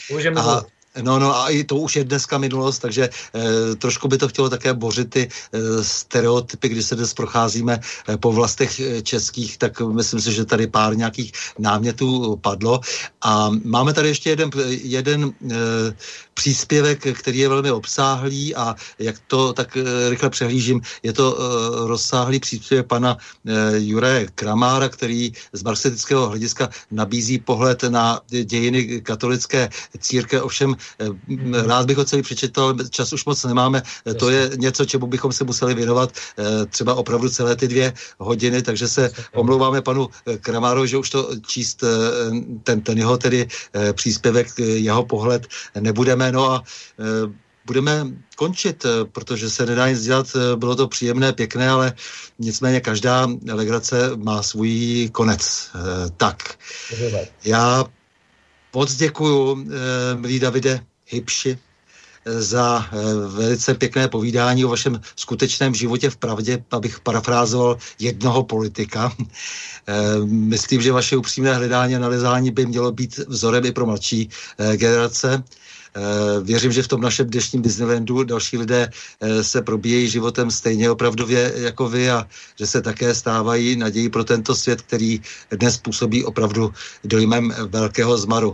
No a i to už je dneska minulost, takže trošku by to chtělo také bořit ty stereotypy, když se dnes procházíme po vlastech českých, tak myslím si, že tady pár nějakých námětů padlo. A máme tady ještě jeden příspěvek, který je velmi obsáhlý a jak to tak rychle přehlížím, je to rozsáhlý příspěvek pana Juraje Kramára, který z marxistického hlediska nabízí pohled na dějiny katolické církve, ovšem rád bych ho celý přečetl, ale čas už moc nemáme, to je něco, čemu bychom se museli věnovat třeba opravdu celé ty 2 hodiny, takže se omlouváme panu Kramárovi, že už to číst ten jeho tedy příspěvek, jeho pohled nebudeme, no a budeme končit, protože se nedá nic dělat, bylo to příjemné, pěkné, ale nicméně každá legrace má svůj konec. Tak, já moc děkuju, milý Davide Hybši, za velice pěkné povídání o vašem skutečném životě v pravdě, abych parafrázoval jednoho politika. Myslím, že vaše upřímné hledání a nalezání by mělo být vzorem i pro mladší generace. Věřím, že v tom našem dnešním Disneylandu další lidé se probíjejí životem stejně opravdově jako vy a že se také stávají nadějí pro tento svět, který dnes působí opravdu dojmem velkého zmaru.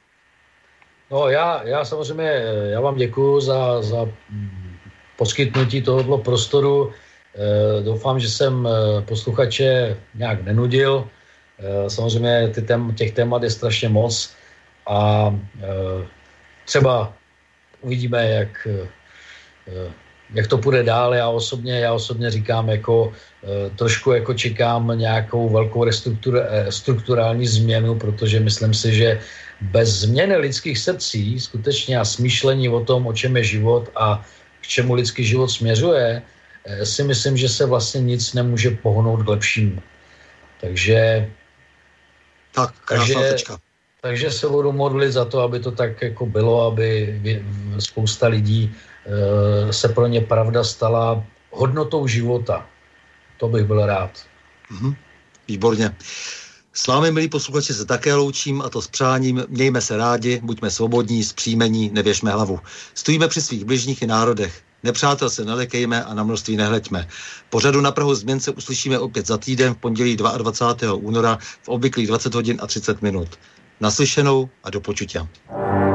No já samozřejmě, já vám děkuju za poskytnutí tohoto prostoru. Doufám, že jsem posluchače nějak nenudil. Samozřejmě těch témat je strašně moc a třeba uvidíme, jak to půjde dál. Já osobně říkám, trošku čekám nějakou velkou strukturální změnu, protože myslím si, že bez změny lidských srdcí skutečně a smýšlení o tom, o čem je život a k čemu lidský život směřuje, si myslím, že se vlastně nic nemůže pohnout k lepšímu. Takže se budu modlit za to, aby to tak jako bylo, aby spousta lidí se pro ně pravda stala hodnotou života. To bych byl rád. Výborně. S vámi, milí posluchači, se také loučím, a to s přáním: mějme se rádi, buďme svobodní, zpříjmení, nevěšme hlavu. Stojíme při svých bližních i národech. Nepřátel se nelekejme a na množství nehleďme. Pořadu Na prahu změn se uslyšíme opět za týden v pondělí 22. února v obvyklých 20 hodin a 30 minut. Naslyšenou a do počutia.